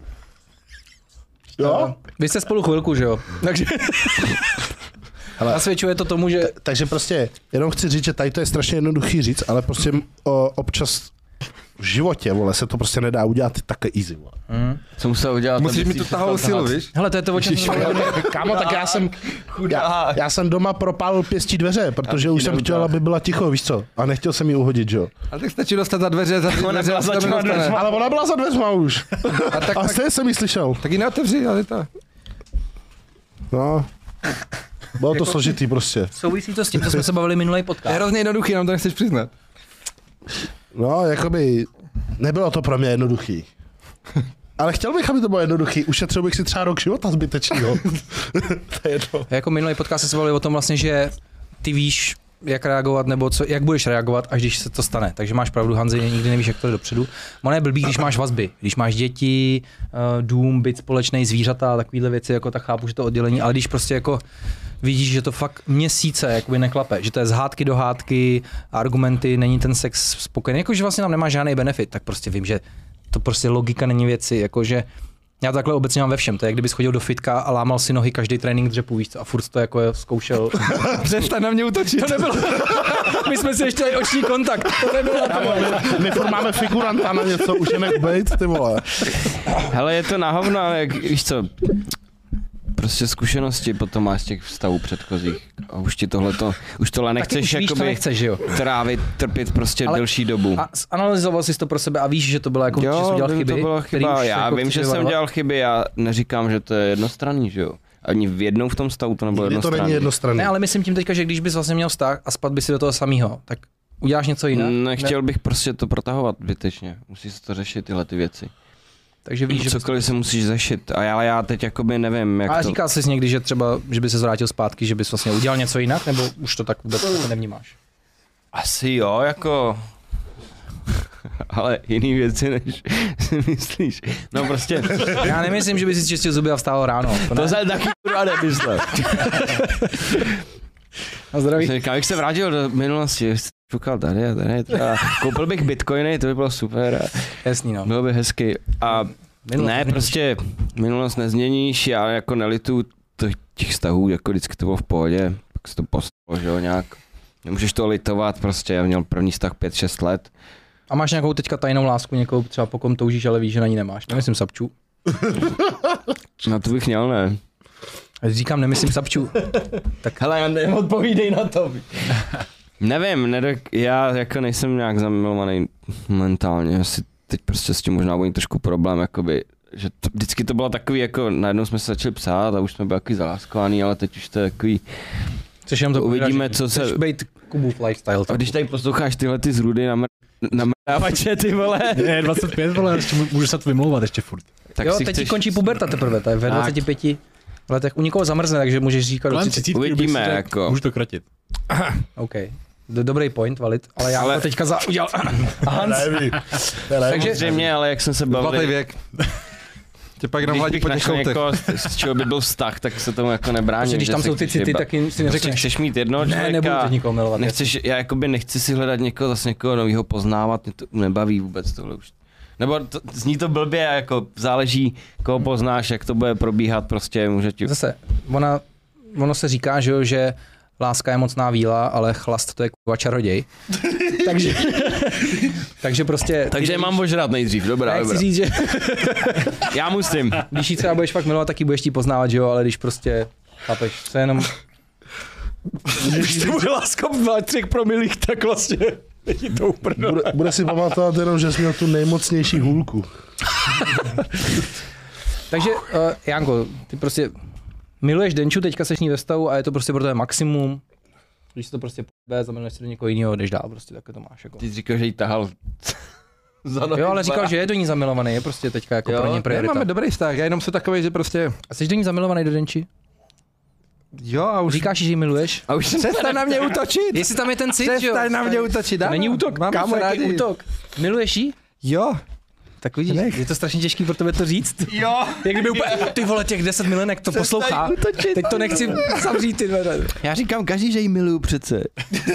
Jo? Vy jste spolu chvilku, že jo? Takže nasvědčuje to tomu, že Takže prostě jenom chci říct, že tady to je strašně jednoduchý říct, ale prostě občas v životě, vole, se to prostě nedá udělat takhle easy, vole. Co musel udělat? Musíš aby mi si tu přestal tahovou sílu, tahat? víš? hele, to je to, o čem jsem mluvil. Kámo, tak já jsem doma propálil pěstí dveře, protože už jsem chtěl, aby byla ticho, víš co? A nechtěl jsem ji uhodit, že jo? Ale tak stačí dostat za dveře, za ty dveře a se tam nedostane. Ale ona byla za dveřma už. A stejně jsem ji slyšel. Tak ji neotevři, ale to. No. Bylo to složitý prostě. Souvisí to s tím, co jsme se bavili minulý To je podcast. hrozně jednoduchý, nám to nechceš přiznat. No, jakoby nebylo to pro mě jednoduchý. Ale chtěl bych, aby to bylo jednoduchý. Ušetřil bych si třeba rok života zbytečného. To je to. Jako minulý podcast jsme se bavili o tom vlastně, že ty víš, jak reagovat, nebo co, jak budeš reagovat, až když se to stane. Takže máš pravdu, Hanzi, nikdy nevíš, jak to jde dopředu. Ono je blbý, když máš vazby, když máš děti, dům, byt společný, zvířata a takovéhle věci, jako tak chápu, že to oddělení, ale když prostě jako vidíš, že to fakt měsíce jakoby neklape, že to je z hádky do hádky, argumenty, není ten sex spokojený, jakože vlastně tam nemá žádný benefit, tak prostě vím, že to prostě logika není věci, jakože já to takhle obecně mám ve všem, to je, kdybys chodil do fitka a lámal si nohy každý trénink dřepu, víš co, a furt to jako zkoušel. Přestaň na mě útočit. To nebylo. My jsme si ještě dali oční kontakt. To nebylo. My furt máme figuranta na něco, už je nech bejt, ty vole. Hele, je to na hovno, ale jak, víš co, prostě zkušenosti potom máš z těch vztahů předchozích a už ti tohle nechceš jakoby nechceš, jo. trávit, trpět prostě ale delší dobu. A analyzoval jsi to pro sebe a víš, že to bylo jako, že jsi udělal chyby? To byla chyba, já jako vím, že jsem dělal chyby, já neříkám, že to je jednostranný, že jo. Ani v jednou v tom stavu to nebylo jednostranný. To není jednostranný. Ne, ale myslím tím teďka, že když bys vlastně měl vztah a spadl by si do toho samého, tak uděláš něco jiného? Nechtěl bych prostě to protahovat zbytečně. Musí se to řešit tyhle ty věci. Takže víš, že cokoliv se musíš řešit. A já teď jakoby nevím, jak ale to... říkal jsi někdy, že třeba, že by se zvrátil zpátky, že bys vlastně udělal něco jinak, nebo už to tak vůbec nevnímáš? Asi jo, jako... Ale jiný věci, než si myslíš. No prostě... Já nemyslím, že by si čistil zuby a vstál ráno. To jsem taky kurva nemyslel. Na zdraví. Říkám, bych se vrátil do minulosti, šukal tady, koupil bych bitcoiny, to by bylo super. Jasný, no. Bylo by hezky. A ne, prostě minulost nezměníš, já jako nelitu těch vztahů, jako vždycky to bylo v pohodě, pak se to postalo, že jo, nějak. Nemůžeš to litovat, prostě já měl první vztah 5-6 let. A máš nějakou teďka tajnou lásku, někoho třeba po kom toužíš, ale víš, že na ní nemáš. Nemyslím Sapču. Na to bych měl, ne. Říkám, nemyslím Sapču. Tak hele, já neodpovídej na to. Nevím, já jako nejsem nějak zamilovaný mentálně, asi teď prostě s tím možná bude trošku problém, jakoby, že vždycky to bylo takový, jako najednou jsme se začali psát a už jsme byli takový zaláskovaný, ale teď už to je takový, to uvidíme, co se... Chceš být Kubův lifestyle. A když tady posloucháš tyhle ty zrudy na mrdávače, ty vole. Je 25, vole, ještě můžu se to vymlouvat ještě furt. Tak jo, teď ti končí puberta teprve, to je ve 25 letech u nikoho zamrzne, takže můžeš říkat do 30. Uvidíme, jako. Můžu to kratit. OK. Dobrý point, valid, ale já to teďka udělal Hans. Takže zřejmě, ale jak jsem se bavil... Zlatý věk. Tě pak jenom hladí po těch koutech. Z čeho by byl vztah, tak se tomu jako nebráním. Když tam jsou ty city, tak jim si neřekneš. Chceš mít jednoho člověka, nebudu teď nikoho milovat. Já jakoby nechci si hledat někoho nového poznávat, mě to nebaví vůbec tohle už. Nebo zní to blbě, jako záleží, koho poznáš, jak to bude probíhat, prostě může ti... Zase, ono se říká, že láska je mocná víla, ale chlast to je kurva čaroděj. takže prostě... Takže mám ožrat nejdřív, dobrá. Chci říct, že... Já musím. Když jí třeba budeš fakt milovat, tak ji budeš tí poznávat, že jo, ale když prostě, chápeš, se jenom... Když to bude láska v 3 promilích, tak vlastně... To bude si pamatovat jenom, že jsi měl tu nejmocnější hůlku. Takže, Janko, ty prostě miluješ Denču, teďka seš ní ve stavu a je to prostě pro tebe maximum. Když se to prostě p***be, zamiluješ se do někoho jiného, jdeš dál, prostě takhle to máš. Jako. Ty říkal, že jí tahal za nohy. Jo, ale říkal, že je do ní zamilovaný, je prostě teďka jako pro ně priorita. Máme dobrý vztah, já jenom jsem takovej, že prostě... A jsi do ní zamilovaný do Denči? Jo, a už... Říkáš, že ji miluješ? A už přestaň na mě útočit! Jestli tam je ten cit, jo? Přestaň na mě útočit, to není útok, kámo, jaký útok? Miluješ jí? Jo. Tak vidíš, je to strašně těžký pro tebe to říct. Jo. Jak kdyby úplně, ty vole, těch 10 milenek to poslouchá. Teď to nechci zavřít, ty dvě. Já říkám každý, že jí miluju přece.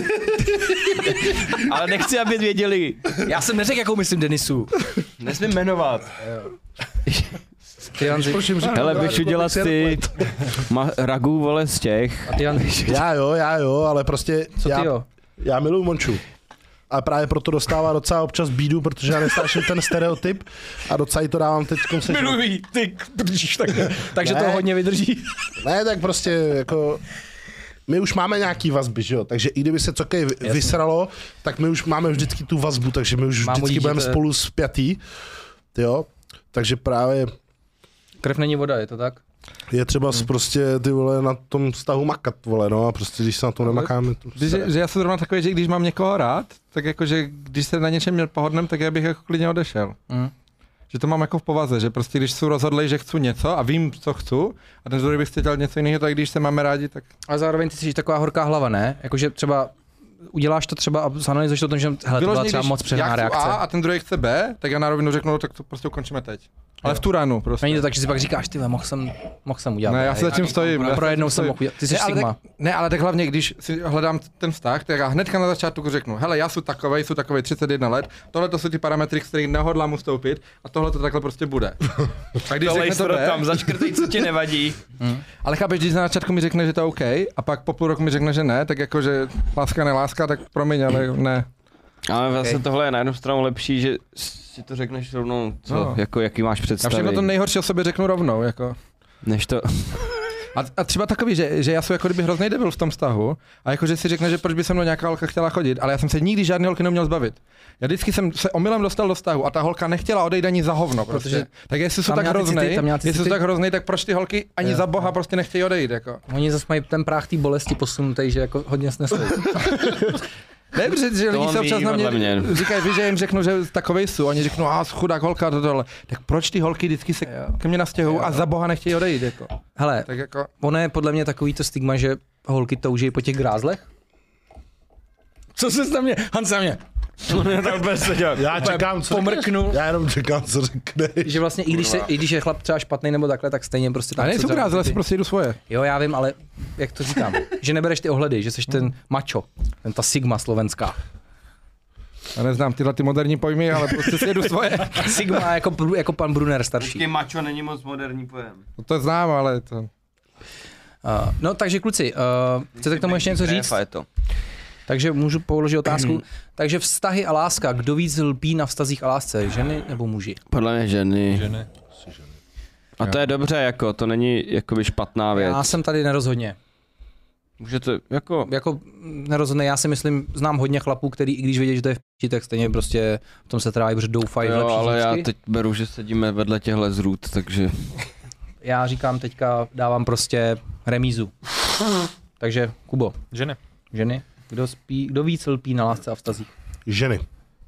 Ale nechci, aby věděli. Já jsem neřekl, jakou myslím Denisu. Nesmím jmenovat. Hele, běž udělat ty ragu, vole, z těch. A ty Já jo, ale prostě co ty jo? Já miluju Monču. A právě proto dostává docela občas bídu, protože já nestáším ten stereotyp a docela jí to dávám teď. Miluji, ty držíš takhle. Takže to hodně vydrží. Ne, tak prostě jako... My už máme nějaký vazby, že jo? Takže i kdyby se cokej vysralo, tak my už máme vždycky tu vazbu, takže my už vždycky budeme spolu spjatý. Jo? Takže právě... Krev není voda, je to tak? Je třeba prostě ty vole na tom vztahu makat, vole, no a prostě když se na tom nemakáme. Že já jsem zrovna takový, že když mám někoho rád, tak jakože když se na něčem měl pohodnem, tak já bych jako klidně odešel. Že to mám jako v povaze, že prostě když jsou rozhodlej, že chci něco a vím, co chci, a ten druhý bych chtěl něco jiného, tak když se máme rádi, tak... A zároveň ty jsi taková horká hlava, ne? Jakože třeba uděláš to třeba a zanalizuješ to, že hele, to byla třeba moc přehnaná reakce. A ten druhý chce B, tak já na rovinu řeknu, tak to prostě ukončíme teď. Ale v tu ránu prostě. Není to tak, že si pak říkáš, ty mohl jsem udělat. Ne, já si zatím stojím. Pro jednou jsem mohl udělat. Ty jsi Sigma. Ale tak hlavně, když si hledám ten vztah, tak já hnedka na začátku řeknu, hele, já jsou takovej 31 let, tohle to jsou ty parametry, z kterých nehodlám ustoupit a tohle to takhle prostě bude. A když řekne to tam, zaškrtej, co ti nevadí. Ale chápeš, když na začátku mi řekne, že to je OK, a pak po půl roku mi řekne, že ne, tak jakože láska neláska, tak promiň, ale ne. Ale vlastně tohle je na jednu stranu lepší, že si to řekneš rovnou, co, No. jako jaký máš Já představy. všechno to nejhorší o sobě řeknu rovnou, jako. Než to... A třeba takový, že já jsem jako kdyby hrozný debil v tom vztahu a jakože si řekne, že proč by se mnou nějaká holka chtěla chodit, ale já jsem se nikdy žádný holky neuměl zbavit. Já vždycky jsem se omylem dostal do vztahu a ta holka nechtěla odejít ani za hovno, prostě. Protože Tak jestli jsou tam tak měla ty hroznej, city, tam měla ty jestli jsou city. tak hroznej, tak proč ty holky ani za boha prostě nechtějí odejít, jako. Oni zase mají ten práh té bolesti posunutý, že jako hodně snesou. Ne, protože že lidi on se občas ví, na podle mě mě. říkají, víš, že jim řeknu, že takovej jsou, oni řeknou, chudák holka, tohle. Tak proč ty holky vždycky se ke mně nastěhují a za boha nechtějí odejít, jako. Hele, Tak jako, ono je podle mě takový to stigma, že holky touží po těch grázlech. Co se tam mě? Hans na mě. tak bez se dělat. Já čekám, co Pomrknu. Já jenom čekám, co řekne. Že vlastně i když je chlap třeba špatný nebo takhle, tak stejně prostě tam a nejsou chce třeba grázle, ty- si prostě jdu svoje. Jo, já vím, ale jak to říkám, že nebereš ty ohledy, že jsi ten macho, ta sigma slovenská. Já neznám tyhle ty moderní pojmy, ale prostě si jedu svoje. Sigma jako pan Brunner starší. macho není moc moderní pojem. To znám, ale to... No takže kluci, chcete k tomu ještě něco říct? Je to. Takže můžu položit otázku. Takže vztahy a láska, kdo víc lpí na vztazích a lásce, ženy nebo muži? Podle mě ženy. Ženy. A to je dobře, jako, to není jakoby špatná věc. Já jsem tady nerozhodně. Můžete, jako... Jako nerozhodně, já si myslím, znám hodně chlapů, který i když vědí, že to je v p***, tak stejně prostě v tom se tráví, protože doufají v Jo, lepší ale já zítřky. teď beru, že sedíme vedle těchhle zrůd, takže... Já říkám teďka, dávám prostě remízu. Takže Kubo, Ženy. ženy, kdo víc lpí na lásce a vztazích? Ženy.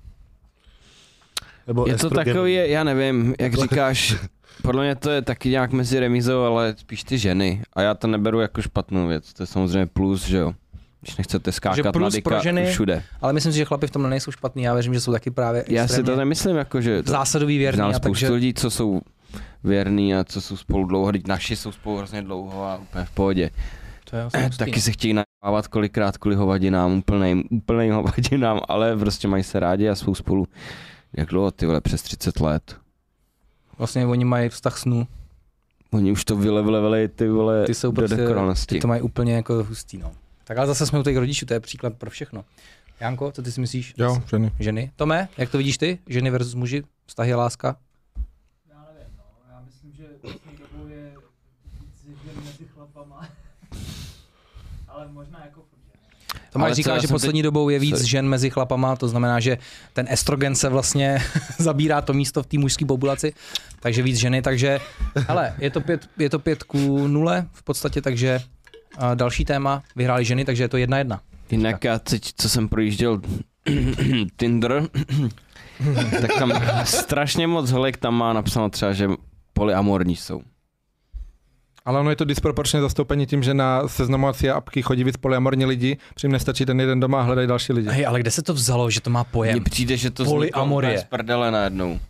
Nebo Je to estrogen. takový, já nevím, jak říkáš, podle mě to je taky nějak mezi remízou, ale spíš ty ženy. A já to neberu jako špatnou věc, to je samozřejmě plus, že jo. Když nechcete skákat na plus dika pro ženy, všude. Ale myslím si, že chlapi v tom nejsou špatný, já věřím, že jsou taky právě Já si to extrémně nemyslím, jako že... To, zásadový věrný. znám A spoustu takže lidí, co jsou věrný a co jsou spolu dlouho, teď naši jsou spolu hrozně dlouho a úplně v pohodě. to je vlastně Taky se chtějí najávat kolikrát kvůli hovadinám, úplným hovadinám, ale prostě mají se rádi a jsou spolu, jak dlouho, ty vole, přes 30 let. Vlastně oni mají vztah snů, Oni už to vyleveli, ty vole, ty jsou do prostě, dokonalosti. ty to mají úplně jako hustý, no. Tak ale zase jsme u těch rodičů, to je příklad pro všechno. Janko, co ty si myslíš? Jo, ženy. Ženy. Tome, jak to vidíš ty? Ženy versus muži, vztahy a láska? Já nevím, no. Já myslím, že poslední dobou je víc žen mezi chlapama. Ale možná jako furt, že? Tomáš Ale co, říká, já že jsem poslední dobou je víc žen mezi chlapama, to znamená, že ten estrogen se vlastně zabírá to místo v té mužské populaci, takže víc ženy, takže hele, je to 5-0 v podstatě, takže další téma, vyhrály ženy, takže je to 1-1. Jinak já teď, co jsem projížděl Tinder, tak tam strašně moc holek tam má napsáno třeba, že polyamorní jsou. Ale ono je to disproporčně zastoupení tím, že na seznamovací apky chodí víc polyamorní lidi, přím nestačí ten jeden doma a hledají další lidi. Hej, ale kde se to vzalo, že to má Mně pojem? přijde, že to Polyamorie. z prdele najednou.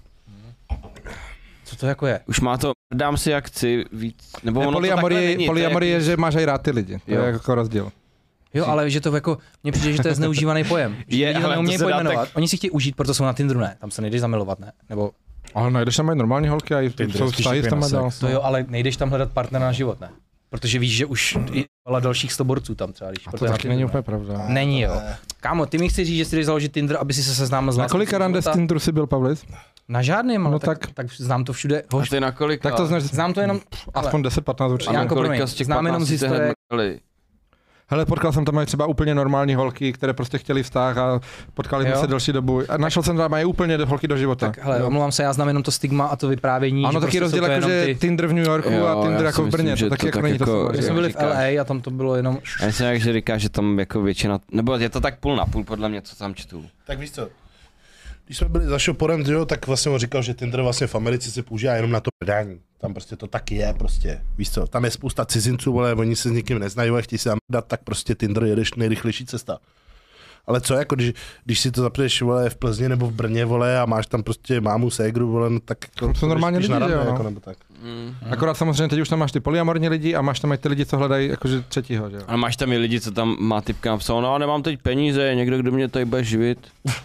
Co to jako je? Už má to, dám si jak chci víc, nebo ono to takhle Polyamorie, není, polyamorie to je, že máš aj rád ty lidi. To Jo. je jako rozdíl. Jo, ale že to jako, mně přijde, že to je zneužívaný pojem. Že Je, lidi to ale to neumějí se dá pojmenovat. tak- Oni si chtějí užít, proto jsou na Tinderu, ne? Tam se nejdeš zamilovat, ne? Nebo Ale najdeš tam mají normální holky a Tinder jsou je spíš vztahy jako tam na dál. sex. to jo, ale nejdeš tam hledat partnera na život, ne? Protože víš, že už i ale dalších 100 borců tam třeba, když. A to taky není úplně pravda. Není, jo. Kámo, ty mi chci říct, že si jdeš založit Tinder, aby si se seznámil s Na láskou kolika rande z života? Tinderu jsi byl, Pavlis? Na žádným, ale No tak znám to všude. A Hoš, ty na kolik? Tak to znáš znám to jenom, aspoň 10-15 určitě. Janko, promiň, znám jenom z historie. Hele, potkal jsem tam mají třeba úplně normální holky, které prostě chtěli vztah a potkali jsme Jo. se delší dobu. A našel jsem tam mají úplně holky do života. Tak hele, omlouvám se, já znám jenom to stigma a to vyprávění. Ano, že taky prostě rozdíl jsou to jako, jenom že Tinder v New Yorku Jo, a Tinder já jako si v Brně, myslím, to že taky to jako tak není to jako- samé. že jsme jak byli v říkáš. LA a tam to bylo jenom... Já myslím, že říkáš, že tam jako většina, nebo je to tak půl na půl podle mě, co tam čtu. Tak víš co, když jsme byli za Shoporem, jo, tak vlastně on říkal, že Tinder vlastně v Americe se používá jenom na to hledání. Tam prostě to taky je prostě, víš co, tam je spousta cizinců, ale oni se s nikým neznají a chtějí se tam dát, tak prostě Tinder je nejrychlejší cesta. Ale co, jako když si to zapneš, vole, v Plzni nebo v Brně, vole, a máš tam prostě mámu, ségru, vole, no, tak jako, jsou normálně lidi, na že jo, no. jako, nebo tak. Akorát samozřejmě teď už tam máš ty polyamorní lidi a máš tam i ty lidi, co hledají jakože třetího, že jo. A máš tam i lidi, co tam má typka napsal, no nemám teď peníze, někdo, kdo mě tady bude živit.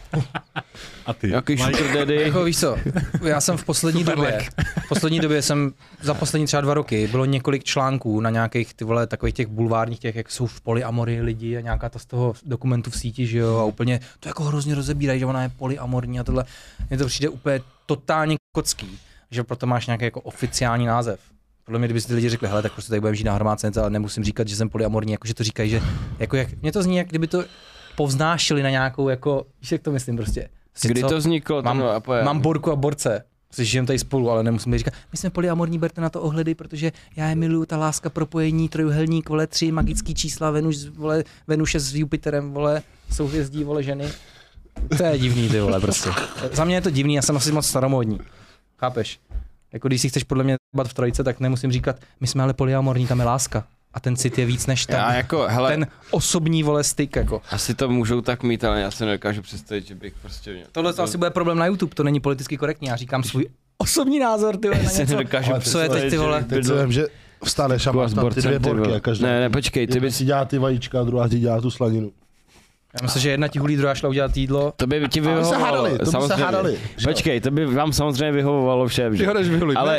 A ty? Jaký sugar daddy. Jako víš co, já jsem v poslední době jsem, za poslední třeba 2 roky, bylo několik článků na nějakých ty vole takových těch bulvárních těch, jak jsou v polyamorii lidi a nějaká ta z toho dokumentu v síti, že jo, a úplně to jako hrozně rozebírají, že ona je polyamorní a tohle. Mně to přijde úplně totálně kocký, že proto máš nějaký jako oficiální název. Podle mě, kdyby si ty lidi řekli, hele, tak prostě tady budeme žít na hromádce, ale nemusím říkat, že jsem polyamorní, jakože to říkají, že jako jak, mě to zní, jak kdyby to povznášeli na nějakou jako, víš, jak to myslím prostě. Kdy to vzniklo? Mám borku a borce. Si žijeme tady spolu, ale nemusíme říkat, my jsme polyamorní, berte na to ohledy, protože já je miluju, ta láska, propojení, trojuhelník, vole, 3 magický čísla, Venuše s Jupiterem, vole, souhvězdí, vole, ženy. To je divný, ty vole, prostě. Za mě je to divný, já jsem asi moc staromódní. Chápeš? Jako když si chceš podle mě bat v trojice, tak nemusím říkat, my jsme ale polyamorní, tam je láska. A ten cit je víc než ten osobní, vole, styk, jako. Asi to můžou tak mít, ale já si nedokážu představit, že bych prostě měl. Tohle to asi bude problém na YouTube, to není politicky korektní, já říkám svůj osobní názor, ty vole, na něco. Co je teď, ty vole? Teď vím, že vstaneš a máš tam ty 2 borky a každá. Ne, počkej, ty si dělá ty vajíčka a druhá ti dělá tu slaninu. Já myslím, že jedna ti hulí, druhá šla udělat jídlo. To by ti vyhovovalo. To by se hádali. Počkej, to by vám samozřejmě vyhovovalo všem. Ty ho jdeš vyhulit. Ale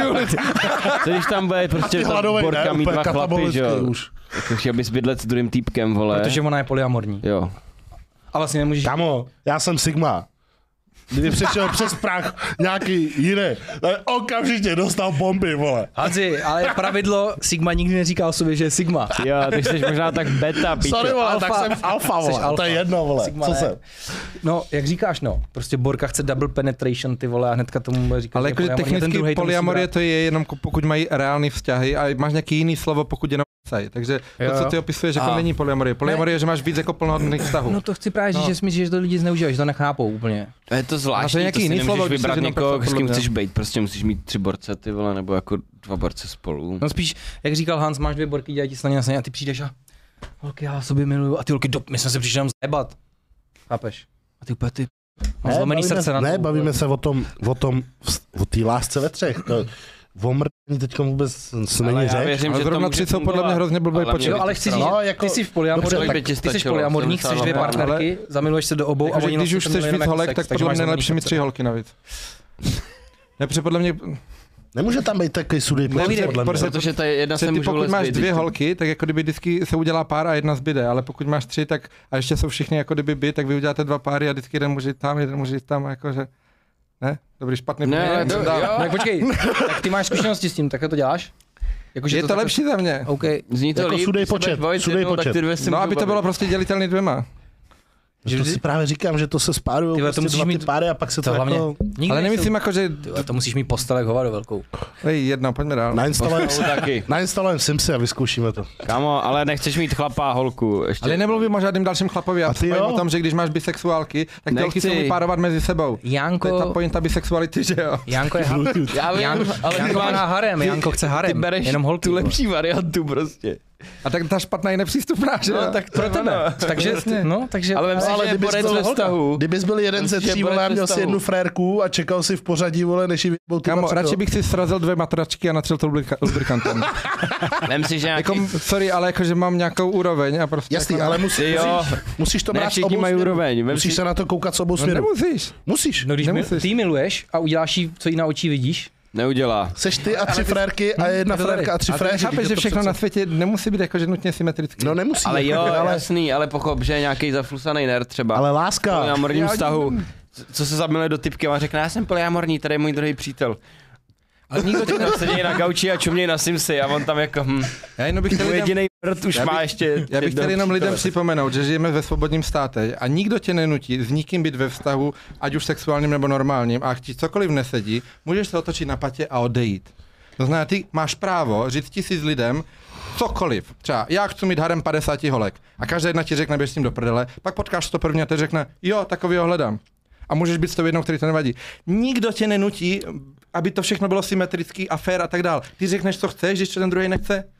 co když tam bude prostě ta borka mít 2 chlapy, že jo? Jako chtěl bys bydlet s druhým týpkem, vole. Protože ona je polyamorní. Jo. A vlastně nemůžeš... Kamo, já jsem Sigma. Kdyby přišel přes prach nějaký jiný, tak okamžitě dostal bomby, vole. Hanzi, ale pravidlo Sigma nikdy neříká o sobě, že je Sigma. Jo, ty jsi možná tak beta, píče. Sorry, vole, tak jsem alfa, vole. To je jedno, vole. Sigma, co ne. jsem? No, jak říkáš, no. Prostě Borka chce double penetration, ty vole, a hnedka tomu bude říkat, ale jakože technicky polyamorie to je jenom pokud mají reální vztahy a máš nějaký jiný slovo, pokud jenom takže to, co ty opisuješ, jako není polyamorie. Polyamorie je, že máš víc jako plnohodnotných vztahů. No to chci právě říct, že si myslíš, že to lidi zneužívají, že to nechápou úplně. To je to zvláštní, to si nemůžeš vybrat někoho, s kým chceš být, prostě musíš mít 3 borce, ty vole, nebo jako 2 borce spolu. No spíš, jak říkal Hans, máš 2 borky, dělají ti slaně a ty přijdeš a holky, já sobě miluju, a ty holky, my jsme se přišli jenom zajebat. Chápeš? A ty úplně ty, mám zlomený srdce na to. Ne, bavíme se o té lásce ve 3. Vomrní teďka vůbec není řeč. Ale zrovna 3 jsou podle mě hrozně blbý počet. Ale chci říct, ty jsi v polyamorní, chceš 2 partnerky, zamiluješ se do obou jako, a oni když už chceš víc holek, tak podle mě nejlepší mít 3 holky navíc. Ne, podle mě... Nemůže tam být takový sudý protože ta jedna se může pokud máš 2 holky, tak jako kdyby vždycky se udělá pár a jedna zbyde, ale pokud máš 3, tak a ještě jsou všichni jako kdyby by, tak vy uděláte 2 páry a vždycky jeden může jít tam, jeden může jít tam, jakože... Ne? Dobrý, špatný. Ne, tak počkej, tak ty máš zkušenosti s tím, tak to děláš? Jako, je to lepší za mě. Okay. Zní to jako líp, sudej počet. No, aby to bylo prostě dělitelný 2. Že to si právě říkám, že to se spárujou prostě 2 ty páry a pak se to hlavně. Jako... Ale nemyslím jako, že... To musíš mít postelek hovado velkou. Jedna, pojďme dál. Nainstalujeme Simsy a vyzkoušíme to. Kámo, ale nechceš mít chlapa a holku. Ještě. Ale nemluvím o žádným dalším chlapovi. Já mluvím o tom, že když máš bisexuálky, tak ty holky se umí párovat mezi sebou. Janko... To je ta pointa bisexuality, že jo? Janko je Janko má harem, Janko chce harem. Ty bereš jenom holky, tu lepší variantu prostě. A tak ta špatná je nepřístupná, že jo? No, tak pro tebe. Takže ale vem si, že je borec ve vztahu. Kdybys byl jeden ze 3, vole, a měl si 1 frérku a čekal si v pořadí, vole, než jí vyjebou ty. Kámo, radši bych si srazil 2 matračky a natřel to lubrikantem. Vem si, že nějaký... Sorry, ale jakože mám nějakou úroveň a prostě... Jasný, ale musíš to brát s obou směrů. Musíš se na to koukat s obou směrů. Musíš. No když ty miluješ a uděláš jí, co jí na oči vidíš, neudělá. Seš ty a 3 frérky a 1 frérka a 3 fréři. Chápeš, že všechno na světě nemusí být jakože nutně symetrické. No nemusí. Ale jo, jasný, ale pochop, že je nějaký zaflusaný nerd třeba. Ale láska. V polyamorním vztahu, co se zamiluje do typky a řekne, já jsem polyamorní, tady je můj druhý přítel. Ale nikdo tě tam sedí na gauči a čuměj na Simsy a on tam jako já jenom bych chtěl jedinej prd už má ještě. Já bych chtěl jenom lidem připomenout, že žijeme ve svobodním státě a nikdo tě nenutí s nikým být ve vztahu, ať už sexuálním nebo normálním, a ti cokoliv nesedí, můžeš se otočit na patě a odejít. To znamená, ty máš právo říct 1000 lidem cokoliv. Třeba já chci mít harem 50 holek a každá jedna ti řekne, běž s tím do prdele, pak potkáš 101 a ty řekne, jo, takovýho hledám. A můžeš být s tou jednou, který to nevadí. Nikdo tě nenutí, aby to všechno bylo symetrický a fair a tak dál. Ty řekneš, co chceš, když ten druhý nechce.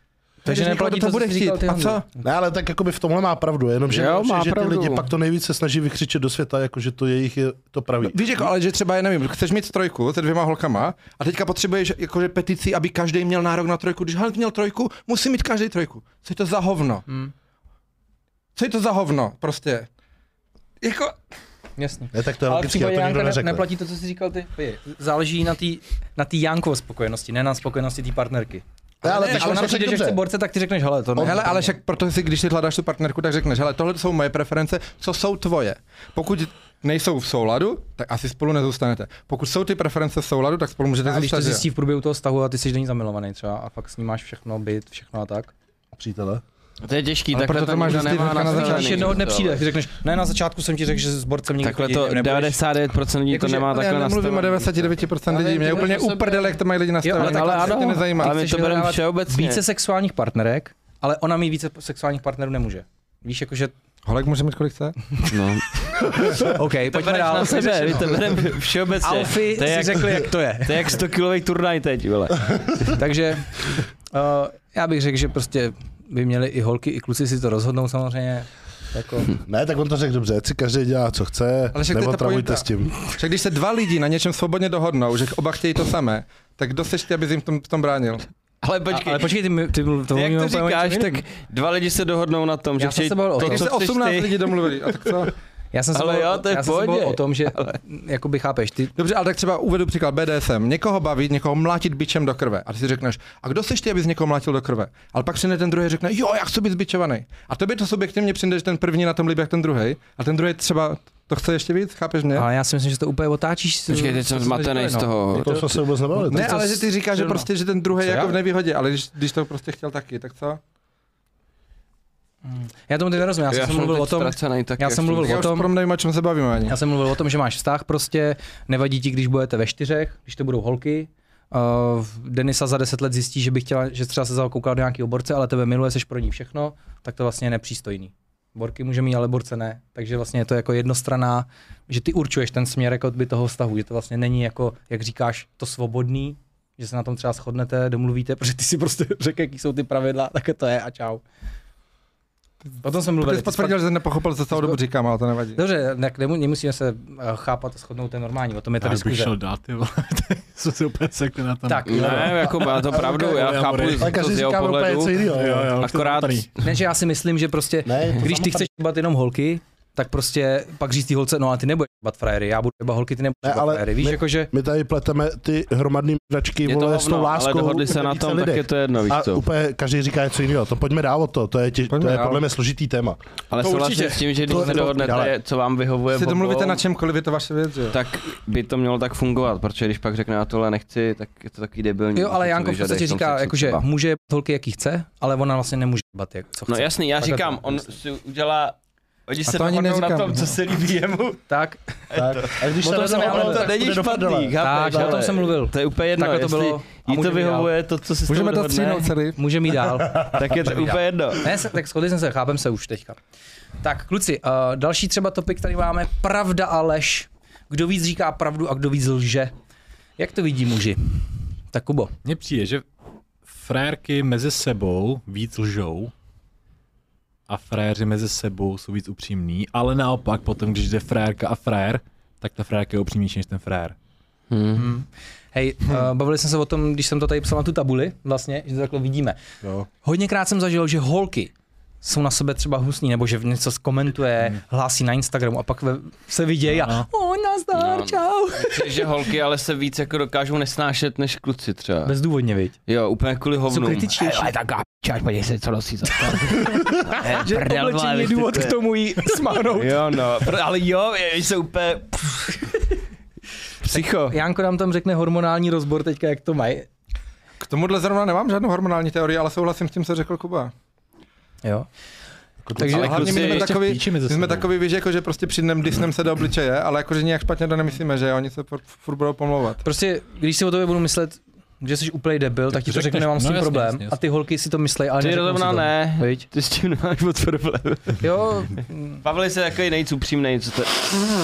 Takže neplatí to, bude co jsi chtít. říkal ty, A Honzo. co? Ne, ale tak jakoby v tomhle má pravdu, jenomže Jo, má že ty pravdu. lidi pak to nejvíce snaží vykřičet do světa, jakože to jejich je to pravý. Víš, jako, ale že třeba, já nevím, chceš mít trojku se 2 holkama a teďka potřebuješ jakože petici, aby každý měl nárok na trojku. Když Hank měl trojku, musí mít každý trojku. Co je to za hovno? Co je to za hovno? Prostě. Jako... Jasně. Ne, tak to je Ale v logicky, případě ale to nikdo Janka neřekl. neplatí to, co jsi říkal ty. Záleží na té Jankovo spokojenosti, ne na spokojenosti té partnerky. Ne, ale Když tak ona on přijde, že dobře. chce borce, tak ty řekneš, hele, to ne. Hele, ale však proto si, když si hledáš tu partnerku, tak řekneš, hele, tohle jsou moje preference, co jsou tvoje. Pokud nejsou v souladu, tak asi spolu nezůstanete. Pokud jsou ty preference v souladu, tak spolu můžete A když to zůstat. zjistí v průběhu toho vztahu a ty jsi do ní zamilovaný třeba a fakt s ní máš všechno, byt, všechno a tak. Přítele. To je těžký, Ale takhle proto to to máš nikdo vždycky nemá hnedka na nastavený. Když jednoho dne to, přijde, ale- ty řekneš, ne, na začátku jsem ti řekl, že s borcem nikdy Takhle to nebudeš. 99% lidí to Jakože- nemá Já takhle nemluvím o nastavený. 99% lidí, mě je ty úplně o sobě- uprdele, jak to mají lidi nastavené. ale Ale to ano, mě nezajímá. ale my Chceš to bereme vyhledávat všeobecně. Více sexuálních partnerek, ale ona mít více sexuálních partnerů nemůže. Víš, jakože... Holek může mít kolik chce? No. OK, To pojďme bereš dál. na sebe, my to bereme všeobecně. Alfy To je si jak- řekli, jak to je. To je jak 100-kilový turnaj teď, vole. Takže já bych řekl, že prostě by měli i holky, i kluci si to rozhodnout samozřejmě. Jako, Ne, tak on to řekl dobře, ať si každý dělá, co chce, Ale však to je ta neotravujte pointa. s tím. Však když se 2 lidi na něčem svobodně dohodnou, že oba chtějí to samé, tak kdo seš ty, abys jim v tom bránil? Ale počkej, ale počkej, ty to jak mluvíme to úplně říkáš, jiným. tak 2 lidi se dohodnou na tom, že Já jsem chtějí se bavil o to, tom. Když co se chceš 18 ty. lidí domluvili, a tak co? Já jsem se Ale bavil- jo, to je já v jsem se bavil pohodě. o tom, že jakoby chápeš, ty Dobře, ale tak třeba uvedu příklad BDSM. Někoho bavit, někoho mlátit bičem do krve. A ty si řekneš, a kdo seš ty, abys někoho mlátil do krve? Ale pak přijde ten druhý řekne, jo, já chci být zbičovaný. A tobě to subjektivně přijde, že ten první na tom líbí jak ten druhý. A ten druhý třeba to chce ještě víc, chápeš mě? ale já si myslím, že to úplně otáčíš. Počkej, teď jsem zmatený z toho. To jsme se vůbec nebavili. Ne, to ale že ty říkáš, že silno. prostě, že ten druhý je Co jako já? v nevýhodě, ale když to prostě chtěl taky, tak co? Já tomu teď nerozumím, já jsem mluvil o tom, já jsem mluvil Já o už tom, pro mě nevím, o čem se bavíme ani. já jsem mluvil o tom, že máš vztah prostě, nevadí ti, když budete ve 4, když to budou holky. Denisa za 10 let zjistí, že by chtěla, že třeba se zakoukala do nějakého borce, ale tebe miluje, seš pro ní všechno, tak to vlastně je nepřístojný. Borky může mít, ale borce ne. Takže vlastně je to jako jednostranná, že ty určuješ ten směr jako by toho vztahu, že to vlastně není jako, jak říkáš, to svobodný, že se na tom třeba shodnete, domluvíte, protože ty si prostě řekl, jaký jsou ty pravidla, tak to je a čau. O tom jsme Ty mluvili. jsi potvrdil, že nepochopil, co celou dobu říkám, ale to nevadí. Dobře, nemusíme se chápat a shodnout, to je normální, o tom je ta Já bych diskuze. šel dát, ty vole. Jsme se úplně sekli na tom. Tak, Ne, jako má to pravdu, já chápu Ale to každý z jeho říká úplně pohledu. něco jiného. jo, Akorát, ne, že já si myslím, že prostě, Ne, to když ty samotný- chceš jebat jenom holky, tak prostě pak říct té holce, no ale ty nebudeš jebat frajery, já budu jebat holky, ty nebudeš Ne, jebat ale frajery, víš, my- jakože, My tady pleteme ty hromadný mračky, je to vole, s tou hovno, ale láskou. dohodli se ve na více tom, tak lidech. je to jedno, víš A co. úplně každý říká něco jiného. To pojďme dál o to je Pojďme dál. podle mě složitý téma. Ale To souhlasím určitě. s tím, že když To- se to- dohodnete, ale- co vám vyhovuje Si domluvíte obou, na čemkoliv, je to vaše věc, že jo? tak by to mělo tak fungovat, protože když pak řekne, já tohle nechci, tak je to takový debilní. jo, ale že to Janko v vyžaduje podstatě tom říká, sexu jakože třeba. může jebat holky, jaký chce, ale ona vlastně nemůže jebat, jak, co chce. No jasný, já Takhle říkám, to on myslím. si udělá, oni se to ani dohodnou na neříkám. tom, co se líbí jemu. Tak, Tak. A když O se tom jsem nedohodne, mluvil, tak To není půjde do špatný, prdele. chápeš, Tak, o tom ale jsem mluvil. to je úplně jedno, Takhle to jestli bylo. A jí to můžeme vyhovuje, to, co si s tou Můžeme to dohodne, stříhnout celý. Můžeme jít dál. tak je to úplně jedno. Ne, tak shodli jsme se, chápem se už teďka. Tak, kluci, další třeba topik, který máme, pravda a lež. Kdo víc říká pravdu a kdo víc lže. Jak to vidí muži? Tak Kubo. Mně přijde, že frérky mezi sebou víc lžou a fréři mezi sebou jsou víc upřímní, ale naopak potom, když jde frérka a frér, tak ta frérka je upřímnější než ten frér. Hej, bavili jsme se o tom, když jsem to tady psal na tu tabuli, vlastně, že to takhle vidíme. Jo. Hodněkrát jsem zažil, že holky jsou na sebe třeba hnusný, nebo že něco komentuje, hlásí na Instagramu a pak se vidějí a nazdar, No. čau. Myslím, že holky ale se víc jako dokážou nesnášet než kluci třeba. Bezdůvodně, viď? Jo, úplně kvůli Jsou hovnům. kritičtější. Ale tak čáč, podívej se, co nosí za Že oblečení je důvod k tomu jí smáhnout. Jo, no, ale jo, jsou úplně... Psycho. Janko nám tam řekne hormonální rozbor teďka, jak to mají. K tomuhle zrovna nemám žádnou hormonální teorii, ale souhlasím s tím, co řekl Kuba. Jo. Takže Ale hlavně my kluci- jsme ještě takový, v píči mezi my jsme sebou. takový, víš, jako, že prostě přidnem, disnem se do obličeje, ale jakože nějak špatně to nemyslíme, že jo, oni se furt budou pomlouvat. Prostě, když si o tobě budu myslet, že jsi úplnej debil, tak ti to to řeknu, řekneš, nemám s no tím jasně, problém. jasně, jasně. A ty holky si to myslej, ale Ty neřeknou si rovna to. ne, Viď? ty s tím nemáš moc problém. Jo, Pavel je takový nejc upřímnej, co to...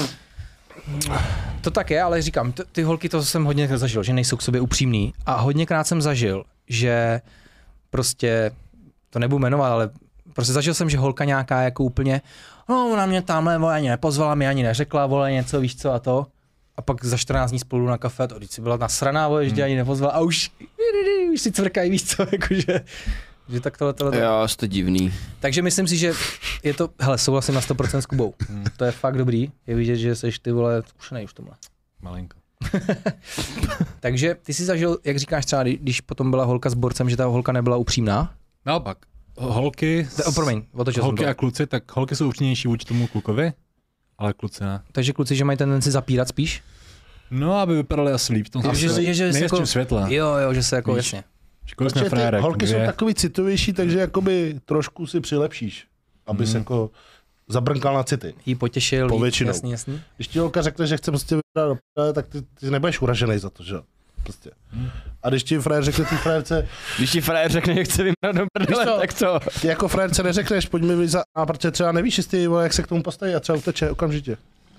to tak je, ale říkám, ty holky to jsem hodně zažil, že nejsou k sobě upřímný. A hodněkrát jsem zažil, že prostě to nebudu jmenovat, ale prostě zažil jsem, že holka nějaká jako úplně, no ona mě tamhle vole ani nepozvala, mi ani neřekla, vole něco, víš co a to. A pak za 14 dní spolu na kafe, to si byla nasraná, vole, že tě ani nepozvala a už si cvrkají, víš co, jakože, že tak tohle. Jo, jste divný. Takže myslím si, že je to, hele, souhlasím na 100% s Kubou. To je fakt dobrý, je vidět, že seš ty vole zkušenej už tomhle. Malinko. Takže ty jsi zažil, jak říkáš třeba, když potom byla holka s borcem, že ta holka nebyla upřímná? Naopak, holky a kluci, tak holky jsou upřímnější vůči tomu klukovi, ale kluci ne. Takže kluci, že mají tendenci zapírat spíš? No, aby vypadali asi líp. Že nejistým světle. Jo, že se jako jasně. Holky jsou takový citovější, takže jakoby trošku si přilepšíš, aby se jako zabrnkal na city. Jí potěšil, povětšinou. Jasný. Když ti holka řekne, že chce prostě vypadat do p***, tak ty nebudeš uražený za to, že jo? Prostě. A když ti frajer řekne ty frajerce... Když ti frajer řekne, že chce vymrat do prdele, tak co? Ty jako frajerce neřekneš, pojď mi vyzat, a protože třeba nevíš, jestli jak se k tomu postaví a třeba uteče okamžitě.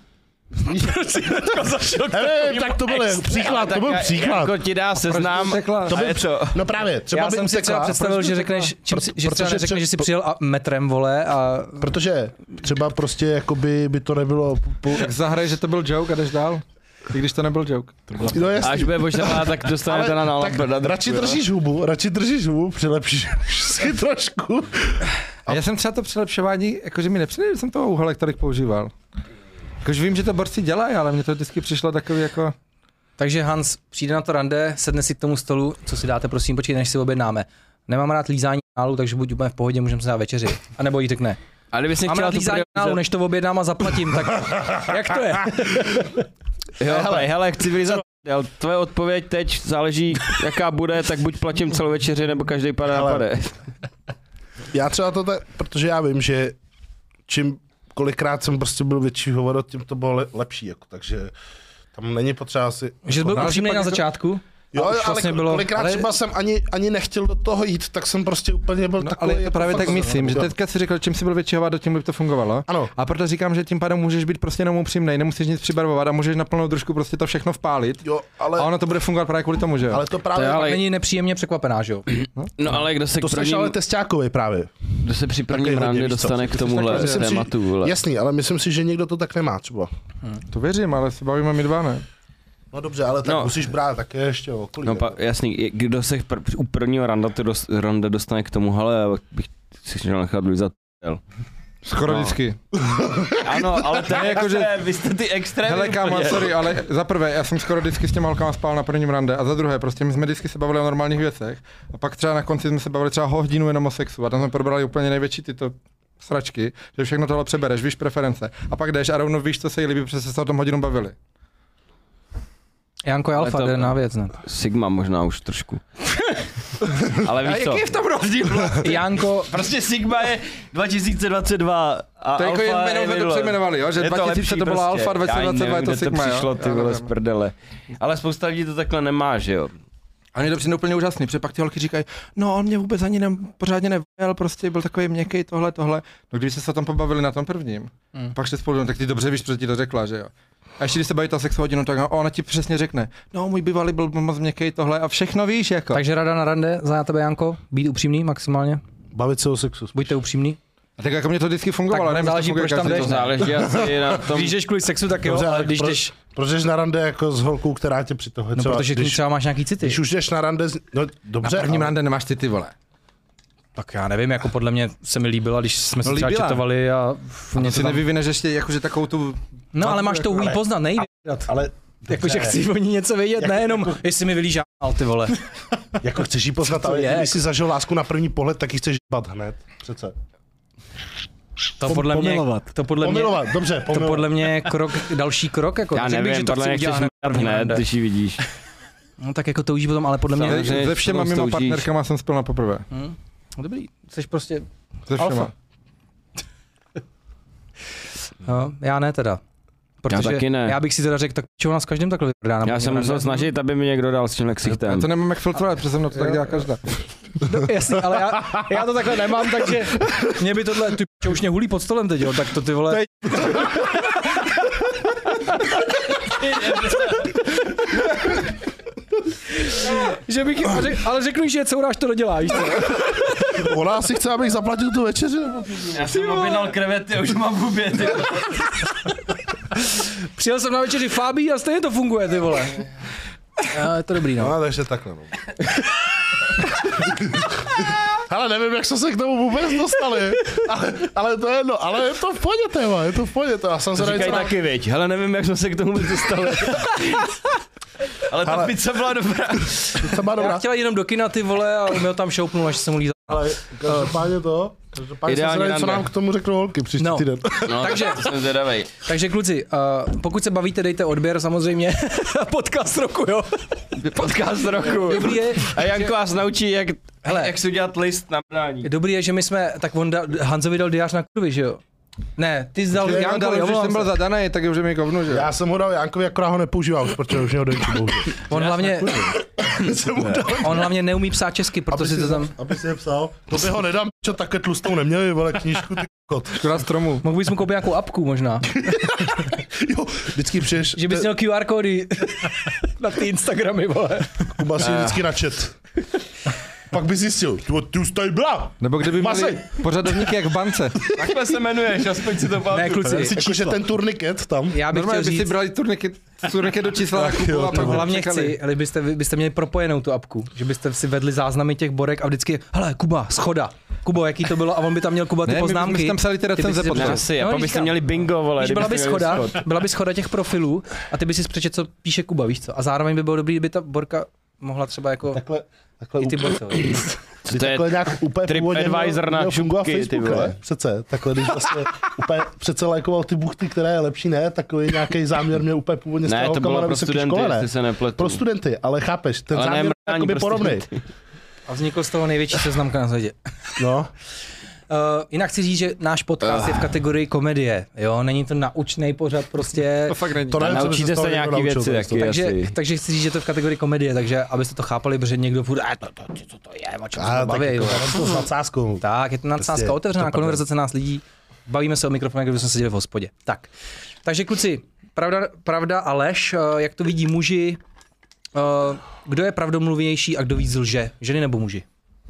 Tak to byl příklad, to byl příklad. Jako ti dá seznám, to byl co? No právě, třeba já jsem si třeba představil, že řekneš, že jsi přijel a metrem, vole, a... Protože třeba prostě jakoby by to nebylo... Tak zahraj, že to byl joke a jdeš dál. I když to nebyl joke. No až bude poštělá, tak dostanete na náladu. Radši držíš hubu, přilepšíš si trošku. A já jsem třeba to přilepšování, jakože mi nepřijde, že jsem toho úhelek tolik používal. Jakože vím, že to borci dělají, ale mně to vždycky přišlo takový jako... Takže Hans přijde na to rande, sedne si k tomu stolu, co si dáte, prosím, počkej, než si objednáme. Nemám rád lízání nálu, takže buď úplně v pohodě, můžeme se dát večeři. A nebo jí řekne. Ale kdyby si mám rád lízání nálu, než to objednám a zaplatím, tak jak to je? Jo, hele, chci vylízat. Tvoje odpověď teď záleží, jaká bude, tak buď platím celou večeři, nebo každý pade. Já třeba to tak, protože já vím, že kolikrát jsem prostě byl větší hovor, tím to bylo lepší, jako, takže tam není potřeba asi... Že byl upřímnej na začátku? Jo, ale vlastně kolikrát třeba jsem ani nechtěl do toho jít, tak jsem prostě úplně byl takový... Ale právě tak myslím, že teďka si řekl, čím jsi byl větší hovado, tím by to fungovalo. Ano. A proto říkám, že tím pádem můžeš být prostě jenom upřímnej, nemusíš nic přibarvovat a můžeš na plnou družku prostě to všechno vpálit. Jo, ale... A ono to bude fungovat právě kvůli tomu, že jo? Ale to právě ale... není nepříjemně překvapená, že jo? No ale kdo se to prvním... ale tesťákovej právě. Kdo se při prvním rande dostane k tomuhle tématu. Jasný, ale myslím si, že někdo to tak nemá třeba. To věřím, ale si bavíme my dva, ne? No dobře, ale tak musíš brát také ještě okolí. No jasný, kdo se u prvního rande dostane k tomu, hele, bych si chtěl nechat vyzat Skoro vždycky. Ano, ale to je jako, že vy jste ty extrémy. Hele kámo, sorry, ale za prvé, já jsem skoro vždycky s těma holkama spal na prvním rande a za druhé, prostě my jsme vždycky se bavili o normálních věcech a pak třeba na konci jsme se bavili třeba hodinu jenom o sexu a tam jsme probrali úplně největší tyto sračky, že všechno tohle přebereš, víš preference a pak jdeš a rovnou víš, co se jí líbí, protože se o tom hodinu bavili. Janko je alfa, jde na věc, ne? Sigma možná už trošku. Ale víš co? Jaký je v tom rozdíl? Janko... Prostě Sigma je 2022 a to alfa jako jenom to přejmenovali, jo? Že 2000 to byla alfa, 2022 je to Sigma, jo? To přišlo, ty vole, z prdele. Ale spousta lidí to takhle nemá, že jo? A mě to přijde úplně úžasný, protože pak ty holky říkají, no on mě vůbec ani pořádně nevěděl, prostě byl takový měkký tohle. No když se o tom pobavili na tom prvním, pak šli spolu, tak ty dobře víš, protože ti to řekla, že jo? A ještě když se baví ta sexu hodinu, tak ona ti přesně řekne, no můj bývalý byl moc měkký tohle a všechno víš jako. Takže rada na rande za tebe, Janko, být upřímný maximálně. Bavit se o sexu. Buďte upřímný. A tak jako mě to vždycky fungovalo, tak záleží, proč tam jdeš. Záleží asi na tom. Když jdeš kvůli sexu, tak jo, ale když jdeš... Proč jdeš na rande jako s holkou, která tě při toho... No protože když třeba máš nějaký city. Když už jdeš na rande, no dobře. Na prvním rande nemáš city, vole. Tak já nevím, jako podle mě se mi líbila, když jsme se třeba chatovali a... A si nevyvineš ještě jakože takovou tu... No ale máš touhu jí poznat, nejvídat. Ale... Jakože chci o ní něco vědět, nejenom, jestli mi vylížá, ty vole. Jako chceš jí poznat, ale když jsi zažil lásku na první pohled, tak ji chceš jbat hned, přece. To podle mě, dobře, to podle mě je další krok, jako. Já nevím, že to chci udělat hned, když ji vidíš. No tak jako to už potom, ale podle mě... Se všema mimo partnerkama jsem spěl na poprvé. No dobrý, jsi prostě se všema. No, já ne teda. Protože já bych si teda řekl, tak čo nás každým takhle vypadá. Já jsem musel snažit, aby mi někdo dal s tímhle ksichtem. Já to nemám jak filtrovat, protože se mnou to tak dělá každá. No, jasný, ale já to takhle nemám, takže mě by tohle, ty čo už mě hulí pod stolem teď, jo, tak to ty vole. Že bych, ale řeknu, že couráš to dodělá, víš co? Ona asi chce, abych zaplatil tu večeři, nebo... Já jsem objednal krevety a už mám v hubě, ty. Přijel jsem na večeři Fábí a stejně to funguje, ty vole. Je to dobrý, no. No, takže takhle, no. Ale nevím, jak jsme se k tomu vůbec dostali, ale to je jedno, ale je to v pohodě téma, je to v pohodě téma. To říkají taky, viď, hele, nevím, jak jsme se k tomu vůbec dostali. Ale ta pizza byla dobrá. Já chtěla jenom do kina, ty vole, a mi ho tam šoupnul, až jsem mu lízal. Ale každopádně co nám k tomu řeknou holky příští týden. No, takže jsem zvědavej. Takže kluci, pokud se bavíte, dejte odběr samozřejmě. Podcast roku, jo. Podcast roku. Dobrý je. A Janko vás naučí, jak si udělat list na brání. Dobrý je, že my jsme, tak Hanzovi dal diář na kurvy, že jo? Ne, ty jsi dal Jankovi, když jsem byl zadaný, tak už je mi kovnu, že? Já jsem ho dal Jankovi, akorát ho nepoužívám už, protože už něho denčí bohužel. On hlavně neumí psát česky, proto si to tam... Aby si je psal. To by ho nedám, čo také tlustou neměli, vole, knížku, ty kot. Škoda stromu. Mohl bys mu koupit nějakou apku možná. Jo, vždycky přijdeš... Že bys měl QR kódy na ty Instagramy, vole. Kuba si vždycky na chat. Pak by zjistil, ty už tady byla. Nebo kdyby měli pořadovníky jak v bance. Takhle se jmenuješ, aspoň si to pamatuju. Ne, kluci, Si číše ten turniket tam. já bych chtěl Normálně by si říct, brali turniket do čísla na kupu a pak hlavně chci, ale byste měli propojenou tu apku, že byste si vedli záznamy těch borek a vždycky, hele, Kuba, schoda. Kubo, jaký to bylo, a on by tam měl Kuba ty poznámky. My jsme tam psali ty recenze potom. Asi, a pak byste měli bingo, vole. Byla by schoda těch profilů a ty by si přečet, co píše Kuba, víš co? A zároveň by bylo dobrý, kdyby ta borka mohla třeba jako Takhle i ty borce. To je nějak úplně TripAdvisor na čupky, ty vole. Přece, takhle, když vlastně úplně přece lajkoval ty buchty, které je lepší, ne? Takový nějaký záměr měl úplně původně s ne, to bylo pro studenty, škole, jestli se nepletu. Pro studenty, ale chápeš, ten ale záměr je jakoby podobný. A vznikl z toho největší seznamka na světě. No. Jinak chci říct, že náš podcast je v kategorii komedie, jo, není to naučný pořad prostě. To fakt není. To nevím, naučíte se nějaký věci, takže chci říct, že to je v kategorii komedie, takže abyste to chápali, protože někdo furt, co to je, o čem se to baví, jo. To s nadsázkou. Tak, je to nadsázka, otevřená konverzace nás lidí, bavíme se o mikrofonu, kdyby jsme seděli v hospodě. Tak, takže kluci, pravda a lež, jak to vidí muži, kdo je pravdomluvější a kdo víc lže, ženy nebo muži?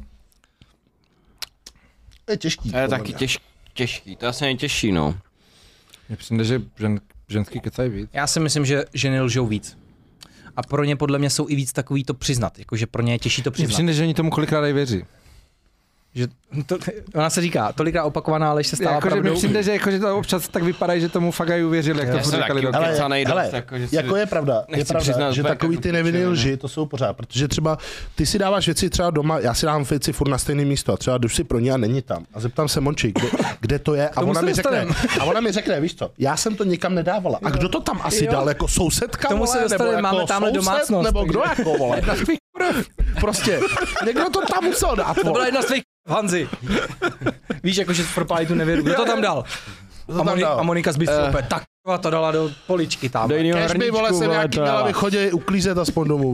Je těžký. Je taky těžký, to asi nejtěžší, no. Mně přijde, že ženský kecají víc. Já si myslím, že ženy lžou víc. A pro ně podle mě jsou i víc takový to přiznat, jakože pro ně je těžší to Mně přiznat. přijde, že oni tomu kolikrát i věří. Že ona se říká, tolikrát opakovaná lež se stává pravdou. Mně přijde, že to občas tak vypadají, že tomu fakt aj uvěřili, jak to furt říkali. Jako je pravda, že takový ty nevinný lži, to jsou pořád, protože třeba ty si dáváš věci třeba doma, já si dávám věci furt na stejné místo a třeba jdu si pro ní a není tam a zeptám se Monči, kde to je a ona mi řekne, víš co, já jsem to nikam nedávala a kdo to tam asi dal, jako sousedka, tomu se dostaneme, máme tamhle domácnost, nebo kdo jako, vole, prostě, někdo to tam musel dát, to byla jedna z tvých Hanzi. Víš, jakože propálí tu nevěru. Kdo to tam dal? A Monika z Bystropé, tak to dala do poličky tam. Kež by, vole, se nějaký měla vychodit uklízet aspoň domů.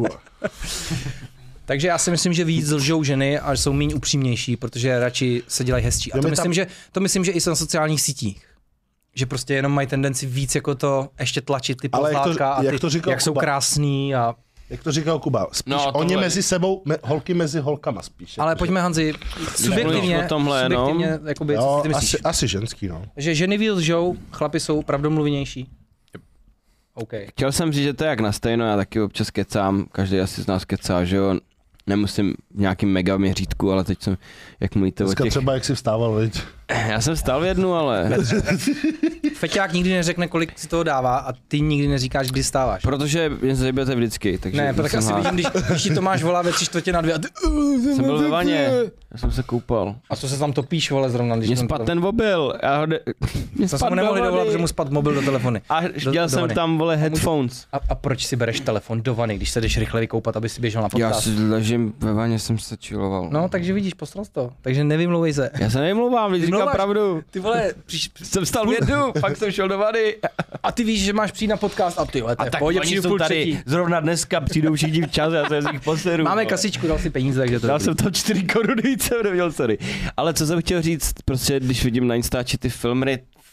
Takže já si myslím, že víc lžou ženy a jsou méně upřímnější, protože radši se dělají hezčí. A to myslím, že i na sociálních sítích. Že prostě jenom mají tendenci víc jako to ještě tlačit ty pozlátka a jak jsou krásný a... Jak to říkal Kuba, spíš oni mezi sebou, holky mezi holkama spíš. Ale pojďme, Hanzi, subjektivně, jakoby, jo, co ty myslíš? Asi ženský, no. Že ženy víc lžou, chlapi jsou pravdomluvěnější. Okay. Chtěl jsem říct, že to je jak na stejno, já taky občas kecám, každý asi z nás kecá, že jo. Nemusím v nějakým mega měřítku, ale teď jsem, jak mluvíte o těch... třeba jak jsi vstával, viď? Já jsem vstal v jednu, ale... Feťák nikdy neřekne, kolik si toho dává a ty nikdy neříkáš, kdy stáváš. Protože mě zajebete vždycky, takže... Ne, tak asi vidím, když ti Tomáš volá ve 3:45 a ty... Jsem byl ve vaně, já jsem se koupal. A co se tam topíš, vole, zrovna, když... Mě spadl ten mobil, Mě spadl nemohli dovolat, protože mu spadl mobil do telefony. A dělal jsem tam, vole, headphones. A proč si bereš telefon do vany, když se jdeš rychle vykoupat, aby si běžel na podcast? Já si ležím ve vaně, jsem se chilloval. No, takže vidíš, posral jsi to. Takže nevymlouvej se. Já se nevymlouvám, když říkám pravdu. Ty vole, jsem vstal v jednu, pak jsem šel do vany. A ty víš, že máš přijít na podcast a ty vole, tak oni jsou tady, zrovna dneska přijdou všichni včas, já se z nich poseru. Máme kasičku, dal si peníze, takže to dal jsem tam 4 koruny, jsem neměl, sorry. Ale co jsem chtěl říct, prostě když vidím na Instači ty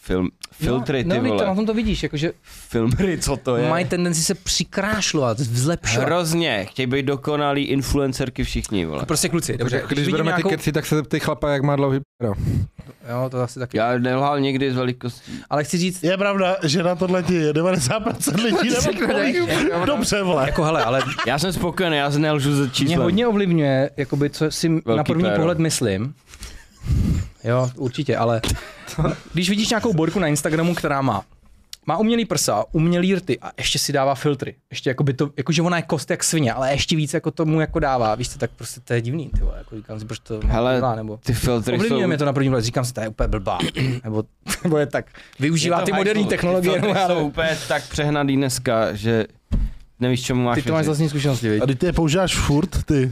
Filtry, ty no, vole. Na tom to vidíš, jakože Filmry, co to je? mají tendenci se přikrášlovat, vzlepšovat. Hrozně, chtějí být dokonalý influencerky všichni, vole. Prostě kluci, dobře. Když bereme nějakou... ty keci, tak se zeptej chlapa, jak má dlouhý p***o. Jo, to asi taky. Já nelhal někdy z velikostí. Ale chci říct, Je pravda, že na tohle ti 90% lidí neodpoví. Dobře, vole. jako hele, ale Já jsem spokojený, já se nelžu ze mě číslem. hodně ovlivňuje, jakoby, co si na první péro. pohled myslím. Jo, určitě, ale když vidíš nějakou borku na Instagramu, která má umělý prsa, umělý rty a ještě si dává filtry. Ještě jakoby to, jakože ona je kost jak svině, ale ještě víc jako tomu jako dává. Víš co, tak prostě to je divný, ty vole, jako říkám si, proč to Hele, dělá, nebo ty filtry ovlivňuje jsou... mě to na první pohled, říkám si, to je úplně blbá, nebo je tak, využívá ty moderní technologie, Ty nebo já filtry jsou nevím. úplně tak přehnaný dneska, že nevíš, čemu máš Ty to máš věřit. vlastní zkušenosti, viď? A ty je používáš furt, ty.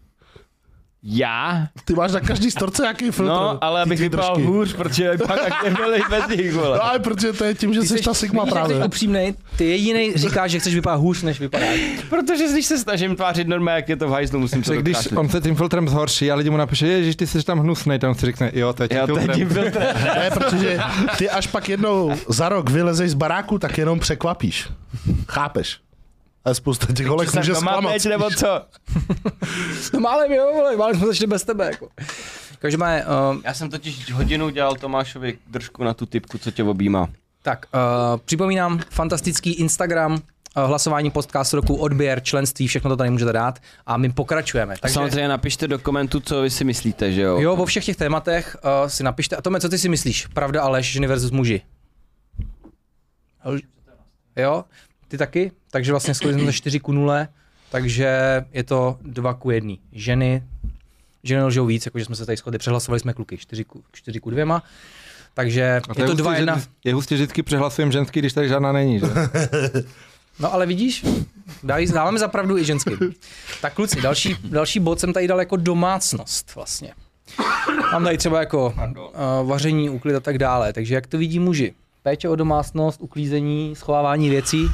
Já? Ty máš na každý storce nějaký filtr. No, ale abych Ty vypadal držky. hůř, protože pak tak nebyli bez nich, vole. No ale protože to je tím, že jsi ta Sigma Vidíš, jak právě. jsi upřímnej, ty jedinej říkáš, že chceš vypadat hůř, než vypadáš. Protože když se snažím tvářit normálně, jak je to v hajzlu, musím to Když dokrášlit. on se tím filtrem zhorší a lidi mu napíše, ježiš, ty jsi tam hnusnej, tam si řekne, jo, to je tím Já filtrem. tím filtrem. Ne, protože ty až pak jednou za rok vylezeš z baráku, tak jenom překvapíš. Chápeš? Ale spousta těch holek může zklamat. Teď, nebo co? No málem jo, vole, málem jsme začali bez tebe, jako. Každopádně, Já jsem totiž hodinu dělal Tomášovi držku na tu typku, co tě objímá. tak, připomínám, fantastický Instagram, hlasování podcast roku, odběr, členství, všechno to tady můžete dát a my pokračujeme. Takže... Samozřejmě napište do komentu, co vy si myslíte, že jo? Jo, o všech těch tématech si napište. A Tome, co ty si myslíš? Pravda a lež, ženy versus muži. Jo, ty taky? Takže vlastně skončili jsme 4:0, takže je to 2:1. Ženy lžou víc, jakože jsme se tady shodli, přehlasovali jsme kluky 4:2. Takže je to 2:1. Je hustě, vždycky přehlasujeme ženský, když tady žádná není, že? No ale vidíš, dáváme za pravdu i ženským. Tak kluci, další bod jsem tady dal jako domácnost vlastně. Mám tady třeba jako vaření, úklid a tak dále, takže jak to vidí muži? Péče o domácnost, uklízení, schovávání věcí.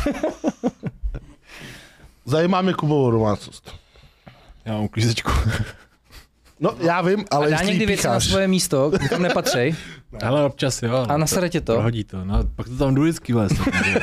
Zajímá mě Kubovou domácnost. Já mám uklízečku. No já vím, ale A dá jestli někdy jí věci na pícháš. svoje místo, kde tam nepatřej. Ale občas jo. A nasere tě to. Prohodí to, no pak to tam jdu vždycky vlastně.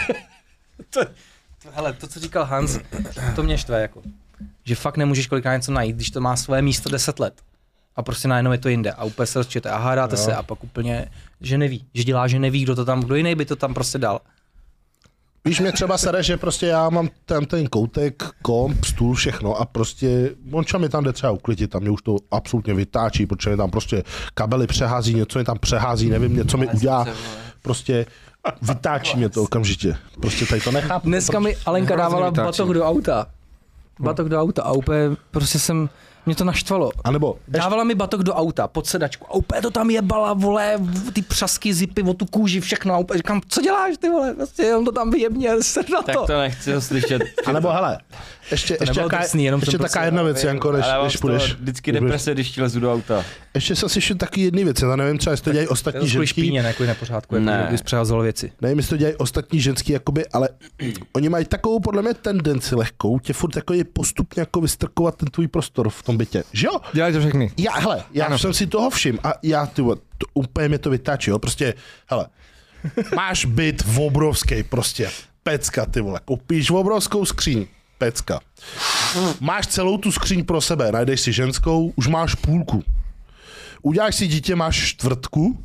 Hele, to, co říkal Hans, to mě štve jako. Že fakt nemůžeš kolikrát něco najít, když to má svoje místo 10 let. A prostě najednou je to jinde a úplně se rozčete a hádáte se a pak úplně, že neví, že neví, kdo to tam, kdo jiný by to tam prostě dal. Víš, mě třeba sere, že prostě já mám tam ten koutek, komp, stůl, všechno a prostě Monča mi tam jde třeba uklidit, tam mě už to absolutně vytáčí, protože mi tam prostě kabely přehází, něco mi tam přehází, nevím, něco mi udělá, prostě vytáčí mě to okamžitě. Prostě tady to nechápu. Dneska mi Alenka dávala vytáčí. batoh do auta. Batoh do auta a úplně prostě mě to naštvalo. A nebo Dávala mi batoh do auta, pod sedačku a úplně to tam jebala, vole, ty přasky, zipy, o tu kůži, všechno a úplně říkám, co děláš ty vole, prostě jenom to tam vyjebně, ser na Tak to. to nechci ho slyšet. A nebo hele, ještě nebylo taká, drsný, jenom ještě jsem taká prostě- jedna věc, Janko, než, Ale já mám než z toho půjdeš. vždycky než budeš- deprese, když ti lezu do auta. Ještě se slyším taky jedny věci, já nevím třeba, jestli to dělají To je ostatní kvůli ženský, špíně, ne kvůli nepořádku, jako Ne. kdybys přehazoval věci. nevím, jestli to dělají ostatní ženský, jakoby, ale oni mají takovou podle mě tendenci lehkou, tě furt jako je postupně jako vystrkovat ten tvůj prostor v tom bytě, že jo? Dělají to všechny. Já jsem si toho všiml a já, ty vole, to úplně mě to vytáčí, jo, prostě, hele, máš byt obrovský, prostě, pecka, ty vole, koupíš obrovskou skříň, pecka. Máš celou tu skříň pro sebe, najdeš si ženskou, už máš půlku. Uděláš si dítě, máš čtvrtku,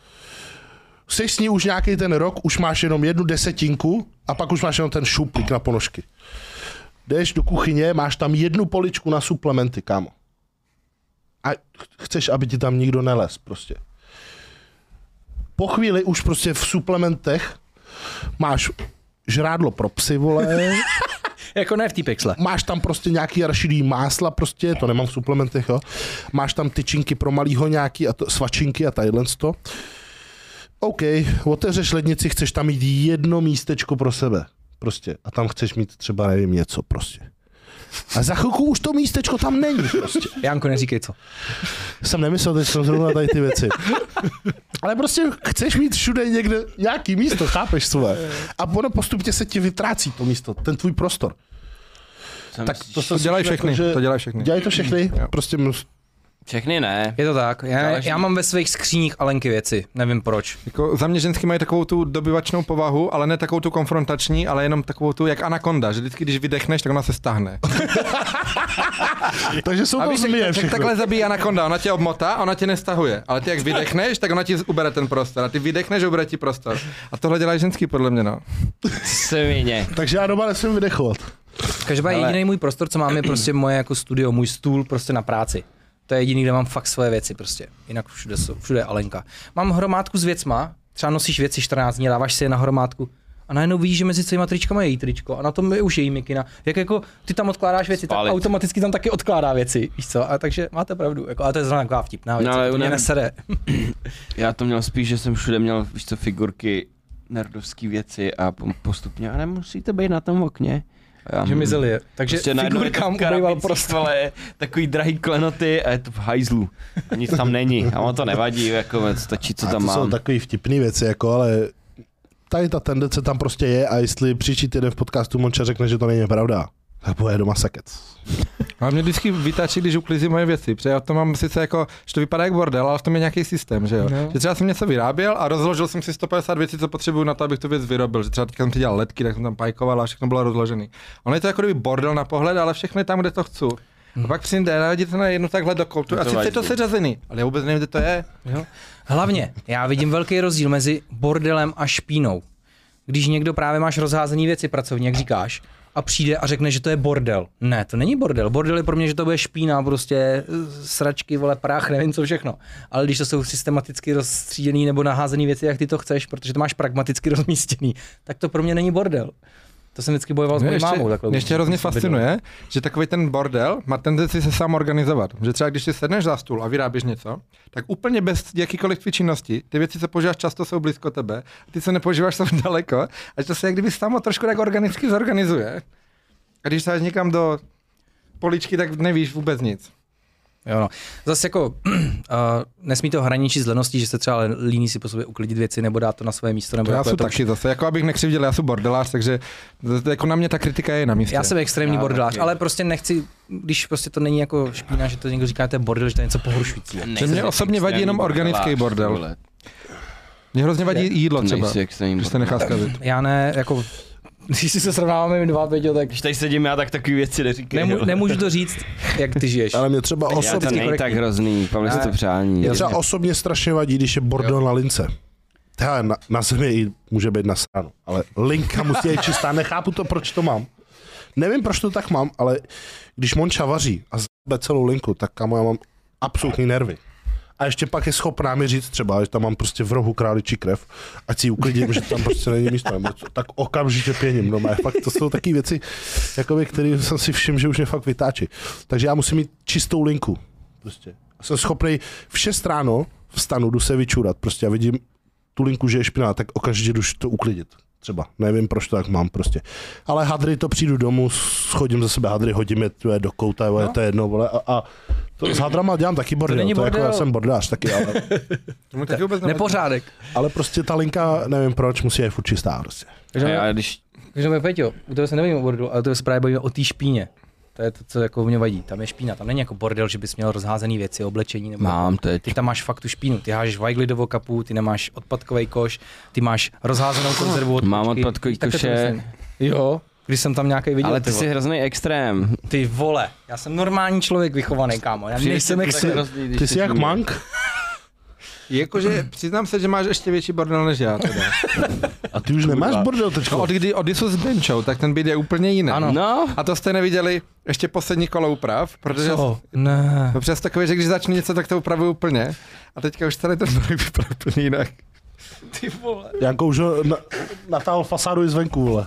seš s ní už nějaký ten rok, už máš jenom 1/10 a pak už máš jenom ten šuplík na ponožky. Jdeš do kuchyně, máš tam 1 poličku na suplementy, kámo. A chceš, aby ti tam nikdo nelez prostě. Po chvíli už prostě v suplementech máš žrádlo pro psy, vole, Jako ne v té pixle. máš tam prostě nějaký rašidý másla, prostě, to nemám v suplementech, jo. Máš tam tyčinky pro malýho nějaký, a to, svačinky a tadyhle to. OK, otevřeš lednici, chceš tam mít 1 místečko pro sebe, prostě. A tam chceš mít třeba, nevím, něco, prostě. A za chvilku už to místečko tam není, prostě. Janko, neříkej co. Jsem nemyslel, teď jsem zrovna tady ty věci. Ale prostě chceš mít všude někde nějaký místo, chápeš své? A ono postupně se ti vytrácí to místo, ten tvůj prostor. Tak To dělají všechny, to dělají všechny. Dělají to všechny, prostě Všechny ne. Je to tak. Já mám ve svých skříních Alenky věci, nevím proč. Jako za mě ženský mají takovou tu dobyvačnou povahu, ale ne takovou tu konfrontační, ale jenom takovou tu jak anakonda, že vždycky, když vydechneš, tak ona se stáhne. Takže jsou to zmije všechno. Takhle zabíjí anakonda, ona tě obmotá a ona tě nestahuje. Ale ty jak vydechneš, tak ona ti ubere ten prostor. A ty vydechneš a ubere ti prostor. A tohle dělají ženský podle mě, no. Svině. Takže já doma nesmím vydechovat. Každopádně jediný můj prostor, co mám, je prostě moje jako studio, můj stůl prostě na práci. To je jediný, kde mám fakt svoje věci prostě. Jinak všude je Alenka. Mám hromádku s věcma, třeba nosíš věci 14 dní, dáváš si je na hromádku a najednou vidíš, že mezi celýma tričkama je její tričko a na tom je už její mikina. Jak jako ty tam odkládáš věci, tak automaticky tam taky odkládá věci, víš co? A takže máte pravdu, jako, a to je zrovna taková vtipná věc, no, to mě nesere. Já to měl spíš, že jsem všude měl, víš co, figurky, nerdovský věci a postupně, a nemusí to být na tom okně. Že mizeli je. Takže prostě figurkám ubýval prostor. Ale takový drahý klenoty a je to v hajzlu. A nic tam není. A on to nevadí, jako stačí, co tam mám. To jsou takový vtipný věci, jako, ale tady ta tendence tam prostě je a jestli příští týden v podcastu Monča řekne, že to není pravda, tak bude doma sakec. A mě vždycky vytáčí, když uklízím moje věci, protože já to mám sice jako, že to vypadá jak bordel, ale v tom je nějaký systém, že jo. No. Že třeba jsem něco vyráběl a rozložil jsem si 150 věcí, co potřebuju na to, abych tu věc vyrobil, že třeba teď jsem si dělal ledky, tak jsem tam pajkoval a všechno bylo rozložený. Ono je to jako kdyby bordel na pohled, ale všechno je tam, kde to chci. A pak přijde a vidíte na jednu takhle do koutu a sice je to seřazený, ale já vůbec nevím, kde to je. Jo. Hlavně, já vidím velký rozdíl mezi bordelem a špínou. Když někdo právě máš rozházený věci pracovně, jak říkáš, a přijde a řekne, že to je bordel. Ne, to není bordel. Bordel je pro mě, že to bude špína, prostě sračky, vole, prach, nevím co všechno. Ale když to jsou systematicky rozstříděný nebo naházený věci, jak ty to chceš, protože to máš pragmaticky rozmístěný, tak to pro mě není bordel. To jsem vždycky bojoval s mojí mámou. Mě ještě hrozně fascinuje, že takový ten bordel má tendenci se sám organizovat. Že třeba když si sedneš za stůl a vyrábíš něco, tak úplně bez jakýkoliv činnosti, ty věci, co používáš často, jsou blízko tebe, ty, co nepoužíváš, jsou daleko, a to se jak kdyby samo trošku tak organicky zorganizuje. A když se někam do poličky, tak nevíš vůbec nic. Jo no. Zase jako nesmí to hraničit s leností, že se třeba líní si po sobě uklidit věci nebo dát to na své místo. Nebo já jsem taky zase, jako abych nekřivděl, já jsem bordelář, takže jako na mě ta kritika je na místě. Já jsem extrémní bordelář, ale prostě nechci, když prostě to není jako špína, že to někdo říká, že to je bordel, že to je něco pohoršujícího. Mě osobně vadí jenom organický bordel. Mě hrozně vadí jídlo třeba, když se nechá zkazit. Já ne, jako když si se srovnáváme my dva, Peťo, tak... Když tady sedím já, tak takový věci neříkej. Nemůžu to říct, jak ty žiješ. Ale mě třeba osobně... To není tak hrozný, Pavle si to přání. Mě třeba osobně strašně vadí, když je bordel na lince. Na zemi i může být na stranu, ale linka musí být čistá, nechápu to, proč to mám. Nevím, proč to tak mám, ale když Monča vaří a zbe celou linku, tak kamo, já mám absolutní nervy. A ještě pak je schopná mi říct třeba, že tam mám prostě v rohu králičí krev, ať si ji uklidím, že tam prostě není místo, tak okamžitě pěním doma. Fakt to jsou takové věci, jakoby, které jsem si všiml, že už mě fakt vytáčí. Takže já musím mít čistou linku. Prostě. Jsem schopný v 6 ráno vstanu, jdu se vyčůrat, prostě a vidím tu linku, že je špinavá, tak okamžitě jdu to uklidit. Třeba. Nevím, proč to tak mám prostě. Ale hadry, to přijdu domů, schodím za sebe hadry, hodím je do kouta, no. To je jedno, vole, a to s hadrama dělám taky bordel, to jako já jsem bordář taky, ale... Nepořádek. Ale prostě ta linka, nevím proč, musí je furt čistá prostě. Takže Peťo, u tebe se nebavíme o bordelu, ale u tebe se právě bavíme o té špíně. To je to, co jako mě vadí. Tam je špína, tam není jako bordel, že bys měl rozházený věci, oblečení nebo. Mám teď. Ty tam máš fakt tu špínu, ty hážeš vajgly do okapu, ty nemáš odpadkový koš, ty máš rozházenou konzervu od Mám odpadkový koše. Jo, když jsem tam nějaký viděl. Ale ty jsi hrozný extrém. Ty vole, já jsem normální člověk vychovaný, kámo. Já nejsem extrém. Ty jsi jak Mank? Jakože přiznám se, že máš ještě větší bordel než já teda. A ty už nemáš bordel teďko? No, od Isu s Benčou, tak ten byt je úplně jiný. Ano. No. A to jste neviděli ještě poslední kolo úprav, protože... Co? Ne. No přes takové, že když začne něco, tak to upravuju úplně. A teďka už tady ten barek vypadá úplně jinak. Ty vole. Janko už natáhl fasádu i zvenku, vole.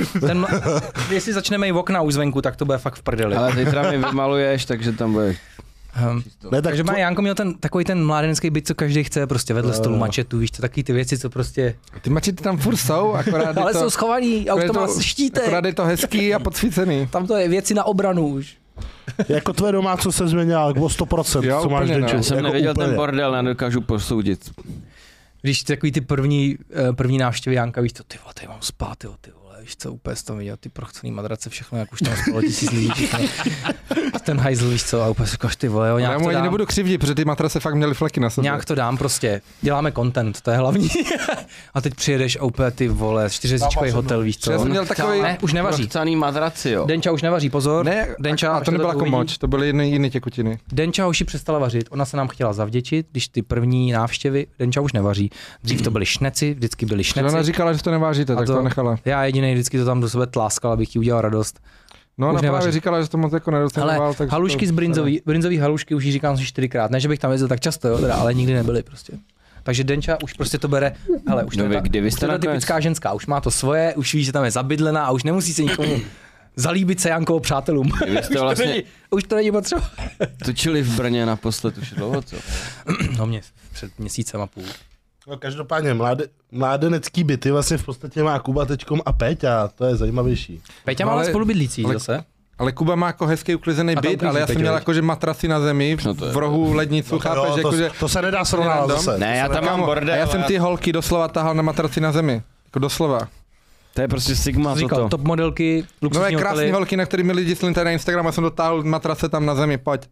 Jestli začneme i okna už zvenku, tak to bude fakt v prdeli. Ale zítra mi vymaluješ, takže tam bude... Ne, takže má Janko měl takový ten mládenecký byt, co každý chce, prostě vedle stolu mačetu, víš, to taky ty věci, co prostě... Ty mačety tam furt jsou, akorát ale to, jsou schovaný, automat štítek. Akorát je to hezký a podsvícený. Tam to je věci na obranu už. Jako tvé domácnost se změnila o 100%, jo, co máš úplně, denčo. Já jsem jako neviděl úplně. ten bordel, nedokážu posoudit. Když takový ty první návštěvy Janka, víš to, ty vole, tady mám spát, ty vole, víš co, úplně z toho viděl, ty prochcený madrace, všechno, jak už tam spalo 1000 lidí, všechno. Ten hajzl, víš co, a úplně říkáš, ty vole, jo, nějak Já to mu ani dám. nebudu křivdit, protože ty matrace fakt měly fleky na sobě. Nějak to dám prostě, děláme content, to je hlavní. A teď přijedeš a úplně ty vole, 4hvězdičkový hotel, víš co. Já jsem měl takový... Ne, už nevaří. Prochcaný madraci, jo. Denča už nevaří, pozor. Ne, Denča, a to nebyla jako moč, to byly jiné těkutiny. Denča už ji přestala vařit, ona se nám chtěla zavděčit, když ty první návštěvy, Denča už nevaří. Dřív to byly šneci, vždycky byly šneci. Ona říkala, že to nevážíte, tak to nechala. Já jediný vždycky to tam do sebe tláskal, abych jí udělal radost. No, ona právě nevaří. říkala, že to moc jako nedostanoval. Ale halušky z brinzový halušky už jí říkám asi 4krát, ne, že bych tam jezdil tak často, jo, teda, ale nikdy nebyly prostě. Takže Denča už prostě to bere, hele, už to je ta typická ženská, už má to svoje, už ví, že tam je zabydlená a už nemusí se nikomu zalíbit se Jankovo přátelům. Už to není potřeba. Točili v Brně naposled už dlouho, co? No mě před měsícem a půl. No, každopádně mládenecký byty vlastně v podstatě má Kuba teďkom a Péťa, to je zajímavější. Péťa má ale spolubydlící zase. Ale Kuba má jako hezký uklizený byt, ale já jsem měl jakože matrasy na zemi v rohu lednicu, chápeš? Jakože to se nedá srovnávat zase. Ne, já tam mám bordel. A já jsem ty holky doslova tahal na matraci na zemi. Jako doslova. To je prostě Sigma Říkal, toto. top modelky, luxusní no, krásný holky, na kterými lidi slinte na Instagram a jsem dotáhl matrace tam na zemi, pojď.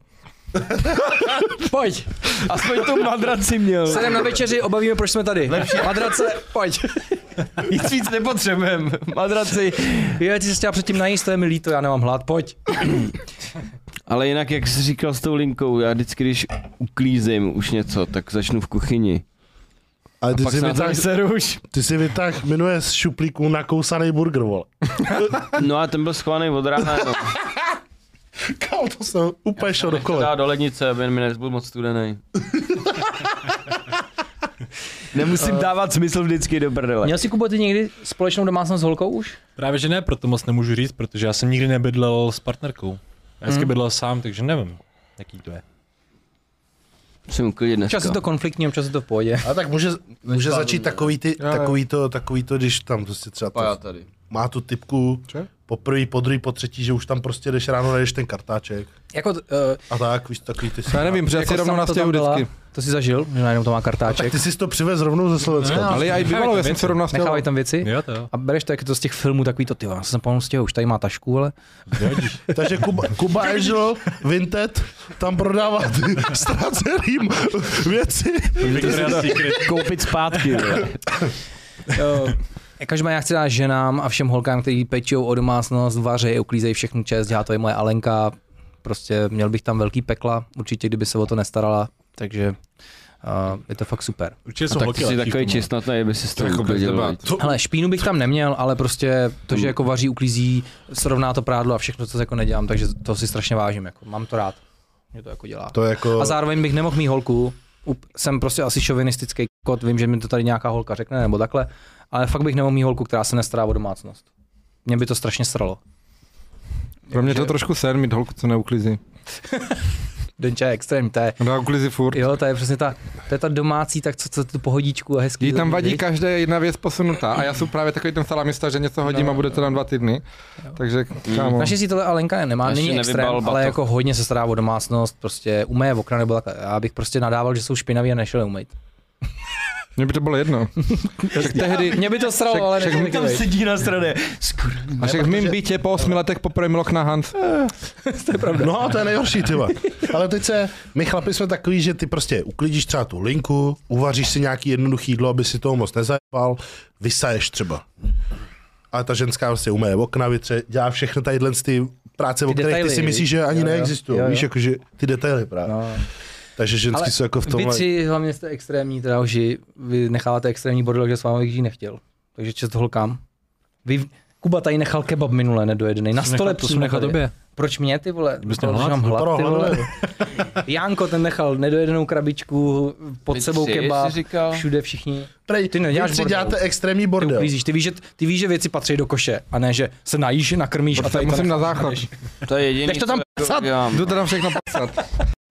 Pojď. Aspoň tu madraci měl. Sedem na večeři, obavíme, proč jsme tady. Madrace, pojď. Nic víc nepotřebujeme. Madraci. Je, ty se chtěla předtím najíst, to je mi líto, já nemám hlad, pojď. Ale jinak, jak jsi říkal s tou linkou, já vždycky, když uklízím už něco, tak začnu v kuchyni. Ale ty si vytáh jmenuje z šuplíků nakousaný burger, vole. No a ten byl schovaný od rána, no. Kámo, to jsem úplně šel do kole. Dá do lednice, aby mi nezbyl moc studený. Nemusím dávat smysl vždycky do prdele. Měl jsi, Kubo, ty někdy společnou domácnost s holkou už? Právě že ne, proto moc nemůžu říct, protože já jsem nikdy nebydlel s partnerkou. Já vždycky bydlel sám, takže nevím, jaký to je. Musím uklidit dneska. Občas je to konfliktní, občas je to v pohodě. A tak může začít takový to, když tam prostě třeba to, má tu typku po první, po druhý, po třetí, že už tam prostě jdeš ráno, najdeš ten kartáček. Jako, a tak, víš, takový ty si... Já nevím, protože já si rovnou nastěhu vždycky. To jsi zažil, že najednou to má kartáček. Tak ty jsi to přivez rovnou ze Slovenska. No, ale já i bývalo, já jsem se rovnou nastěhoval. Nechávají tam věci? Jo. A bereš to, jak je to z těch filmů, takový to, já jsem plnou stěhu, už tady má tašku, ale... Takže Kuba Angel, Vinted, tam prodává ty ztraceným věci. Koupit zpátky. Každopádně já chci dát ženám a všem holkám, kteří pečou o domácnost, vařejí, uklízejí všechnu čest, dělá to je moje Alenka, prostě měl bych tam velký pekla, určitě kdyby se o to nestarala, takže je to fakt super. Určitě jsou tak holky ty jsi takový čistnatný, aby si s tím uklidil. Hele, špínu bych tam neměl, ale prostě to, že jako vaří, uklízí, srovná to prádlo a všechno, co jako nedělám, takže to si strašně vážím, jako mám to rád, mě to jako dělá. To jako... A zároveň bych nemohl mít holku, jsem prostě asi šovinistický kot, vím, že mi to tady nějaká holka řekne nebo takhle, ale fakt bych nemohl mít holku, která se nestará o domácnost. Mě by to strašně sralo. Pro mě to trošku ser mít holku, co neuklízí. Denča je extrém, to je... No, uklízí furt. Jo, to je přesně ta domácí, tak co tu pohodičku a hezký. Jí tam vadí každá jedna věc posunutá a já jsem právě takový ten salamista, že něco hodím a bude to tam 2 týdny. Takže kámo. Naštěstí tohle Alenka nemá, není extrém, ale jako hodně se stará o domácnost, prostě umeje okna nebo takhle. Já bych prostě nadával, že jsou špinaví a nešel umýt. Mně by to bylo jedno. Tehdy... Mě by to sralo, ale nechci tam sedí na straně. A však v mým bytě po 8 letech poprvé Miloch na Hans. To je pravda. No, to je nejhorší, tyva. Ale teď my chlapi jsme takový, že ty prostě uklidíš třeba tu linku, uvaříš si nějaký jednoduchý jídlo, aby si toho moc nezajebal, vysaješ třeba. Ale ta ženská prostě umeje okna, vytře, dělá všechno tadyhle ty práce, o kterých ty si myslíš, že ani neexistují. Víš, jakože ty detaily právě. No. Takže ženský ale jsou jako v tom. Vy tři hlavně jste extrémní, teda že vy necháváte extrémní bordel, že s vámi bych nechtěl. Takže čest holkám. Kuba tady nechal kebab minule nedojedený. Na stole přímo nechat tobě. Proč mě, ty vole? Mám hlad, ty vole. Janko ten nechal nedojedenou krabičku, pod sebou kebab, všude všichni. Ty neděláš bordel. Děláte extrémní bordel. Ty víš, že věci patří do koše, a ne, že se najíš, nakrmíš a tady musím na záchod. To je jediný. Nech to tam pasat. Jdu to tam všechno pasat.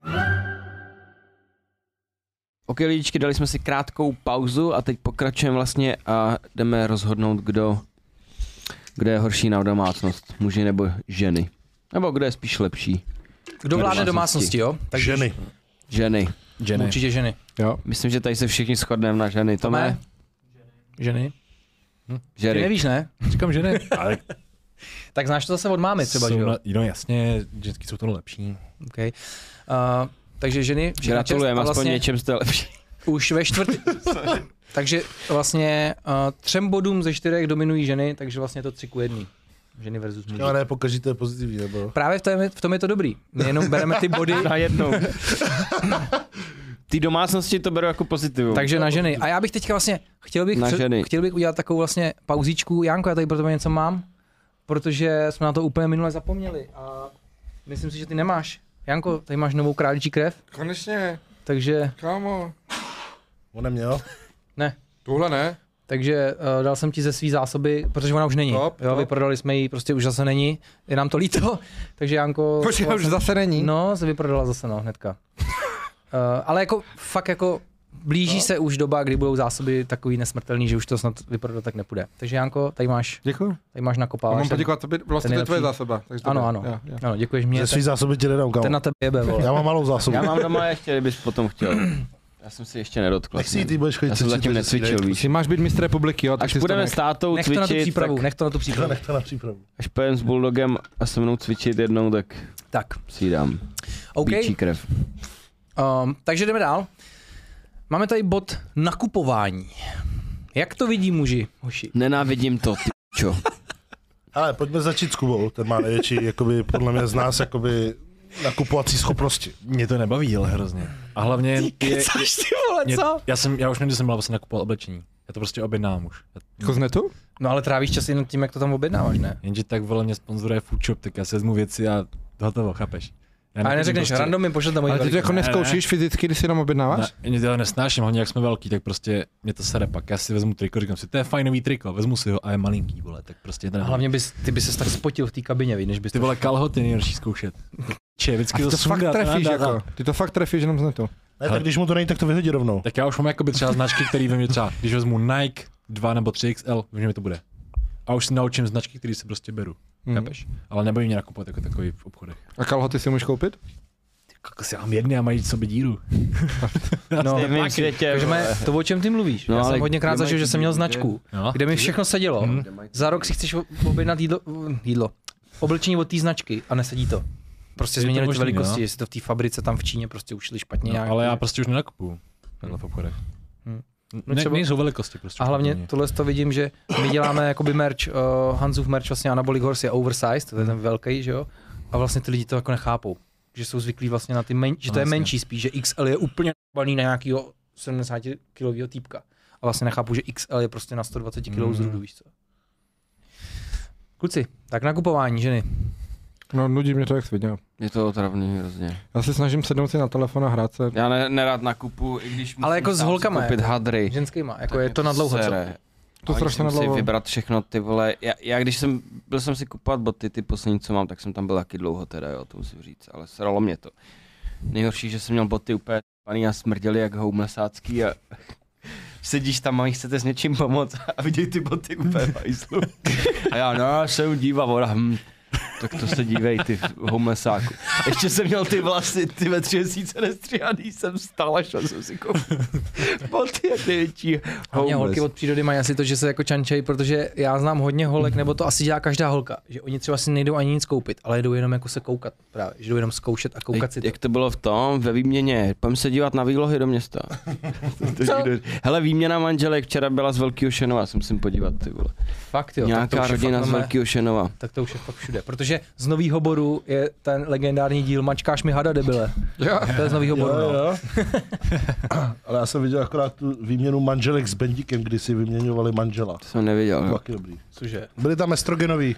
Ok, lidičky, dali jsme si krátkou pauzu a teď pokračujeme vlastně a jdeme rozhodnout, kdo je horší na domácnost, muži nebo ženy. Nebo kdo je spíš lepší. Kdo vládne domácnosti, jo? Tak ženy. Ženy. Určitě ženy. Jo. Myslím, že tady se všichni shodneme na ženy. Tome? Ženy. Ty Žery. nevíš, ne? Říkám, že ne. Ale Tak znáš to zase od mámy třeba, že jsou jo? no jasně, ženský jsou to lepší. Okay. Takže ženy... Gratulujeme, a aspoň něčem jste lepší. Už ve čtvrtý. Takže vlastně 3 bodům ze 4 dominují ženy, takže vlastně to 3:1. Ženy versus muži. Ale ne, pokaždé to je pozitivní, nebo? Právě v tom je to dobrý. My jenom bereme ty body. Najednou. Ty domácnosti to beru jako pozitivum. Takže na ženy. A já bych teďka vlastně, chtěl bych udělat takovou vlastně pauzíčku. Janko, já tady pro tebe něco mám, protože jsme na to úplně minule zapomněli a myslím si, že ty nemáš. Janko, tady máš novou králičí krev, Konečně, takže kámo. On neměl? ne. Tuhle ne? Takže dal jsem ti ze svý zásoby, protože ona už není. Top. Vyprodali jsme ji, prostě už zase není. Je nám to líto. Takže Janko... Počkej, už zase není? No, se vyprodala zase, no, hnedka. Ale jako fakt jako blíží se už doba, kdy budou zásoby takový nesmrtelný, že už to snad vyprodat tak nepůjde. Takže Janko, tady máš Děkuji. nakopávač. Mám poděkovat, to by vlastně to je tvoje zásoba. Takže to Ano. Ano, děkuješ mě. Ze svý zásoby ti nedám, kámo. Ten na tebe jebe, vole. Já mám malou zásobu. Já mám doma ještě, kdybys potom chtěl. Já jsem si ještě nedotkl. Nech si ty budeš chodit Já jsem zatím necvičil, víš. Ty máš být mistr republiky, jo? Až půjdeme s tátou Nech to na tu cvičit, přípravu, tak nech to na tu přípravu. Nech to na přípravu. až pojem s Bulldogem a se mnou cvičit jednou, tak Tak, si ji dám. OK. Bíčí krev. Takže jdeme dál. Máme tady bod nakupování. Jak to vidí muži, hoši? Nenávidím to, ty čo. Ale pojďme začít s Kubou, ten má největší, jakoby, podle mě z nás, jakoby, nakupovací schopnosti. Mě to nebaví, ale hrozně. A hlavně... Kecaš ty vole, co? Já už jsem byl vlastně nakupovat oblečení. Já to prostě objednávám už. Jako z netu? No ale trávíš čas jen tím, jak to tam objednáváš, ne? Jenže tak vole mě sponzoruje Foodshop, tak já si vezmu věci a hotovo, chápeš? A neřekneš, random mi pošlete moji Ale ty to jako neskoušíš fyzicky, když si jenom objednáváš? Mě to nesnáším, hlavně jak jsme velký, tak prostě mě to sere pak. Já si vezmu triko, říkám si, to je fajnový triko, vezmu si ho a je malinký, vole, tak prostě to A hlavně ty bys se tak spotil v té kabině, víš, než bys ty vole kalhoty nejhorší zkoušet. Vždycky A ty to fakt sundat, trefíš, dá. jako. Ty to fakt trefíš jenom z netu. Ne, tak když mu to nejde, tak to vyhodí rovnou. Tak já už mám jakoby třeba značky, které vím, že třeba, když vezmu Nike 2 nebo 3XL, vím, že mi to bude. A už si naučím značky, které si prostě beru. Chápeš? Ale nebaví mě nakupovat jako takový v obchodech. A kalhoty si můžeš koupit? Jako si mám jedny a mají sobě díru. No, V mém světě, takže vole. to, o čem ty mluvíš? No, Já jsem ale hodněkrát kde zažil, mají že ty jsem měl díry? značku, No. kde mi všechno sedělo. Za rok si chceš objednat jídlo. Oblečení od té značky a nesedí to. Prostě Je to změnili ty možný, velikosti, no. jestli to v té fabrice tam v Číně prostě ušli špatně nějak. Ale já prostě už nenakupuju v obchodech. No třeba- Nejsou velikosti prostě. A hlavně špatně. tohle to vidím, že my děláme jakoby merch, Hansův merch vlastně Anabolic Horse je oversized, to je ten velký, že jo? A vlastně ty lidi to jako nechápou. Že jsou zvyklí vlastně na ty že to je Vlastně. menší spíš, že XL je úplně balný na nějakýho 70 kilového týpka. A vlastně nechápu, že XL je prostě na 120 kg zrůdu, víš co? Kluci, tak nakupování ženy. No nudí mě to jak svině. Je to otravný hrozně. Já se snažím sednout si na telefon a hrát se. Já nerad nakupuju, i když Ale jako musím s sám holkama, si koupit jako. hadry. Ženskýma, jako Tak je to na dlouho, co? sere. To A když strašně jsem si nadlouho. vybrat všechno ty vole, já když byl jsem si kupovat boty, ty poslední co mám, tak jsem tam byl taky dlouho teda, jo, to musím říct, ale sralo mě to. Nejhorší, že jsem měl boty úplně paný a smrděli jak homelessácký a sedíš tam a jim chcete s něčím pomoct a vidějí ty boty úplně v hajzlu. A já, no, jsem díva, voda, tak to se dívej, ty homelessáku. Ještě jsem měl ty vlasy, ty ve 3 měsíce nestříhaný, jsem stál a šel jsem si koupit boty jak největší Hlavně holky homeless. od přírody mají asi to, že se jako čančejí, protože já znám hodně holek, nebo to asi dělá každá holka, že oni třeba si nejdou ani nic koupit, ale jdou jenom jako se koukat právě, že jdou jenom zkoušet a koukat si to. Jak to bylo v tom, ve výměně, pojďme se dívat na výlohy do města. Hele, výměna manželek včera byla z Velkého Šenova, jsem si podívat, ty vole. Fakt jo, tak to Nějaká už je rodina fakt z normálně- Velkého Šenova. Tak to už je fakt všude, protože z Novýho Boru je ten legendární díl Mačkáš mi hada debile. Jo. To je z Novýho Boru, no. jo. Ale já jsem viděl akorát tu výměnu manželek s Bendikem, kdy si vyměňovali manžela. To jsem neviděl. To No. taky dobrý. Cože? Byli tam estrogenoví,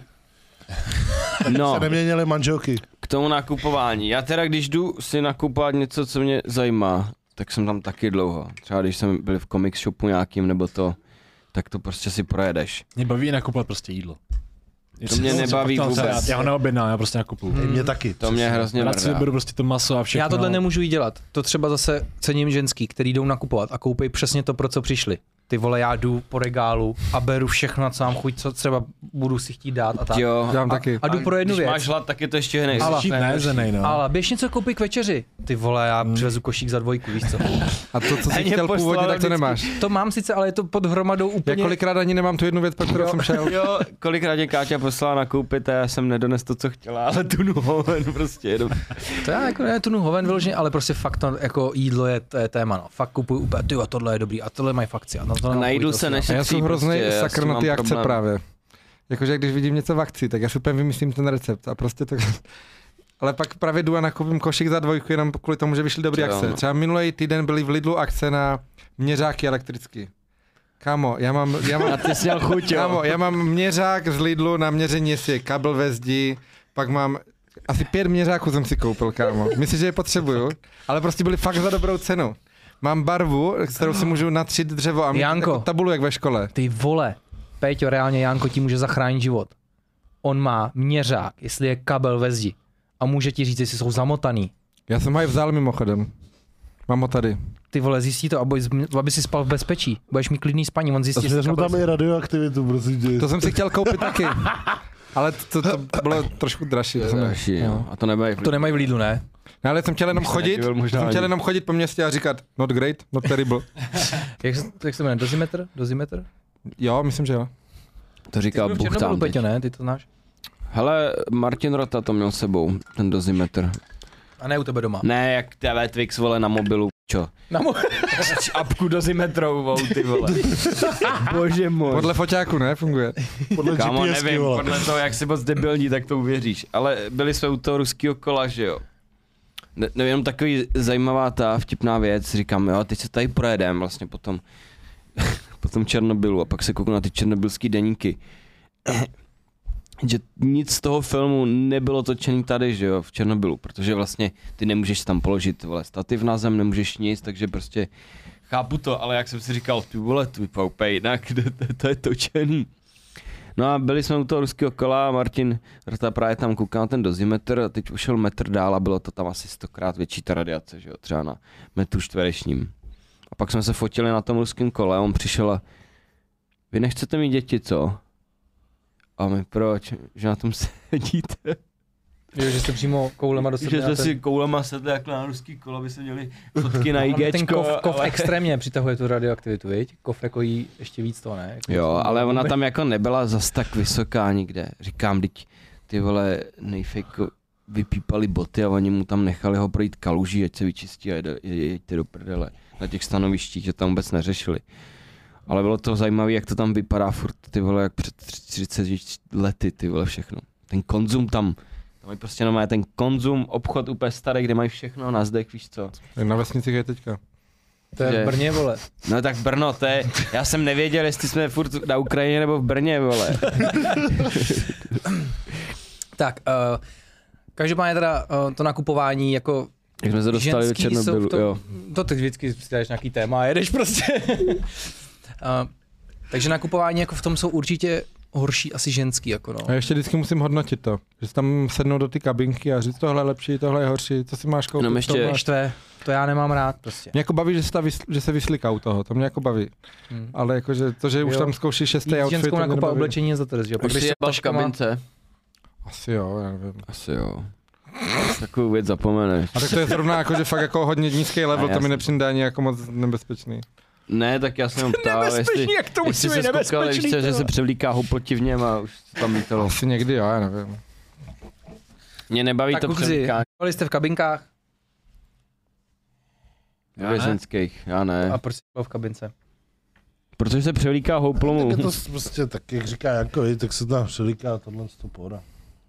No, se neměnili manželky. k tomu nakupování. Já teda, když jdu si nakupovat něco, co mě zajímá, tak jsem tam taky dlouho. Třeba když jsem byl v comic shopu nějakým nebo to, tak to prostě si projedeš. Mě baví i nakupovat prostě jídlo. To mě nebaví vůbec. Já ho neobjednám, já prostě nakupuju. Mě taky. To mě hrozně Rád si mrdá. beru prostě to maso a všechno. Já tohle nemůžu jí dělat. To třeba zase cením ženský, který jdou nakupovat a koupí přesně to, pro co přišli. Ty vole, já jdu po regálu a beru všechno, co mám chuť, co třeba budu si chtít dát a tak. Jo. Dělám taky. A jdu pro jednu Když věc. máš hlad, tak je to ještě hned. Ale- Šít nejezenej, no. Ale běž něco koupit k večeři. ty vole, já přivezu košík za 2, víš co. A to, co jsi chtěl původně, tak to nemáš. To mám sice, ale je to pod hromadou úplně. Já kolikrát ani nemám tu jednu věc, po kterou jsem šel. Jo, kolikrát mě Káťa poslala nakoupit a já jsem nedones to, co chtěla, ale tunu hoven prostě jedu. To já jako ne tunu hoven vyloženě, ale prostě fakt to jako jídlo je téma, no. Fakt kupuju úplně, tyjo, tohle je dobrý a tohle mají fakci. A na jídlu se nešetří. Já jsem hrozný prostě, sakr na ty akce právě. Jakože když vidím něco v akci, tak já si úplně vymyslím ten recept a prostě to... Ale pak právě jdu a nakoupím košík za 2 jenom kvůli tomu, že vyšly dobré akce. Třeba minulý týden byly v Lidlu akce na měřáky elektrický. Kámo, já mám a ty jsi měl chuť, jo. Kámo, já mám měřák z Lidlu na měření, jestli je kabel ve zdi, pak mám asi 5 měřáků jsem si koupil, kámo. Myslím, že je potřebuju, ale prostě byly fakt za dobrou cenu. Mám barvu, s kterou si můžu natřít dřevo a mít jako tabulu jak ve škole. Ty vole, Péťo, reálně Janko ti může zachránit život. On má měřák, jestli je kabel ve zdi. A může ti říct, jestli jsou zamotaný. Já jsem ho i vzal mimochodem. Mám ho tady. Ty vole, zjistí to, aby si spal v bezpečí. Budeš mít klidný spaní, on zjistí, že tam i radioaktivitu, prosím. To jsem si chtěl koupit taky. Ale to bylo trošku dražší. A to nemají v Lidlu, ne? No, ale jsem chtěl jenom chodit po městě a říkat not great, not terrible. jak se jmenuje? Dozimetr? Jo, myslím, že jo. To říkal Bůh tam teď. Ne? Ty to znáš? Hele, Martin Rota to měl sebou, ten dozimetr. A ne u tebe doma? Ne, jak TV Twix, vole, na mobilu, čo? Apku dozimetrovou, ty vole. Bože můj. Podle foťáku, ne? Funguje. Podle Kámo, GPSky, nevím, vole. podle toho, jak jsi moc debilní, tak to uvěříš. Ale byli jsme u toho ruského kola, že jo. Nevím, takový zajímavá ta vtipná věc, říkám, jo, teď se tady projedem vlastně potom Černobylu a pak se kouknu na ty černobylský deníky. Že nic z toho filmu nebylo točený tady, že jo, v Černobylu, protože vlastně ty nemůžeš tam položit, vole, stativ na zem, nemůžeš nic, takže prostě chápu to, ale jak jsem si říkal, ty vole, tu vypadá úplně jinak, to je točený. No a byli jsme u toho ruského kola a Martin Rta právě tam koukal na ten dozimetr a teď ušel metr dál a bylo to tam asi 100krát větší ta radiace, že jo, třeba na metru čtverečním. A pak jsme se fotili na tom ruském kole a on přišel a vy nechcete mít děti, co? A my proč? Že na tom sedíte? Jo, že jste přímo koulema do sebe. Že jste si koulema sedli jako na ruský kolo, aby se měli fotky na IGčko. Ten kov ale... extrémně přitahuje tu radioaktivitu, viď? Kov jako jí ještě víc to, ne? Jako jo, ale ona tam jako nebyla zas tak vysoká nikde. Říkám, teď ty vole nejfejko vypípali boty a oni mu tam nechali ho projít kaluží, ať se vyčistí a jeďte do prdele. Na těch stanovištích, že tam vůbec neřešili. Ale bylo to zajímavé, jak to tam vypadá furt, ty vole, jak před 30 lety, ty vole, všechno. Ten konzum tam je prostě normálně ten konzum, obchod úplně starý, kde mají všechno na zdech, víš co. Na vesnici je teďka. To je v Brně, vole. No tak Brno, to je, já jsem nevěděl, jestli jsme furt na Ukrajině nebo v Brně, vole. Tak, každopádně teda to nakupování jako jak jsme se dostali do Černobylu, jo. To teď vždycky si dáš nějaký téma a jedeš prostě. Takže nakupování jako v tom jsou určitě horší asi ženský, jako no. A ještě vždycky musím hodnotit to, že si tam sednou do ty kabinky a říct tohle je lepší, tohle je horší, co si máš koupit. No ještě to já nemám rád prostě. Mě jako baví, že se vysliká u toho, to mě jako baví. Ale jakože to, že už tam zkouší 6. outfit. Ženskou nakupovat oblečení je za to, že jo. Už si jebal v kabince? Asi jo, já nevím. Asi jo. Takovou věc zapomeneš. A tak to je zrovna jako, že fakt jako hodně nízký level, to mi nepřijde ani jako moc nebezpečný. Ne, tak já jsem ptal, jestli se zkoukal, víš, že se převlíká houpoti v něm a už tam lítalo. Asi někdy jo, já nevím. Mě nebaví tak to převlíkání. Byli jste v kabinkách? Ve ženských, já ne. A proč jsi byl v kabince? Protože se převlíká houplomu. Je to prostě tak, jak říká Janko, tak se tam převlíká tohle z toho pohoda.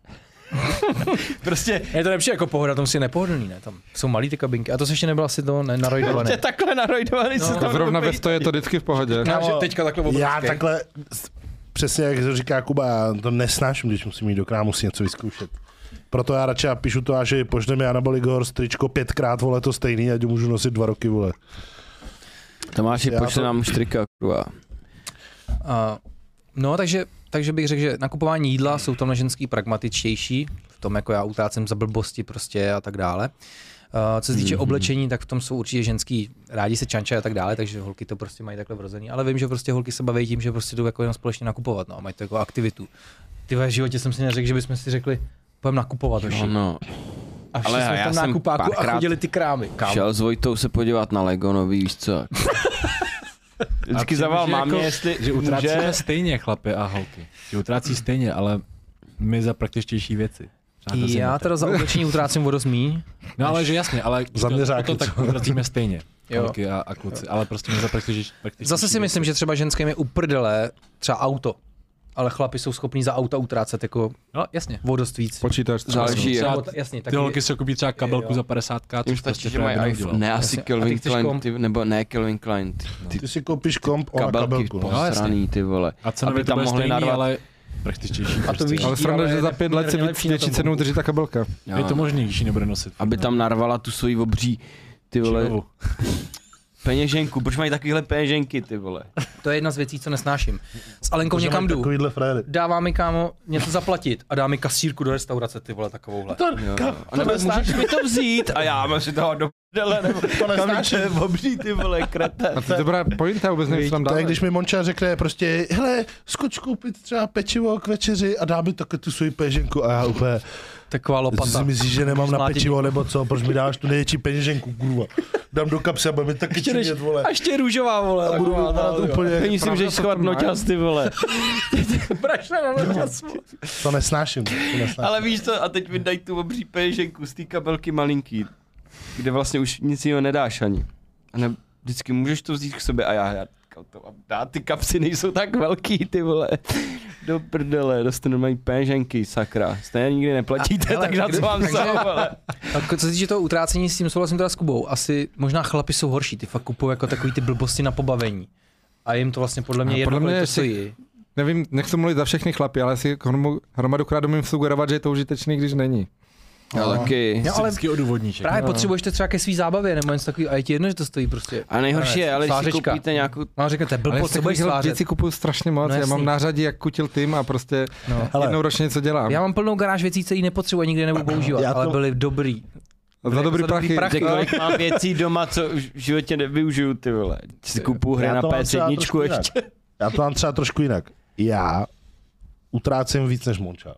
Prostě je to lepší jako pohoda, tam si je nepohodlný, ne? Tam jsou malý ty kabinky. A to se ještě nebylo asi to narojdované. Prostě takhle narojdovaný se tam. Zrovna ve stoje je to vždycky v pohodě. No, teďka takhle obrovský. Já takhle, přesně jak to říká Kuba, já to nesnáším, když musím jít do krámu si něco vyzkoušet. Proto já radši píšu to, že pošleme Anabolic Horse tričko 5krát, vole, to stejný, ať můžu nosit 2 roky, vole. Tomáši, pošle nám štrika, kurva. No, takže bych řekl, že nakupování jídla jsou tam na ženský pragmatičtější, v tom jako já utrácím za blbosti prostě a tak dále. Co se týče oblečení, tak v tom jsou určitě ženský, rádi se čančají a tak dále, takže holky to prostě mají takhle vrozený, ale vím, že prostě holky se baví tím, že prostě jdou jako jenom společně nakupovat, no, mají to jako aktivitu. Ty v životě jsem si neřekl, že bychom si řekli, půjdeme nakupovat. No. A všichni Ale jsme v já tom jsem nákupáku a párkrát chodili ty krámy. Kámo. Šel s Vojtou se podívat na Lego nový, víš co? Vždycky zaval mámě, jestli že utrácíme může. stejně chlapy a holky. Že utrácí stejně, ale my za praktičtější věci. Já teda za oblečení utrácím o dost míň. No ale že jasně, ale Zaměřáky, to tak utrácíme stejně. Jo. Holky a kluci, ale prostě my za praktičtější Zase si myslím, že třeba ženským je uprdele třeba auto. Ale chlapi jsou schopní za auta utrácet jako No jasně. o dost víc. Počítač. Záleží, Třeba Jasně, ty holky si koupí třeba kabelku Jo. za 50k, jim což stačí, prostě že mají právě iPhone. neudělal. Ne, asi Jasně. A Calvin ty chceš Klein, komp? nebo ne Calvin Klein. Ty Ty si koupíš komp, ona kabelky kabelku. No. posraný, ty vole. A cenově Aby to tam bude mohli stejný, narvat. ale praktičtější. A to víš, Ale sranda, že za 5 let si nejlepší na větší tom cenu kompu. drží ta kabelka. Je to možný, když ji nebude nosit. Aby tam narvala tu svoji obří, ty vole, Čilovu. peněženku. Proč mají takovýhle peněženky, ty vole? To je jedna z věcí, co nesnáším. S Alenkou Že někam mají jdu, Takovýhle fréry. dává mi kámo něco zaplatit a dá mi kasírku do restaurace, ty vole, takovouhle. A nebo můžeš mi to vzít a já mám si toho do prdele, nebo kam je obří, ty vole, krete. A to je dobrá pointa, vůbec nevím, co tam To je, dáme. když mi Monča řekne prostě, hele, skoč koupit třeba pečivo k večeři a dá mi taky tu svoji peněženku a já úplně, Taková ty lopata. si myslíš, že nemám na Zmlátit pečivo nebo co, proč mi dáš tu největší peněženku, kurva. Dám do kapsy a bude mi taky činit, vole. A ještě růžová, vole. A budu vypadat úplně, Peníž si můžeš schovat noťas, ty vole. Brašna na noťas. to nesnáším, to nesnáším. Ale víš co, a teď mi dají tu obří peněženku z té kabelky malinký, kde vlastně už nic jiného nedáš ani. A ne, vždycky můžeš to vzít k sobě a já to dá, ty kapsy nejsou tak velký, ty vole. Do prdele, dostanu mají peněženky, sakra. Stejně nikdy neplatíte, tak na co vám jsou, vole. A co se týče toho utrácení, s tím souhlasím teda s Kubou. Asi možná chlapi jsou horší, ty fakt kupují jako takový ty blbosti na pobavení. A jim to vlastně podle mě A jedno, podle mě kolik to ještě- stojí. Nevím, nechci mluvit za všechny chlapy, ale si hromadukrát umím sugerovat, že je to užitečný, když není. Já taky. No, ale Vždycky odůvodníček. právě potřebuješ to třeba ke svý zábavě nebo něco takový a je ti jedno, že to stojí prostě. A nejhorší je, ale když si Svářečka. koupíte nějakou No řeknete, Ale blbost, co budeš takových svářet. věcí kupuju strašně moc, No, já jasný. mám nářadí jak kutil tým a prostě No. jednou ročně něco dělám. Já mám plnou garáž věcí, které nepotřebuji a nikdy nebudu používat, Já to- ale byly dobrý. Za dobrý prachy. prachy. kolik mám věcí doma, co v životě nevyužiju, ty vole. Si kupuju hry Já na to mám třeba PS1 trošku jinak. ještě. Já to mám třeba trošku jinak. Já utrácím víc než Monča.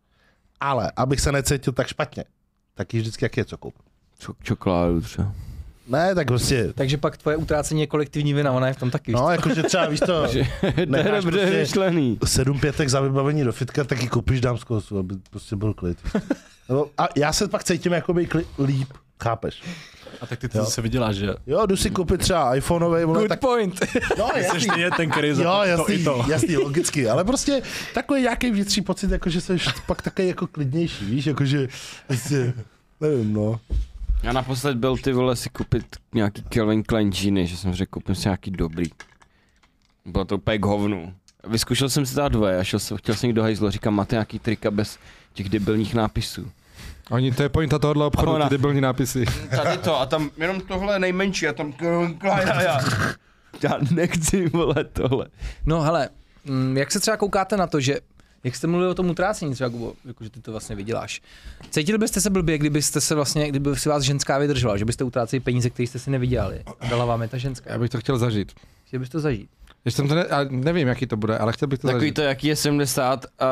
Ale abych se necítil tak špatně, tak ji vždycky jak je co koupím. Čokoládu třeba. Ne, tak prostě, Takže pak tvoje utrácení je kolektivní vina, ona je v tom taky. no jakože třeba víš to, To je necháš dobře prostě vyšlený. 7 pětek za vybavení do fitka, tak ji koupíš dámskou, aby prostě byl klid. No, a já se pak cítím jakoby líp, chápeš? A tak ty to Jo. zase vyděláš, že? Jo, jdu si koupit třeba iPhoneovej, vole, tak point. no, Jsi jasný. stejně ten, který za Jo, to jasný, i to. jasný, logicky, ale prostě takový nějaký vnitřní pocit, jako že jsi pak takový jako klidnější, víš, jakože, prostě, nevím, no. Já naposled byl, ty vole, si koupit nějaký Calvin Klein džíny, že jsem řekl, koupím si nějaký dobrý. Bylo to úplně k hovnu. Vyzkoušel jsem si dát dvoje a chtěl jsem jít do hajzlu, říkám, máte nějaký trika bez těch debilních nápisů. Oni, to je pointa tohohle obchodu, Ona. ty debilní nápisy. Tady to a tam jenom tohle je nejmenší a tam Calvin Klein a já nechci, vole, tohle. No hele, jak se třeba koukáte na to, že jak jste mluvili o tom utrácení třeba, Kubo, jako, že ty to vlastně vyděláš. Cítili byste se blbě, kdybyste se vlastně, kdyby si vás ženská vydržela, že byste utráceli peníze, které jste si nevydělali. Dala vám je ta ženská. Já bych to chtěl zažít. Chtěl byste to zažít. Ještě jsem to nevím, jaký to bude, ale chtěl bych to Takový zažít. to, jaký je 70 a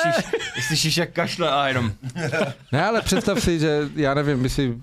slyšíš jak kašle a jenom. Ne, ale představ si, že já nevím,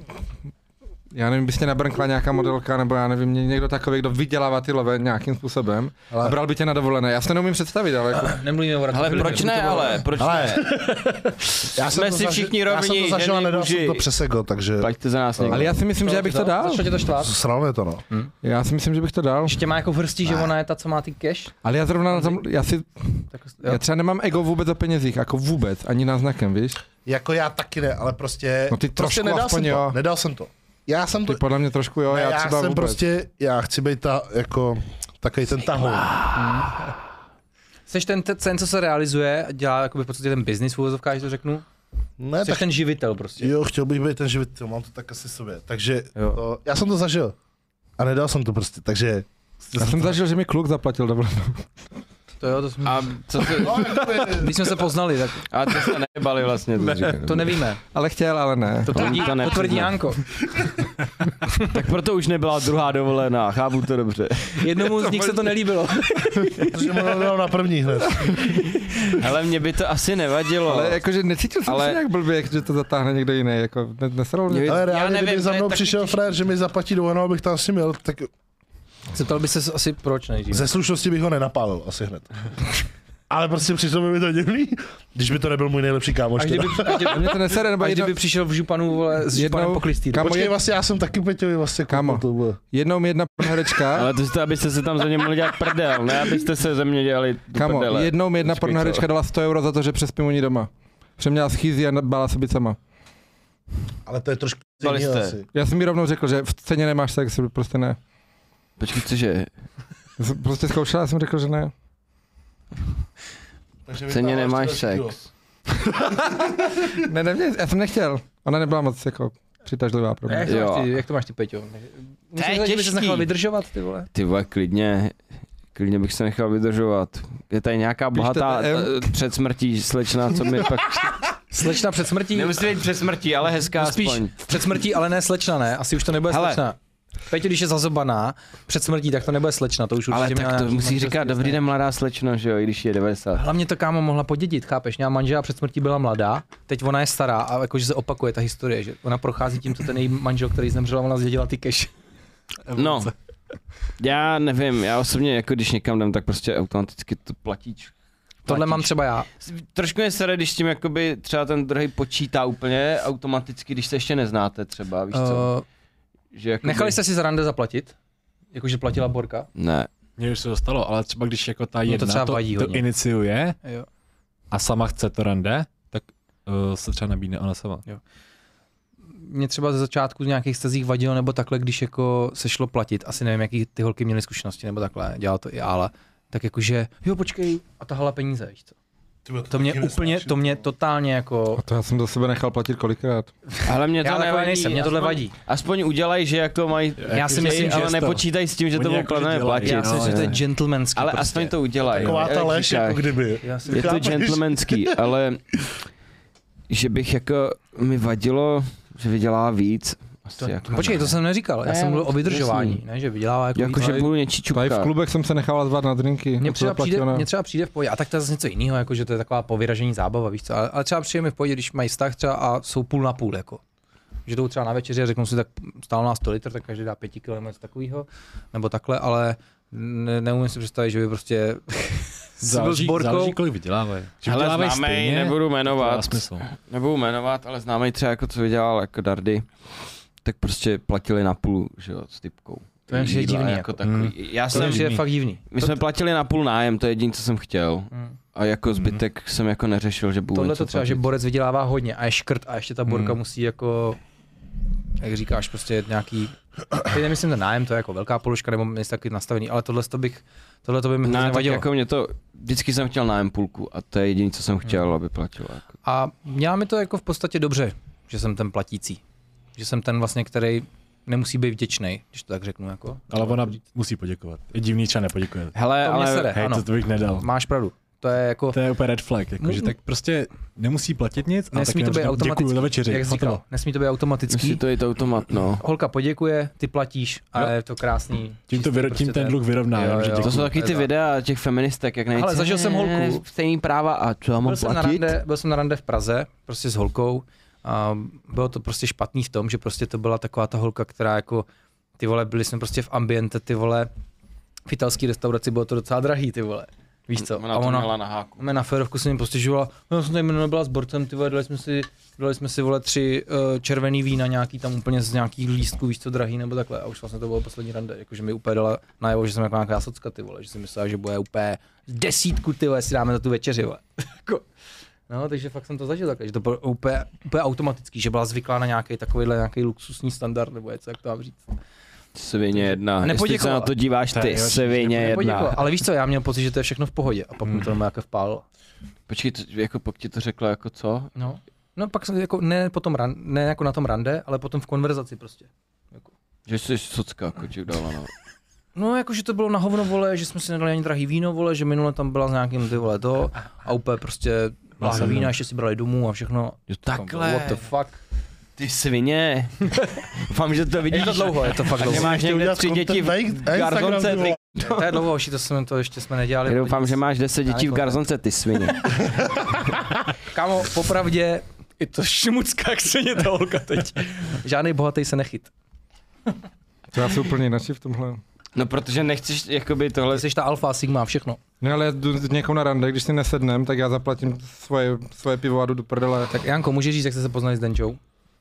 by si tě nabrnkla nějaká modelka, nebo já nevím, někdo takový, kdo vydělává ty love nějakým způsobem a bral by tě na dovolené. Já si to neumím představit, ale jako, Nemluvíme o Ale proč ne, ale proč Ale ne? já Jsme si všichni já jsem rovni, to zažil a ženy, nedal jsem muži. to přes ego, takže Plaťte za nás někdo. ale já si myslím, že já bych to dal. Začalo tě to štvát? sral mě to, no. Já si myslím, že bych to dal. Ještě má jako v hrstí, že ona je ta, co má ty cash? Ale já zrovna na tom, Tak, já třeba nemám ego vůbec o penězích, jako vůbec, ani náznakem, víš? Jako já taky ne, ale prostě, No ty prostě trošku aspoň jo. nedal jsem to. Já jsem to, Ty podle mě trošku jo, ne, já já třeba jsem vůbec. prostě, já chci být ta, jako, takový ten tahoun. Jsi ten, co se realizuje, dělá jakoby v podstatě ten business v uvozovkách, že to řeknu? Ne, Jsi tak ten živitel prostě. jo, chtěl bych být ten živitel, mám to tak asi sobě. Takže Jo. to, já jsem to zažil a nedal jsem to prostě, takže Já jsem zažil, že mi kluk zaplatil dovolenou. To jo, to jsme... A co to... Když jsme se poznali, tak A to se nebali vlastně. to nevíme. Ale chtěl, ale ne. To Potvrdí Janko. Tak proto už nebyla druhá dovolená, chápu to dobře. Jednomu z nich se to nelíbilo. Protože mu dal na první hned. Hele, mě by to asi nevadilo. Ale jakože necítil jsem se nějak blbě, že to zatáhne někdo jiný, jako nesral mě. Ale reálně, nevím, kdyby za to je mnou taky přišel frér, že mi zaplatí dovolenou, abych tam asi měl, tak Zeptal by se asi proč nejdřív. ze slušnosti bych ho nenapálil asi hned. Ale prostě přišlo by mi to divný, když by to nebyl můj nejlepší kámoš. Až kdyby, Mě to nesere, nebo až kdyby přišel v županu vole, s županem po klistýru. Kámo, Počkej, vlastně já jsem taky Peťovi vlastně Kámo. to bylo. jednou mi jedna pornoherečka, Ale to jste, abyste se tam za ně mohli dělat prdel, ne abyste se ze mě dělali do kámo, prdele. jednou mi jedna Počkej, pornoherečka dala 100 € za to, že přespím u ní doma. Přeměla schýzy a bála se být sama. Ale to je trošku Pali jiný jste. asi. Já jsem mi rovnou řekl, že v ceně nemáš sex, prostě ne. Počkej, cože? Já jsem prostě zkoušel a jsem řekl, že ne. Takže V ceně vytáhl nemáš ještě další sex. Ne, já jsem nechtěl. Ona nebyla moc jako přitažlivá pro mě. Jak to máš ty, Peťo? To je Myslím, že bys se těžký. nechal vydržovat, ty vole. Ty vole, klidně bych se nechal vydržovat. Je tady nějaká bohatá před smrtí slečna, co mi pak... Slečna před smrtí? Nemusí být před smrtí, ale hezká Spíš aspoň. před smrtí, ale ne slečna, ne? Asi už to nebude Hele. slečna. Peťo, když je zazobaná před smrtí, tak to nebude slečna, to už určitě Ale měla tak to nějaký musí manželství, říkat, dobrý den mladá slečno, že jo, i když je 90. Hlavně to kámo mohla podědit, chápeš? Měla manžela, před smrtí byla mladá, teď ona je stará a jakože se opakuje ta historie, že ona prochází tím, co ten její manžel, který zemřel, a ona zdědila ty cash. No, já nevím, já osobně jako když někam jdem, tak prostě automaticky to platíš. Tohle mám třeba já. Trošku mě sere, když tím jakoby třeba ten druhý počítá úplně automaticky, když se ještě neznáte třeba, víš co? Že jakoby... Nechali jste si za rande zaplatit? Jakože platila Borka? Ne. Mně už se to stalo, ale třeba když jako ta to jedna třeba to, vadí to hodně. iniciuje Jo. a sama chce to rande, tak se třeba nabídne ona sama. Mě třeba ze začátku z nějakých stazích vadilo, nebo takhle, když jako se šlo platit, asi nevím, jaký ty holky měly zkušenosti, nebo takhle, dělala to i Ála, tak jakože, jo počkej, a tahala peníze, víš co? To mě úplně, to mě totálně jako... A to já jsem do sebe nechal platit kolikrát. Ale mě to Já takový nevadí, nejsem, mě tohle vadí. Aspoň udělají, že jako mají, Já si myslím, že ale nepočítají s tím, že to Oni budou jako, že platit. dělají. Já si myslím, že to je ne. gentlemanský Ale prostě. aspoň to udělají. Taková ta Jak lež, říkáš. jako kdyby. Já si Je to Chápeš? gentlemanský, ale že bych jako mi vadilo, že vydělá víc. Asi jako Počkej, to jsem neříkal, já Ne, jsem mluvil o vydržování, jasný. ne, že vydělává jako Jako, víc. že budu něčí Tady v čukat. klubech jsem se nechal zvát na drinky. Mně to třeba, zaplatí přijde, ona. mně třeba přijde v pohodě, a tak to je zase něco jiného, jako že to je taková povyražení zábava, víš co, ale třeba přijde mi v pohodě, když mají vztah třeba a jsou půl na půl, jako. Že jdou třeba na večeři a řeknou si, tak stálo nás 100 litr, tak každý dá 5 kg nebo něco takového, nebo takhle, ale neumím si představit, že by prostě byl s Borkou. záleží, kolik vydělávají. Že Hele, vydělávají známej, stejně, nebudu to má jmenovat, smysl. ale známej třeba jako co vydělal jako Dardy, tak prostě platili na půl, že jo, s typkou. To je Jídla divný, jako jako. takový. Já To jsem, je fakt divný. my jsme platili na půl nájem, to je jediné, co jsem chtěl. Mm. A jako zbytek jsem jako neřešil, že budu Tohle něco to třeba, že platit. Borec vydělává hodně a je škrt a ještě ta Borka musí jako, jak říkáš, prostě nějaký, teď nemyslím ten nájem, to je jako velká položka nebo něco taky nastavený, ale tohle by mi hrozně Ne, tak vadilo. jako mě to, vždycky jsem chtěl nájem půlku a to je jediné, co jsem chtěl, aby platilo. Jako. A měla mi to jako v podstatě dobře, že jsem ten platící. Že jsem ten vlastně, který nemusí být vděčný, když to tak řeknu. Jako. Ale ona musí poděkovat. Je divný, třeba nepoděkuje. Hele, To mě ale sere. Hej, ano. to bych nedal. Máš pravdu. To je jako, To je úplně red flag, jakože tak prostě nemusí platit nic, ale taky nesmí to být neříkám, děkuju automatický, za večeři. jak jsi hotovo. říkal, nesmí to být automatický. musí to jít automat, no. Holka poděkuje, ty platíš a Jo. je to krásný. Tím, čistý tím ten dluh vyrovná, Jo, že jo. děkuju. To jsou taky ty to- videa těch feministek, jak nejde. Ale zažil jsem holku. Stejný práva a co já mám platit? Byl jsem na rande v Praze, prostě s holkou. A bylo to prostě špatný v tom, že prostě to byla taková ta holka, která jako, ty vole, byli jsme prostě v ambiente, ty vole, v italský restauraci bylo to docela drahý, ty vole. Víš co? Ona to měla na háku. na férovku jsem jim postěžovala, no jsem tady nebyla s borcem, ty vole, dali jsme si vole 3 červený vína nějaký tam úplně z nějakých lístků, víš co, drahý nebo takhle. A už vlastně to bylo poslední rande, jakože mi úplně dala najevo, že jsem jako nějaká socka, ty vole, že si myslela, že bude úplně 10, ty vole, si dáme za tu večeři, vole. No, takže fakt jsem to zažil takhle, že to bylo úplně automatický, že byla zvyklá na nějaký luxusní standard, nebo něco, jak to mám říct. Svině jedna. Jestli se Nepoděkovala. na to díváš ty, svině jedna. Nepoděkovala, ale víš co, já měl pocit, že to je všechno v pohodě a pak mi to jako vpálilo. Počkej, jako pak ti to řekla jako co? No pak jsem jako ne jako na tom rande, ale potom v konverzaci prostě. Jako. Že jsi socka, jako ti dala, no. No, jakože to bylo na hovno, vole, že jsme si nedali ani drahý víno, vole, že minule tam byla s nějakým ty vole to a úplně prostě láhve vína, ještě si brali domů a všechno. Jo, takhle. What the fuck. Ty svině. Doufám, že to vidíš. Je to dlouho, je to fakt dlouho. Máš někde 3 děti v garzonce. To je dlouho, to ještě jsme nedělali. Doufám, že máš 10 dětí v garzonce, ty svině. Kámo, popravdě, je to šmucká jak svině ta holka teď. Žádnej bohatý se nechyt. To já jsem úplně jinak v tomhle. No protože nechceš jakoby tohle... Ty jsi ta alfa, sigma a všechno. No ale já jdu s někou na rande, když si nesednem, tak já zaplatím svoje pivo a jdu do prdele. Tak Janko, můžeš říct, jak jste se poznali s Denčou?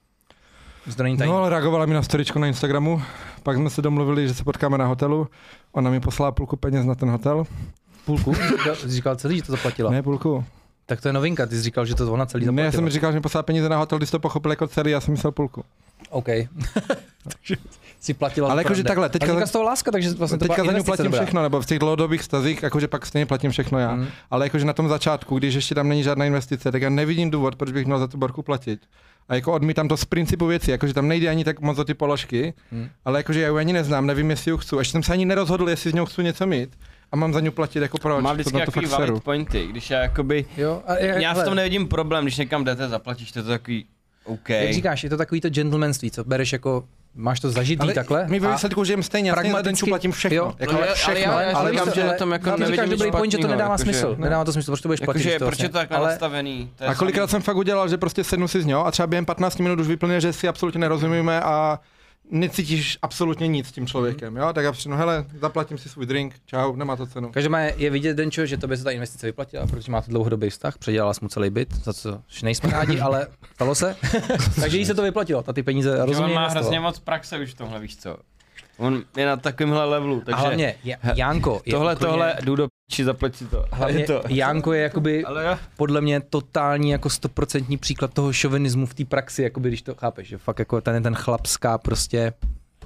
No ale reagovala mi na storičko na Instagramu, pak jsme se domluvili, že se potkáme na hotelu, ona mi poslala půlku peněz na ten hotel. Půlku? Jsi říkal celý, že to zaplatila? Ne, půlku. Tak to je novinka, ty jsi říkal, že to ona celý zaplatila. Ne, já jsem mi říkal, že mi poslala peníze na hotel, když to pochopil jako celý, já jsem myslel půlku. OK. Takže si platila. Ale jakože takhle, teďka z toho láska, takže vlastně to teďka za ní platím všechno, nebo v těch dlouhodobých vztazích, jakože pak stejně platím všechno já. Ale jakože na tom začátku, když ještě tam není žádná investice, tak já nevidím důvod, proč bych měl za tu borku platit. A jako odmítám to z principu věci, jakože tam nejde ani tak moc o ty položky, ale jakože já ji ani neznám, nevím, jestli ji chci. Ještě jsem se ani nerozhodl, jestli z něj chci něco mít. A mám za ní platit jako proč. Má vždycky takový valid pointy, když já jakoby, já v tom nevidím problém, když někam jdete, zaplatíš, to je to takový OK. Jak říkáš, je to takový to gentlemanství, co bereš jako, máš to zažitý ale takhle. My ve výsledku žijeme stejně, já stejně za Denču platím všechno. Jo, jako všechno. Ale říkám, že na tom jako nevidím dobrý point, že to nedává jako smysl. Nedává to smysl, protože to budeš platit. Jakože proč je to takhle nastavený? A kolikrát jsem fakt udělal, že prostě sednu si z něho a třeba během 15 minut už vyplně, že si absolutně nerozumíme a necítíš absolutně nic s tím člověkem, jo? Tak já přijdu, hele, zaplatím si svůj drink, čau, nemá to cenu. Každopádně je vidět, Denčo, že tobě se ta investice vyplatila, protože máte dlouhodobý vztah, předělala jsi mu celý byt, za co nejsme rádi, ale stalo se. Takže jí se to vyplatilo, ty peníze rozumně. On má hrozně moc praxe už v tomhle, víš co. On je na takovémhle levelu, takže... A hlavně, Janko je tohle, jdu do či zaplať si to. Hlavně Janko je jakoby podle mě totální jako 100% příklad toho šovinismu v té praxi, jakoby když to chápeš, že fakt jako ten chlapská prostě,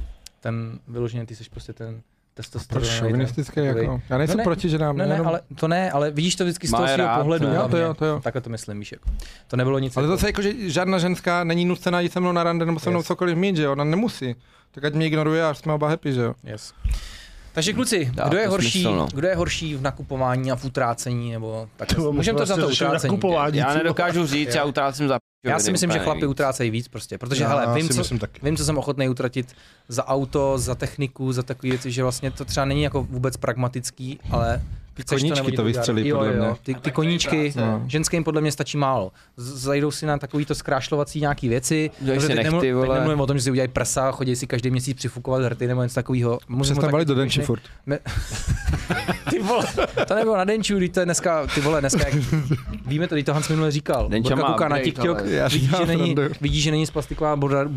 ten vyloženě ty jsi prostě ten testosteron. Proč šovinistický jako? Já nejsem proti ženám. Ne, ale vidíš to vždycky z toho svého pohledu. Jo, to jo. Takhle to myslím, víš jako. To nebylo nic. Ale zase jako, že žádná ženská není nucená jít se mnou na rande nebo se mnou cokoliv mít, že jo, ona nemusí. Tak ať mě ignoruje a jsme oba happy, že jo. Yes. Takže kluci, kdo je horší v nakupování a v utrácení, nebo tak? Můžeme to za to utrácení. Já nedokážu říct, já utrácím za Já si myslím, že chlapi utrácejí víc prostě, protože hele, vím, co jsem ochotný utratit za auto, za techniku, za takové věci, že vlastně to třeba není jako vůbec pragmatický, ale koníčky to vystřelí podle mě. Ty koníčky, ženským podle mě stačí málo. Zajdou si na takovýto zkrášlovací nějaký věci. Nemluvím o tom, že si udělají prsa, chodí si každý měsíc přifukovat hrty nebo něco takového. Přestávali do Denči furt. Ty vole, to nebylo na Denču, když to je dneska, jak, víme to, když to Hans minule říkal. Denča má kouká na TikTok, vidí, že není z plastiková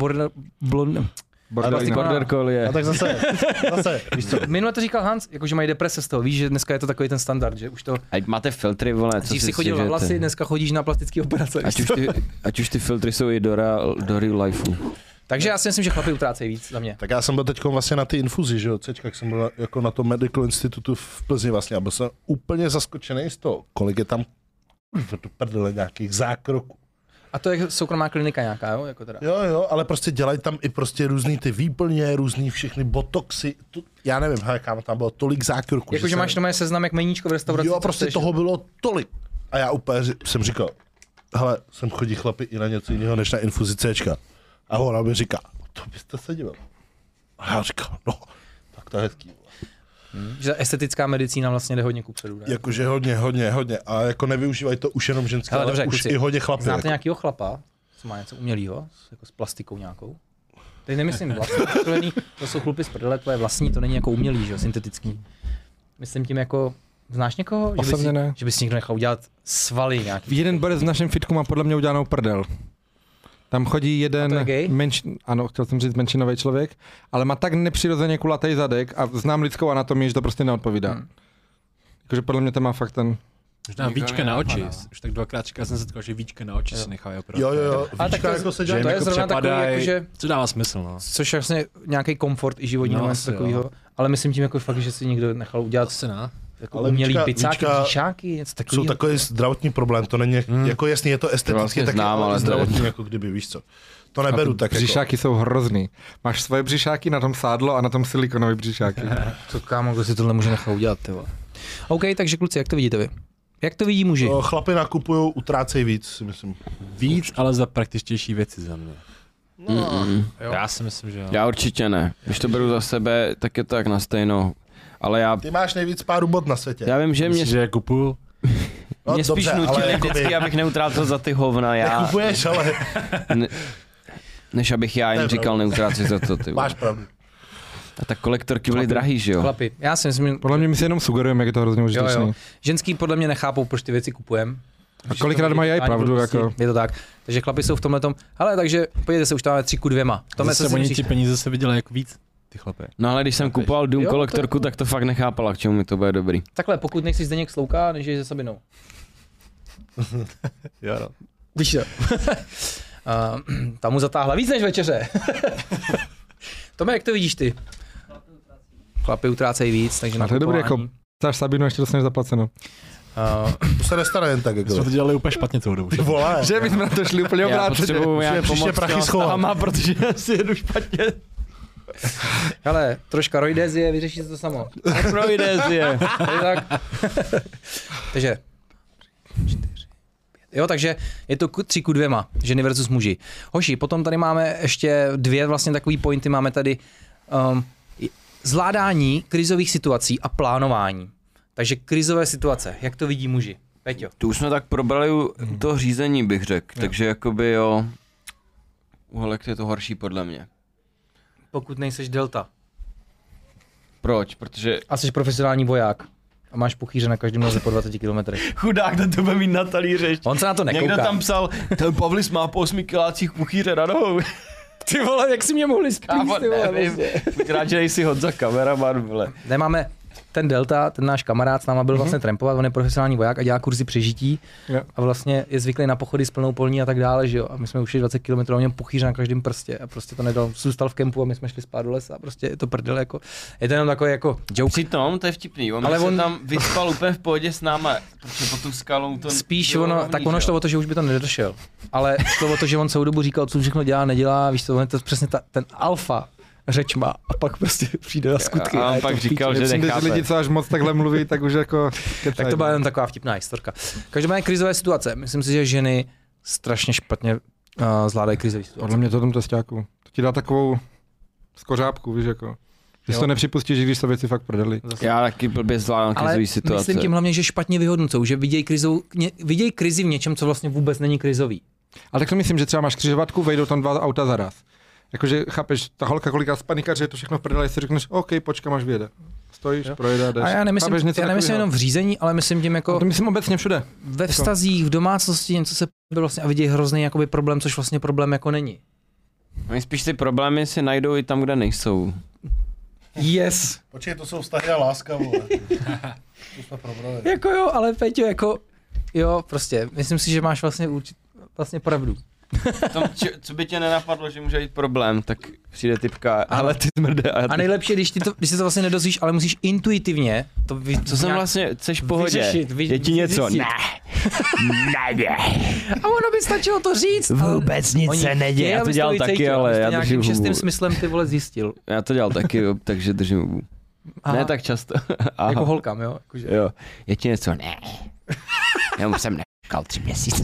border collie. A tak zase, víš co? Minule to říkal Hans, jakože mají deprese z toho, víš, že dneska je to takový ten standard, že už to... Ať máte filtry, vole, co si chodil na vlasy, dneska chodíš na plastické operace. Ať už ty filtry jsou i do real lifeu. Takže já si myslím, že chlapi utrácejí víc za mě. Tak já jsem byl teď vlastně na ty infuzi, že jo, jak jsem byl jako na tom Medical Institutu v Plzni vlastně a byl jsem úplně zaskočený z toho, kolik je tam do prdele nějakých zákroků. A to je soukromá klinika nějaká, jo? Jako teda. Jo, ale prostě dělají tam i prostě různý ty výplně, různý všechny botoxy, já nevím, kámo, tam bylo tolik zákroků. Jakože máš na seznam jak meníčko v restauraci. Jo, prostě toho bylo tolik. A já úplně jsem říkal, hele, sem chodí chlapi i na něco jiného než na infuzi Cčka. A ona mi říká, to byste se díval. A já říkal, no, tak to je hezký. Že estetická medicína vlastně jde hodně kupředu. Jakože hodně. A jako nevyužívají to už jenom ženské, ale dobře, už i hodně chlapy. Znáte nějakýho chlapa, co má něco umělýho, jako s plastikou nějakou? Teď nemyslím vlastní, to jsou chlupy z prdele, to je vlastní, to není jako umělý, že jo, syntetický. Myslím tím jako, znáš někoho? Že bys si někdo nechal udělat svaly nějaký. Jeden borec v našem fitku má podle mě udělanou prdel. Tam chodí jeden chtěl jsem říct menšinový člověk, ale má tak nepřirozeně kulatý zadek a znám lidskou anatomii, že to prostě neodpovídá. Jakože podle mě to má fakt ten... Možná víčka na oči. Už tak dvakrát jsem se setkal, že víčka na oči si nechávají opravdu. Jo, víčka jako se dělá. To je zrovna takový, jakože... Co dává smysl, no. Což je vlastně nějaký komfort i životní, takovýho. Ale myslím tím jako fakt, že si někdo nechal udělat jako Ale umělý Víčka- pizzáky, Víčka bříšáky, něco Jsou takového. takový zdravotní problém, to není jako jasný, je to esteticky, vlastně taky, znám, ale ale to je- zdravotní, jako kdyby, víš co. To neberu tak jako. Břišáky jsou hrozný. Máš svoje břišáky, na tom sádlo a na tom silikonové břišáky. Co kámo, kdo si tohle může nechat udělat, ty vole. OK, takže kluci, jak to vidíte vy? Jak to vidí muži? Chlapi nakupujou, utrácej víc, si myslím. Víc, ale za praktičtější věci za mě. Mm-mm. Já si myslím, že jo. Já určitě ne. Když to beru za sebe, tak je to jak na stejnou. Ale Ty máš nejvíc pár bot na světě. já vím, že Myslím, že je kupuju. No, mě spíš dobře, nutili ale vždycky, abych neutrácel za ty hovna. Já, nekupuješ, ale než abych já jim To je říkal pravda. neutrácet za to. Ty. máš pravdu. A tak kolektorky byly drahý, že jo? Chlapi, já si myslím, Podle mě my si jenom sugerujeme, jak je to hrozně užitečný. jo. Ženský podle mě nechápou, proč ty věci kupujeme. A kolikrát mají i pravdu, jako. Je to tak. Takže chlapi jsou v tomhletom. Hele, takže podívejte se, už tam máme 3:2. Tome, co Zase si oni myslíš? ti peníze se vydělají jako víc, ty chlapi. No ale když jsem kupoval Doom Jo, to kolektorku, tak to fakt nechápala, k čemu mi to bude dobrý. Takhle, pokud nechceš Zdeněk Slouka, než je se Sabinou. Jo, no. Víš to. Tam mu zatáhla víc než večeře. Tome, jak to vidíš ty? Chlapi utrácejí víc, takže A to je dobrý, nakupování. jako Táš Sabinu, ještě dostaneš zaplaceno. To se nestane jen tak, jako. Jsme to dělali úplně špatně celou dobu. Ty vole. Že bychom na to šli úplně Já obráceně. potřebuju nějak příště pomoct prachy s těma schovat. vztahama, protože já si jedu špatně. Hele, troška roidezie, vyřeší se to samo. Proidezie. Tak. Takže. 4, 5. Jo, takže je to 3:2, ženy versus muži. Hoši, potom tady máme ještě dvě vlastně takový pointy. Máme tady zvládání krizových situací a plánování. Takže krizové situace, jak to vidí muži? Peťo. Tu už jsme tak probrali u toho řízení, bych řekl. Takže jakoby jo, u holek je to horší podle mě. Pokud nejseš delta Proč? Protože a jsi profesionální voják a máš puchýře na každém noze po 20 km. chudák, ten to bude mít na talíři. On se na to nekouká. Někdo tam psal, ten Pavlis má po 8 kilácích puchýře na nohou. Ty vole, jak si mě mohli spíš, Kámo, ty vole, nevím. prostě. Buď rád, že nejsi Honza kameraman, vole. Nemáme ten Delta, ten náš kamarád s náma byl vlastně trampovat, on je profesionální voják a dělá kurzy přežití Jo. a vlastně je zvyklý na pochody s plnou polní a tak dále, že jo. A my jsme ušli 20 km, on měl puchýře na každém prstě a prostě to nedal, zůstal v kempu a my jsme šli spát do lesa a prostě je to prdel jako, je to jenom takový jako joke. Přitom, to je vtipný, on Ale se on- tam vyspal úplně v pohodě s náma, protože pod tu skalou to Spíš bylo ono, rovný, tak ono že šlo jo? o to, že už by to nedošel. Ale šlo o to, že on celou dobu říkal, co všechno dělá, nedělá, víš co, on je to přesně ten alfa řeč má a pak prostě přijde na skutky. A on je pak to v říkal, píči. že Myslím, že nechápe. lidi, co až moc takhle mluví, tak už jako Tak to byla jen taková vtipná historka. Každopádně krizové situace. Myslím si, že ženy strašně špatně zvládají krizové situace. Podle mě to tom testáku. To ti dá takovou skořápku, víš, jako. Že si to nepřipustíš, když to věci fakt prodali. Já taky blbě zvládám Ale krizový situace. myslím tím hlavně, že špatně vyhodnocou, že vidějí krizi v něčem, co vlastně vůbec není krizový. Ale tak to myslím, že třeba máš křižovatku, vejdou tam 2 auta zaraz. Jakože chápeš, ta holka kolikrát spanikaře, to všechno v prdele, si řekneš, OK, počkám, až vyjede. Stojíš, projede, jdeš. A já nemyslím, Chápeš, něco já nemyslím takového? jenom v řízení, ale myslím tím jako No to myslím obecně všude. ve vztazích, v domácnosti, něco se vlastně a vidějí hrozný jakoby problém, což vlastně problém jako není. Oni spíš ty problémy si najdou i tam, kde nejsou. Yes. Počkej, to jsou vztahy a láska, vole. To jsme probrali. Jako jo, ale Peťo, jako jo, prostě, myslím si, že máš vlastně pravdu. Tom, co by tě nenapadlo, že může být problém, tak přijde typka, ale ty smrde. A nejlepší je, když si to vlastně nedozvíš, ale musíš intuitivně to Co jsem vlastně, chceš v pohodě? vyřešit, Je ti něco? zjistit. Ne. A ono by stačilo to říct. Vůbec nic se neděje. Já to dělal taky, ale já držím nějakým šestým hubu. smyslem ty vole zjistil. Já to dělal taky, jo, takže držím hubu. Aha. Ne tak často. Aha. Jako holkám, jo? Jakože. Jo. Je ti něco? Ne. Já už jsem nechal 3 měsíce.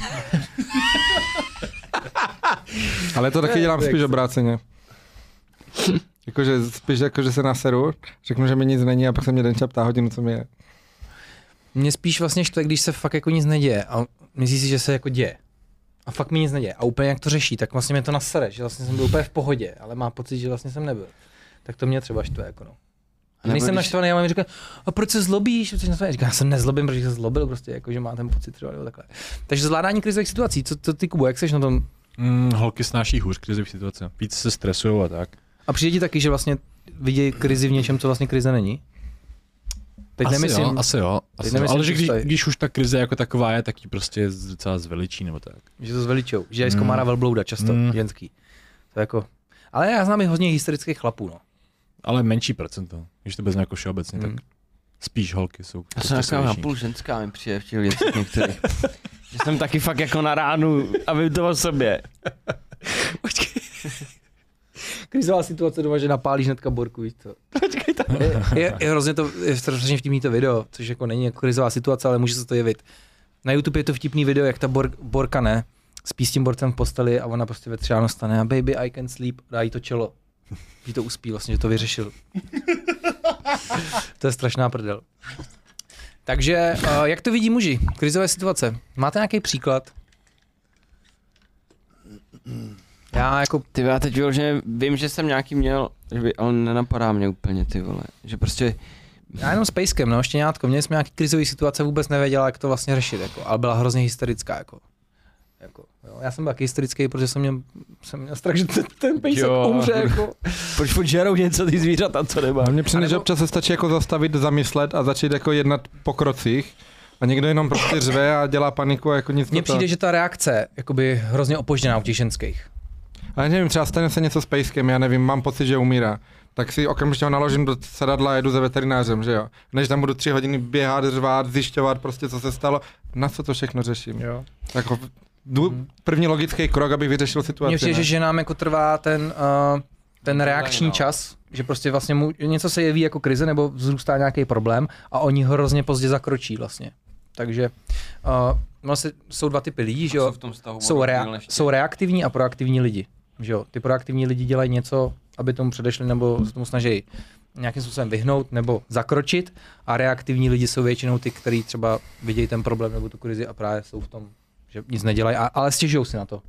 Ale to taky dělám spíš obráceně. Jakože spíš jakože se naseru, řeknu, že mi nic není a pak se mě Denča ptá hodinu, co mi je. Mně spíš vlastně štve, když se fakt jako nic neděje a myslí si, že se jako děje. A fakt mi nic neděje. A úplně jak to řeší, tak vlastně mě to nasere, že vlastně jsem byl úplně v pohodě, ale má pocit, že vlastně jsem nebyl. Tak to mě třeba štve, jako no. A nejsem naštvaný, já mi říká, a proč se zlobíš? Říkám, já se nezlobím, protože se zlobil, prostě, jako, že má ten pocit třeba, nebo takhle. Takže zvládání krizových situací, co ty, Kubo, jak seš na tom? Holky snáší hůř krizových situace. Víc se stresujou a tak. A přijde ti taky, že vlastně vidějí krizi v něčem, co vlastně krize není? Teď nemyslím, Asi jo. nemyslím Ale že postoj. když už ta krize jako taková je, tak ji prostě docela zveličí nebo tak. že to zveličou, že je z komára velblouda často, ženský. To je jako, ale já znám i hodně hysterických chlapů, no. Ale menší procento, když to vezme jako všeobecně, tak Spíš holky jsou. Já jsem taková napůl ženská, mi přijde v těch věcech některých. Že jsem taky fakt jako na ránu a vím to o sobě. Počkej. Krizová situace doma, že napálíš hnedka borku, víš co? Počkej tam. Je hrozně to, je strašně vtipný to video, což jako není jako krizová situace, ale může se to jevit. Na YouTube je to vtipný video, jak ta borka ne, spí s tím borcem v posteli a ona prostě ve 3 ráno stane a baby I can sleep, dá jí to čelo. Že to uspí vlastně, že to vyřešil. To je strašná prdel. Takže, jak to vidí muži? Krizové situace. Máte nějaký příklad? Já jako... Ty já teď vyloženě vím, že jsem nějaký měl, ale nenapadá mě úplně, ty vole. Že prostě... Já jenom s Pejskem, no, štěňátko. Měli jsme nějaký krizový situace, vůbec nevěděla, jak to vlastně řešit, jako, ale byla hrozně hysterická, jako jo. Já jsem byl taky hysterický, protože jsem měl strach, že ten Pejsek umře, jako. Proč furt žerou něco ty zvířata, co nemá? Mně přijde, že občas se stačí jako zastavit, zamyslet a začít jako jednat po krocích. A někdo jenom prostě řve a dělá paniku a jako nic. Mně přijde, že ta reakce je jakoby hrozně opožděná u těch ženských. Ale nevím, třeba stane se něco s Pejskem, já nevím, mám pocit, že umírá. Tak si okamžitě ho naložím do sedadla a jedu za veterinářem, že jo. Než tam budu 3 hodiny běhat, řvát, zjišťovat prostě, co se stalo, na co to všechno řeším. Jo. Jako první logický krok, abych vyřešil situaci. Mně přijde, že ženám jako trvá ten reakční čas, že prostě vlastně něco se jeví jako krize nebo vzrůstá nějaký problém a oni hrozně pozdě zakročí vlastně. Takže vlastně jsou 2 typy lidí, že jo. Jsou reaktivní a proaktivní lidi. Že jo. Ty proaktivní lidi dělají něco, aby tomu předešli nebo se tomu snaží nějakým způsobem vyhnout nebo zakročit a reaktivní lidi jsou většinou ty, kteří třeba vidějí ten problém nebo tu krizi a právě jsou v tom, že nic nedělají, ale stěžují si na to.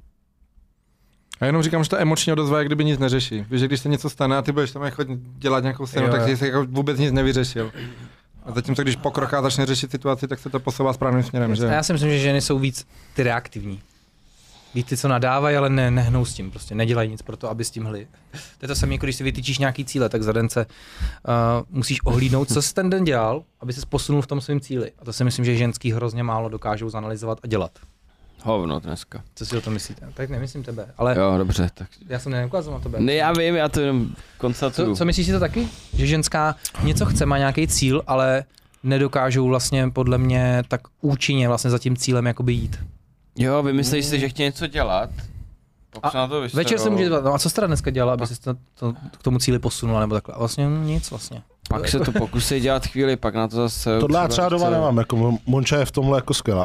A jenom říkám, že ta emoční odezva je, kdyby nic neřeší. Víš, že když se něco stane a ty budeš tam jako dělat nějakou scénu, tak jsi jako vůbec nic nevyřešil. A zatímco když pokroká začne řešit situaci, tak se to posouvá správným směrem, že? Já si myslím, že ženy jsou víc ty reaktivní. Víš, ty, co nadávají, ale nehnou s tím, prostě nedělají nic pro to, aby s tím hli. To je to samé, jako když si vytyčíš nějaký cíle, tak za den se musíš ohlídnout, co jsi ten den dělal, aby se posunul v tom svém cíli. A to si myslím, že ženský hrozně málo dokážou zanalyzovat a dělat. Hovno dneska. Co si o tom myslíte? Tak nemyslím tebe, ale jo, dobře, tak. Já jsem neukázal na tebe. Ne, já vím, já to jenom konstatuju. Co myslíš si to taky? Že ženská něco chce, má nějaký cíl, ale nedokážou vlastně podle mě tak účinně vlastně za tím cílem jakoby jít. Jo, vymyslíš si, že chtějí něco dělat, pak se na to vystavil. Večer se může dělat, no a co jsi teda dneska dělala, aby se to k tomu cíli posunula, nebo takhle? A vlastně nic vlastně. Pak se to pokusí dělat chvíli, pak na to zase... Tohle já třeba doma nemám, jako Monča je v tomhle jako skvělá,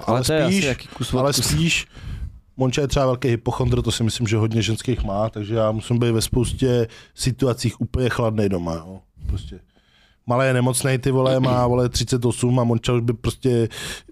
ale spíš Monča je třeba velký hypochondr, to si myslím, že hodně ženských má, takže já musím být ve spoustě situacích úplně chladnej doma, jo. Prostě. Malé je nemocnej, ty vole, má 38 a Monča už by prostě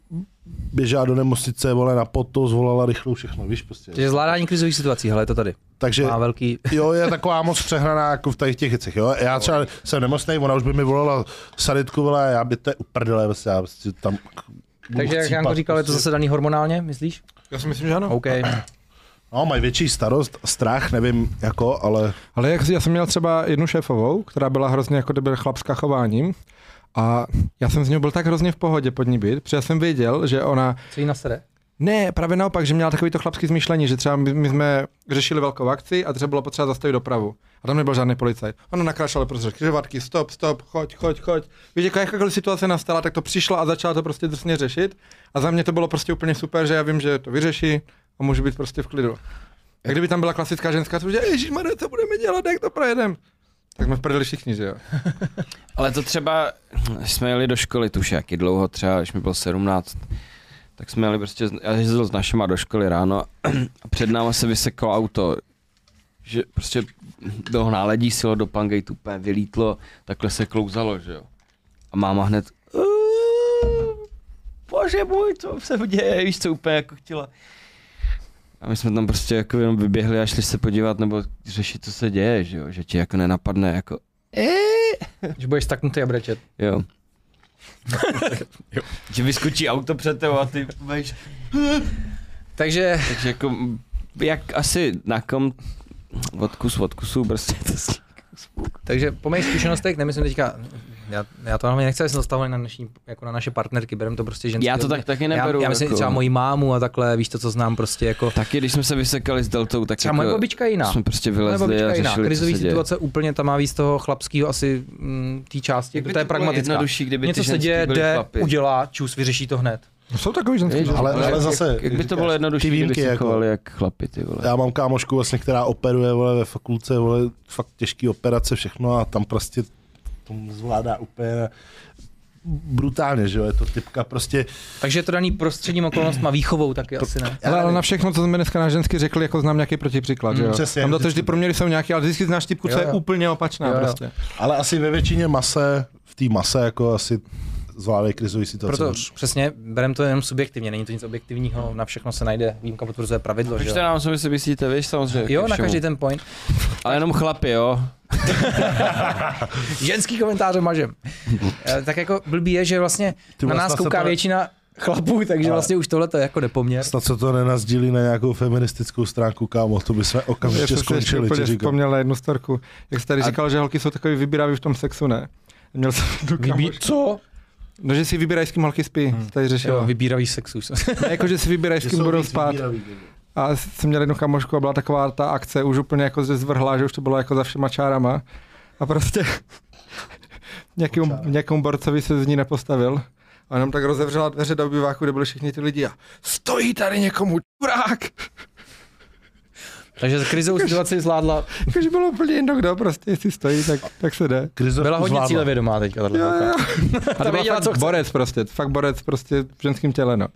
běžela do nemocnice, vole, na poto, zvolala rychlou všechno, víš, prostě. Takže zvládání krizových situací, hele, je to tady. Takže má velký... jo, je taková moc přehraná jako v těch věcech, jo. Já třeba jsem nemocnej, ona už by mi volala sanitku, vole, já by to je uprdele, vlastně, já prostě tam... Takže jak Janko říkal, je to zase daný hormonálně, myslíš? Já si myslím, že ano. OK. No, mají větší starost, strach, nevím, jako, ale... Ale jak já jsem měl třeba jednu šéfovou, která byla hrozně jako kdyby chlapská chováním a já jsem z něho byl tak hrozně v pohodě pod ní být, protože já jsem věděl, že ona... Co jí nasere? Ne, právě naopak, že měla takový to chlapský zmýšlení, že třeba my jsme řešili velkou akci a třeba bylo potřeba zastavit dopravu. A tam nebyl žádný policajt. Ona nakrášela prostě křižovatky, stop, choď. Víš, jakákoliv situace nastala, tak to přišla a začala to prostě drsně řešit. A za mě to bylo prostě úplně super, že já vím, že to vyřeší a můžu být prostě v klidu. A kdyby tam byla klasická ženská, co říká, ježišmarja, co budeme dělat, jak to projedeme? Tak jsme vprdeli všichni, že jo. Ale to třeba, jsme jeli do školy, tuž jaký dlouho, třeba, když mi bylo 17, tak jsme jeli prostě, já jezdil s našima do školy ráno a před náma se vyseklo auto, že prostě do náledí silo do Pangejtu, úplně vylítlo, takhle se klouzalo, že jo. A máma hned, bože můj, co se děje, víš co, úplně jako chtěla. A my jsme tam prostě jako jenom vyběhli a šli se podívat nebo řešit, co se děje, že jo, že ti jako nenapadne jako Že budeš staknutý a brečet. Jo. Že vyskočí auto před tebou a ty budeš... Takže jako, jak asi na kom od kusu prostě to takže po mých zkušenostech, nemyslím teďka Já to hlavně nechci, aby se dostavili jako na naše partnerky, bereme to prostě ženské. Já to taky neberu. Já myslím jako... třeba moji mámu a takhle, víš to, co znám prostě jako. Taky když jsme se vysekali s Deltou, tak třeba jako moje babička jiná. jsme prostě vylezli a řešili, krizový co se děje. situace úplně tam má víc toho chlapského asi té části, to je pragmatická. Kdyby něco ty se děje, jde, chlapi. udělá, čus, vyřeší to hned. Jsou takový ženský. Ale zase, Jak by to bylo jednodušší, kdyby se chovali jak chlapi, ty vole. Já mám kámošku vlastně, která operuje, vole, ve fakultce, vole, fakt těžký operace, všechno a tam prostě to zvládá úplně brutálně, že jo, je to typka prostě. Takže je to daný prostředním okolnostma, výchovou taky asi ne. Ale na všechno, co jsme dneska na ženský řekli, jako znám nějaký protipříklad, že jo. Přesně, Tam to vždy proměry jsou nějaký, ale vždycky znáš typku, co je úplně opačná prostě. Ale asi ve většině v té mase jako asi zvládají krizový situace. Proto přesně, bereme to jenom subjektivně, není to nic objektivního, na všechno se najde, výjimka potvrzuje pravidlo, že jo. Proč nám si myslíte, víš, samozřejmě. Jo, na každý ten point. Ale jenom chlapi, jo. Ženský komentáře mažem. Tak jako blbý je, že vlastně na nás kouká většina chlapů, takže vlastně už tohle je jako nepoměr. Snad se to nenazdílí na nějakou feministickou stránku, kámo, to by jsme okamžitě skončili. Já jsem vzpomněl na jednu storku, jak jsi tady říkal, že holky jsou takový vybíravý v tom sexu, ne? Měl jsem Co? No, že si vybírají, s kým holky spí, tady řešila. Jo, vybíravý sex už. Jako, že si vybírají, s kým budou spát. A jsem měl jednu kamošku a byla taková ta akce už úplně jako zvrhlá, že už to bylo jako za všema čárama. A prostě nějakému borcovi se z ní nepostavil. A jenom tak rozevřela dveře do obyváku, kde byli všichni ty lidi a stojí tady někomu čurák. Takže krizovou situaci zvládla. Takže bylo úplně jedno, kdo prostě, jestli stojí, tak se jde. Byla hodně cílevědomá teďka. A to věděla, co borec prostě, fakt borec prostě v ženském těle, no.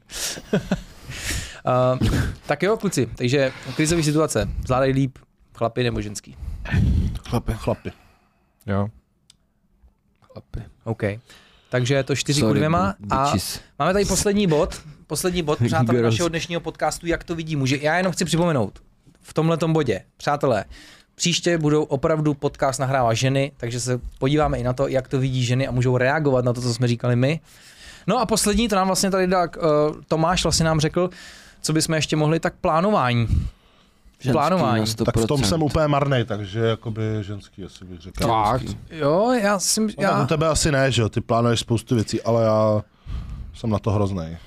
Tak jo, kluci, takže krizové situace zvládají líp chlapi nebo ženský? Chlapi. Jo. Chlapi. OK. Takže je to 4:2 a máme tady poslední bod, přátelé našeho dnešního podcastu, jak to vidí muži. Já jenom chci připomenout, v tomhletom bodě, přátelé, příště budou opravdu podcast nahrávat ženy, takže se podíváme i na to, jak to vidí ženy a můžou reagovat na to, co jsme říkali my. No a poslední, to nám vlastně tady Tomáš vlastně nám řekl, co bychom ještě mohli, tak plánování. Plánování. Tak v tom jsem úplně marnej, takže jakoby ženský, asi bych řekl. Tak. Jo, já jsem... U tebe asi ne, že jo, ty plánuješ spoustu věcí, ale já jsem na to hroznej.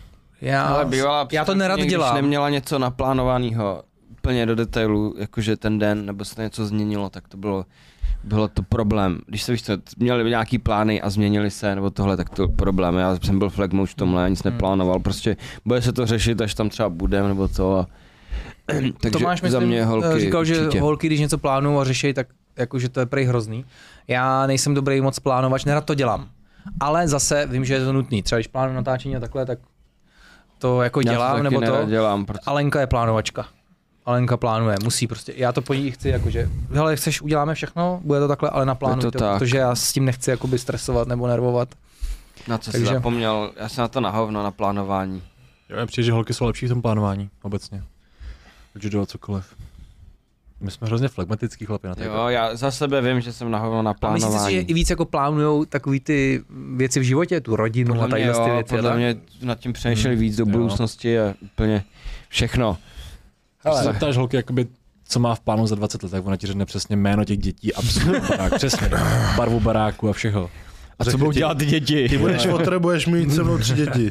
Já to nerad dělám. Když neměla něco naplánovaného úplně do detailu, jakože ten den, nebo se to něco změnilo, tak to bylo to problém. Když se víš co, měli nějaký plány a změnili se, nebo tohle, tak to problém. Já jsem byl flagmouš v tomhle, já nic neplánoval, prostě bude se to řešit, až tam třeba budem, nebo to. Takže Tomáš, za mě holky říkal, určitě. že holky, když něco plánují a řeší, tak jakože to je prej hrozný. Já nejsem dobrý moc plánovač, nerad to dělám. Ale zase vím, že je to nutný. Třeba když plánuju natáčení a takhle, tak to jako dělám, nebo to. Dělám, Alenka je plánovačka. Alenka plánuje, musí prostě. Já to po ní chci, jakože, hele, chceš, uděláme všechno, bude to takhle, ale naplánuj to, protože já s tím nechci jakoby stresovat nebo nervovat. Na co jsi zapomněl, já jsem na to na hovno, na plánování. Jo, přijde, že holky jsou lepší v tom plánování, obecně. Takže dělat cokoliv. My jsme hrozně flegmatický chlapi na to. Jo, já za sebe vím, že jsem na hovno na plánování. A myslíte si, že i víc jako plánujou takový ty věci v životě, tu rodinu podle a tady ty věci? Podle mě nad tím přemýšleli víc do budoucnosti a úplně všechno. Když se zeptáš holky, jakoby, co má v plánu za 20 let, tak ona ti řekne přesně jméno těch dětí, absolutně barák, přesně, barvu baráku a všeho. A co budou dělat ty děti? Ty budeš mít se mnou 3 děti.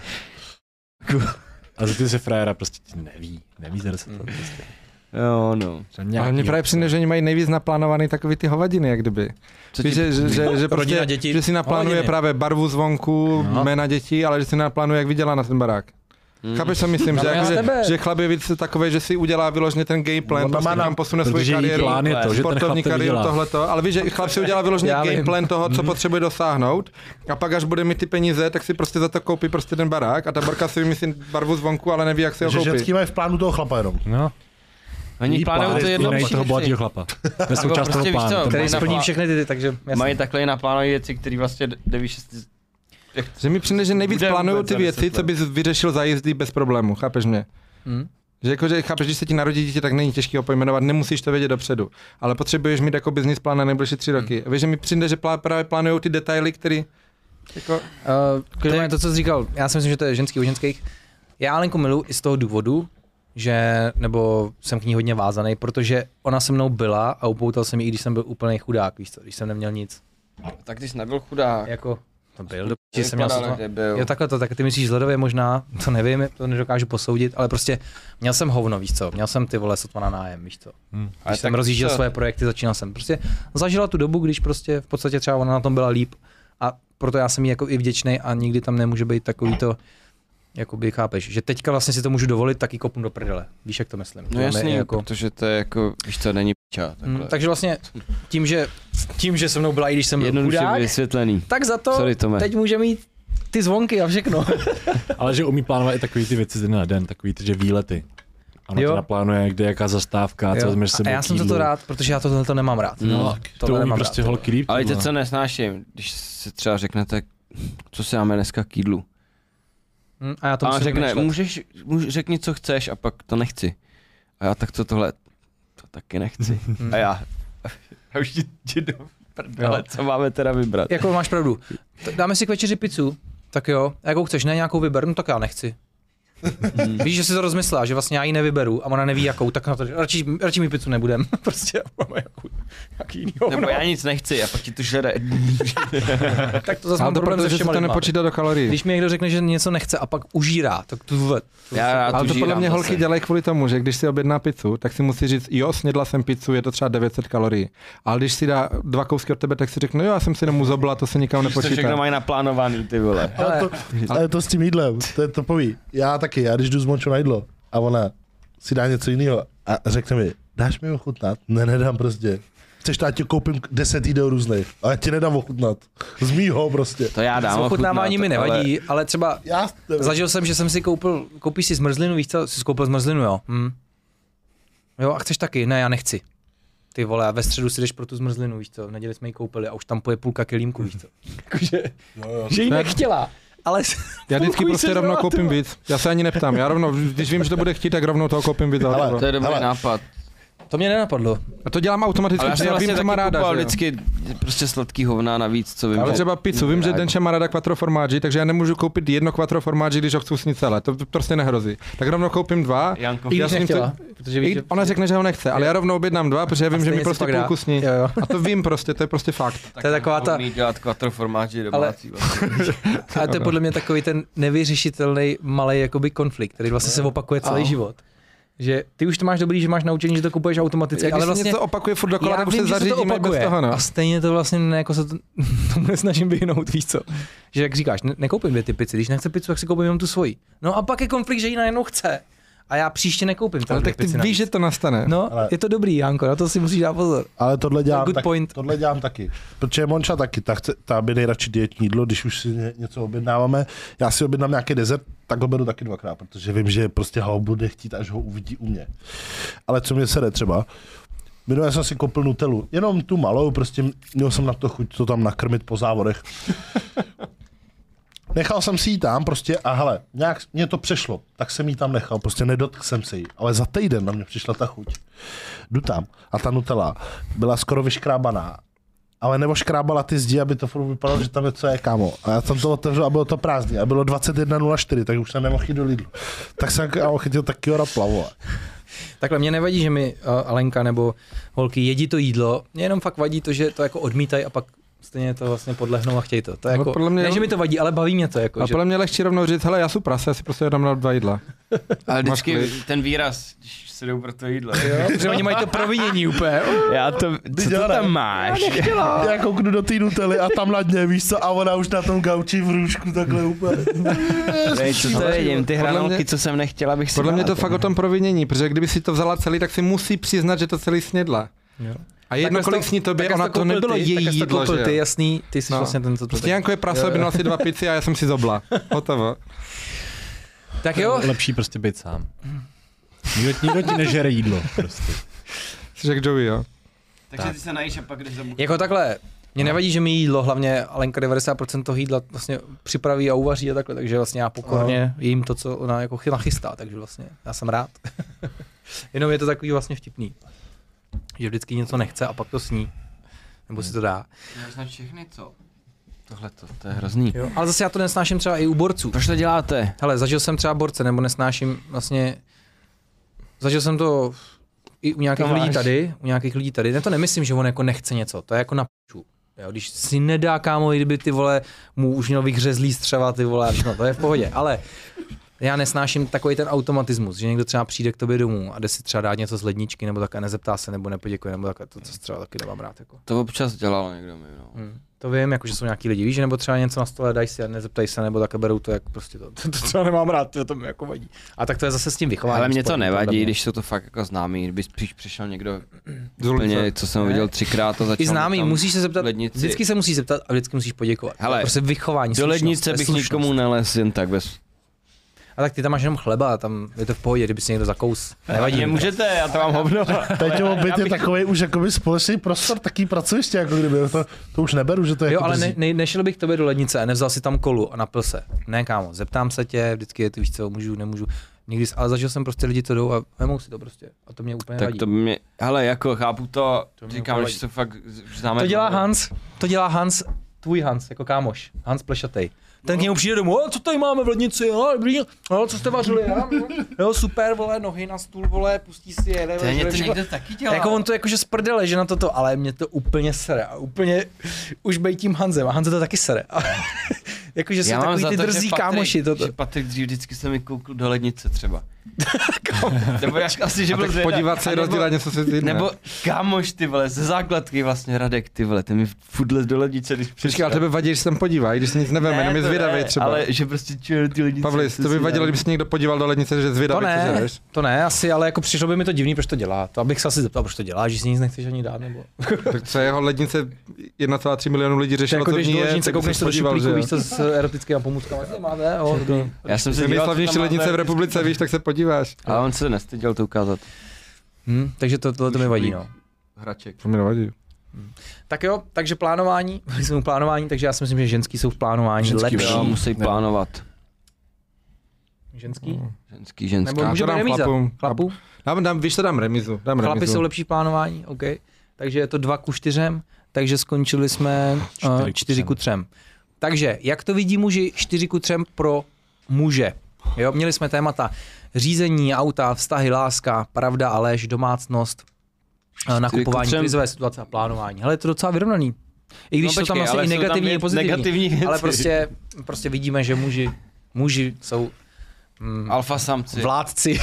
A za ty si frajera prostě neví za 10 let. Prostě. Jo, no. Ale mě právě přijde, že oni mají nejvíc naplánovaný takový ty hovadiny, jak kdyby. Víš, že prostě, děti, že si naplánuje právě barvu zvonku, jména dětí, ale že si naplánuje, jak vydělá na ten barák. Chápeš, co myslím, že chlap je víc takový, že si udělá vyloženě ten game plan, prostě tam posune svou kariéru, sportovní kariéru, tohleto, ale víš, že chlap si udělá vyloženě game plan toho, co potřebuje dosáhnout, a pak až bude mít ty peníze, tak si prostě za to koupí prostě ten barák a ta barka si vymyslí barvu zvonku, ale neví, jak si ho koupí. Že ženský mají v plánu toho chlapa jenom. No. Oni plánují to jedno toho bohatého chlapa. To je součást toho plánu. Který splní všechny ty, takže jasný. Mají takhle naplánované věci, které vlastně nevíš, že mi přijde, že nejvíc plánují ty věci, co bys vyřešil za jízdy bez problému, chápeš mě? Že jakože chápeš, když se ti narodí dítě, tak není těžké ho pojmenovat, nemusíš to vědět dopředu, ale potřebuješ mít jako business plán na nejbližší 3 roky. Víš, že mi přijde, že právě plánují ty detaily, které jako... To, co jsi říkal, já si myslím, že to je ženský u ženských. Já Alenku miluji i z toho důvodu, že, nebo jsem k ní hodně vázaný, protože ona se mnou byla a upoutal jsem ji, i když jsem byl úplný chudák, víš co, když jsem neměl nic. Tak ty jsi nebyl chudák. Jako, to byl, do jsem měl Vypadal, že byl. Jo, takhle to, tak ty myslíš hledově možná, to nevím, to nedokážu posoudit, ale prostě měl jsem hovno, víš co, měl jsem ty vole sotva na nájem, víš co. Když jsem rozjížděl svoje projekty, začínal jsem prostě, zažila tu dobu, když prostě v podstatě třeba ona na tom byla líp a proto já jsem jí jako i vděčnej a nikdy tam nemůže být takový to, jakoby chápeš, že teďka vlastně si to můžu dovolit, tak ji kopnu do prdele, víš jak to myslím. No jasný, jako... protože to je jako, víš co, není piča. Takže vlastně tím, že se mnou byla, i když jsem byl jednoduše chudák, vysvětlený. tak za to Sorry, Tome. teď může mít ty zvonky a všechno. Ale že umí plánovat i takový ty věci z dne na den, takový ty, že výlety. Ano, to naplánuje, kde jaká zastávka, co vezmeš sebou. A já jsem za to rád, protože já tohle to nemám rád. No, to umí prostě holky líp. Ale teď co nesnáším, když si třeba řeknete, co si dáme dneska k jídlu. A já to musím řekne, řekni, co chceš a pak to nechci. A já tak tohle, to taky nechci. A já už ti do prdele, co máme teda vybrat. Jako máš pravdu. Dáme si k večeři pizzu, tak jo. A jakou chceš, ne nějakou vyber, no tak já nechci. Víš, že si to rozmyslela, že vlastně já ji nevyberu a ona neví jakou, tak na to, radši mi pizzu nebudem. Prostě máme jaký jiný hovno. Nebo já nic nechci a pak ti to žere. Tak to zase mám problém se všema to lidma. nepočítá do kalorií. Když mi někdo řekne, že něco nechce a pak užírá, tak to ale to podle mě holky dělají kvůli tomu, že když si objedná pizzu, tak si musí říct, jo, snědla jsem pizzu, je to třeba 900 kalorií. Ale když si dá 2 kousky od tebe, tak si řekne, no jo, já jsem si domů zobla, to se nikam nepočítá. To všechno mají naplánovaný, ty vole. Ale to s tím jídlem, to poví. Já taky, já když jdu s Mončou na jídlo a ona si dá něco jiného a řekne mi, dáš mi ochutnat? Ne, nedám prostě. Chceš, to já ti koupím 10 jídel různých, ale já ti nedám ochutnat. Z mýho prostě. To já dám ochutnávání mi nevadí, ale třeba zažil jsem, že jsem si koupíš si zmrzlinu, víš co, jsi koupil zmrzlinu, jo. Jo, a chceš taky? Ne, já nechci. Ty vole, a ve středu si jdeš pro tu zmrzlinu, víš co, v neděli jsme ji koupili a už tam poje půlka kilímku, víš co. Jakože, že jí nechtěla. Ale já vždycky prostě rovnou koupím víc. Já se ani neptám. Já rovnou, když vím, že to bude chtít, tak rovnou toho koupím víc. To je dobrý nápad. To mě nenapadlo. A to dělám automaticky, ale já vím, co má ráda. Vždycky prostě sladký hovna navíc, co vím. Ale třeba pizzu, vím, že Denča má ráda quattro formaggi, takže já nemůžu koupit jedno quattro formaggi, když ho chci usnit celé. To prostě nehrozí. Tak rovnou koupím 2. I když nechtěla. Ona řekne, že ho nechce, ale já rovnou objednám 2, protože já vím, že mi prostě půlku sní. A to vím prostě, to je prostě fakt. To je taková ta... dělat quattro formaggi domácí. Ale to je podle mě takový ten nevyřešitelný malý jakoby konflikt, který vlastně se opakuje celý život. Že ty už to máš dobrý, že máš naučení, že to kupuješ automaticky, ale vlastně něco opakuje furt dokola, tak už se zařídíme bez toho, no. A stejně to vlastně jako se tomu nesnažím vyhnout, víš co. Že jak říkáš, nekoupím 2 ty pici, když nechce pizzu, tak si koupím jenom tu svoji. No a pak je konflikt, že ji najednou chce. A já příště nekoupím. Ale tak ty víš, že to nastane. No, ale... je to dobrý, Janko, na to si musíš dát pozor. Ale tohle dělám taky. Protože Monča taky, ta by nejradši dietní jídlo, když už si něco objednáváme. Já si objednám nějaký dezert, tak ho beru taky 2krát, protože vím, že prostě ho bude chtít, až ho uvidí u mě. Ale co mě sere třeba, minule jsem si koupil Nutellu, jenom tu malou, prostě měl jsem na to chuť to tam nakrmit po závodech. Nechal jsem si ji tam prostě a hele, nějak mě to přešlo, tak jsem ji tam nechal, prostě nedotkl jsem se jí, ale za týden na mě přišla ta chuť. Jdu tam a ta Nutella byla skoro vyškrábaná, ale neoškrábala ty zdi, aby to furt vypadalo, že tam něco je, kámo. A já jsem to otevřel a bylo to prázdné a bylo 21:04, tak už jsem nemohl jít do Lidlu. Tak jsem chytil taky plavu. Takhle mě nevadí, že mi Alenka nebo holky jedí to jídlo, mě jenom fakt vadí to, že to jako odmítají a pak stejně to vlastně podlehnou a chtějí to. To je jako, podle mě, ne, že mi to vadí, ale baví mě to. Jako, a podle mě lehčí rovnou říct, hele, já jsem prase, já si prostě dám na 2 jídla. Ale vždycky ten výraz, když se jdou pro to jídlo. Protože oni mají to provinění úplně. Co to tam máš? Já kouknu do té Nutelly a tam na dně, víš co, a ona už na tom gauči v růžku takhle úplně. Co to jedím, ty hranolky, co jsem nechtěla, bych si podle mě to fakt o tom provinění, protože kdyby si to vzala celý, tak si musí přiznat, že to celý snědla. Jo. A jedno, kolik sní tobě, ona to nebylo její jídlo, že ty jasný, ty jsi vlastně ten, co to prostě Janko je prase, objednal si 2 pici a já jsem si zobla. Hotovo. Tak jo. Lepší prostě být sám. Nikdo ti nežere jídlo prostě. Jsi jak Joey, jo? Takže ty se najíš a pak jdeš za buchou. Jako takhle, mě nevadí, že mi jídlo, hlavně Alenka 90% toho jídla vlastně připraví a uvaří a takhle, takže vlastně já pokorně jím to, co ona jako nachystá, takže vlastně já jsem rád. Jenom je to takový vlastně vtipný. Že vždycky něco nechce a pak to sní. Nebo si to dá. Neznám všechny, co? Tohle to je hrozný. Jo, ale zase já to nesnáším třeba i u borců. Proč to děláte? Hele, zažil jsem třeba borce, nebo nesnáším vlastně... Zažil jsem to i u nějakých lidí tady. Ne, to nemyslím, že on jako nechce něco. To je jako na p***u. Jo, když si nedá, kámo, kdyby ty vole mu už měl vyhřezlý střeva, ty vole, no to je v pohodě, ale já nesnáším takový ten automatismus, že někdo třeba přijde k tobě domů a jde si třeba dát něco z ledničky, nebo tak a nezeptá se, nebo nepoděkuje, nebo tak to třeba taky nemám rád. Jako. To občas dělal někdo mi, no. To vím, jako, že jsou nějaký lidi, víš, nebo třeba něco na stole dají si a nezeptají se, nebo tak berou to, jak prostě to třeba nemám rád, to mi jako vadí. A tak to je zase s tím vychováním. Ale mě to nevadí, když jsou to fakt jako známý, kdyby spíš přišel někdo úplně, co jsem viděl 3krát a začal. I známý, musíš se zeptat, lednici. vždycky se musíš zeptat a vždycky musíš poděkovat. Hele, prostě vychování, do lednice bych nikomu nelez jen tak bez. A tak ty tam máš jenom chleba, tam je to v pohodě, kdyby si někdo zakous. Nevadí. Nemůžete, já to mám hovno. Peťo, byt je takový už jakoby společný prostor, taký pracoviště, jako kdyby, to už neberu, že to je jo, jako ale nešel bych k tobě do lednice a nevzal si tam kolu a napil se. Ne, kámo, zeptám se tě, vždycky je to, víš co, můžu, nemůžu. Nikdy, ale zažil jsem prostě lidi, co jdou a vemou si to prostě. A to mě úplně tak vadí. To mě, hele, jako chápu to říkám, vadí. že to fakt známe. To dělá Hans, tvůj Hans, jako kámoš. Hans Plešatej. Ten k němu přijde domů, co tady máme v lednici, co jste vařili, jo, super, vole, nohy na stůl, vole, pustí si je, to někdo taky dělá. Jako on to jakože z prdele, že na toto, ale mě to úplně sere a úplně už bej tím Hanzem a Hanze to taky sere. Jakože jsou takový ty drzí kámoši. Že Patrik dřív vždycky se mi koukl do lednice třeba. Nebo jak asi, že byl tak podívat se, rozdělat něco si ty. Nebo kámoš, ty vole, ze základky vlastně Radek, ty vole, ten mi furt lez do lednice, když přišel. Ale tebe vadí, že se tam podívají, když se nic neveme, jenom je zvědavý třeba. Ale že prostě čuju ty lednice. Pavlis, to by vadilo, kdyby se někdo podíval do lednice, že zvědavý, co děláš. To ne, asi, ale jako přišlo by mi to divný, proč to dělá. To abych se asi zeptal, proč to dělá, že si nic nechceš ani dát, nebo. Tak co jeho lednice 1,3 milionu lidí řešilo, jako co když v ní je, se koukneš do šuplíku, víš co s erotickými pomůckami, máte, já jsem se nejslavnější lednice v republice, víš, tak se podíváš. A on se nestyděl to ukázat. Takže tohle mi vadí, no. Hraček. To mi nevadí. Tak jo, takže plánování, jsme u plánování, takže já si myslím, že ženský jsou v plánování lepší. Jo, musí plánovat. Ženský? Ženský. Nebo může být remíza. Chlapů? Víš, to dám remizu. Chlapi jsou lepší v plánování, OK. Takže je to 2:4, takže skončili jsme 4:3. Takže, jak to vidí muži 4:3 pro muže? Jo, měli jsme témata řízení, auta, vztahy, láska, pravda a lež, domácnost, nakupování, krizové situace a plánování. Hele, je to docela vyrovnaný. I když jsou tam vlastně i negativní, i pozitivní, ale prostě vidíme, že muži jsou alfa samci. Vládci.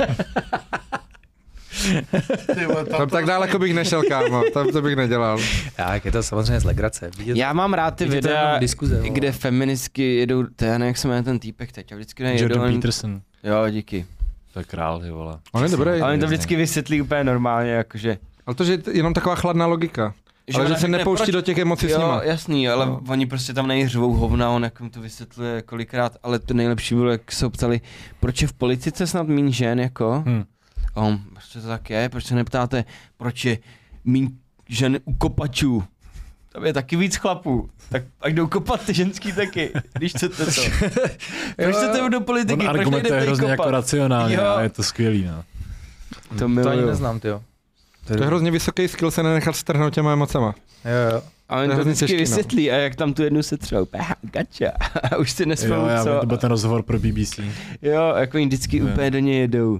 Tam tak daleko bych nešel, kámo, tam to bych nedělal. Tak, je to samozřejmě z legrace. Já mám rád ty videa, kde feministky jedou, to já nevím, jak se jmenuje ten týpek teď, a vždycky nejedou. Jordan Peterson. Jo, díky. To je král, ty vole. On je dobrý. Ale to vždycky vysvětlí úplně normálně, jakože. Ale to, že je jenom taková chladná logika. Ale že se nepouští do těch emocí s nima. Jo, jasný, ale oni prostě tam nejřvou hovna, on jak to vysvětluje kolikrát, ale to nejlepší bylo, jak se ptali, proč je v politice snad míň žen, jako? Proč to tak je, proč se neptáte, proč je míň žen u kopačů? Tam je taky víc chlapů, tak ať jdou kopat ty ženský taky, když chcete to. Proč chcete do politiky, proč nejdete hrozně kopat? jako racionálně, a je to skvělý, no. To ani neznám, tyjo. To je hrozně vysoký skill se nenechat strhnout těma emocema. Jo. Ale to vždycky vysvětlí a jak tam tu jednu se třeba gača a už si nespolu, co. Jo, to byl ten rozhovor pro BBC. Jo, jako jim vždycky úplně do něj jedou.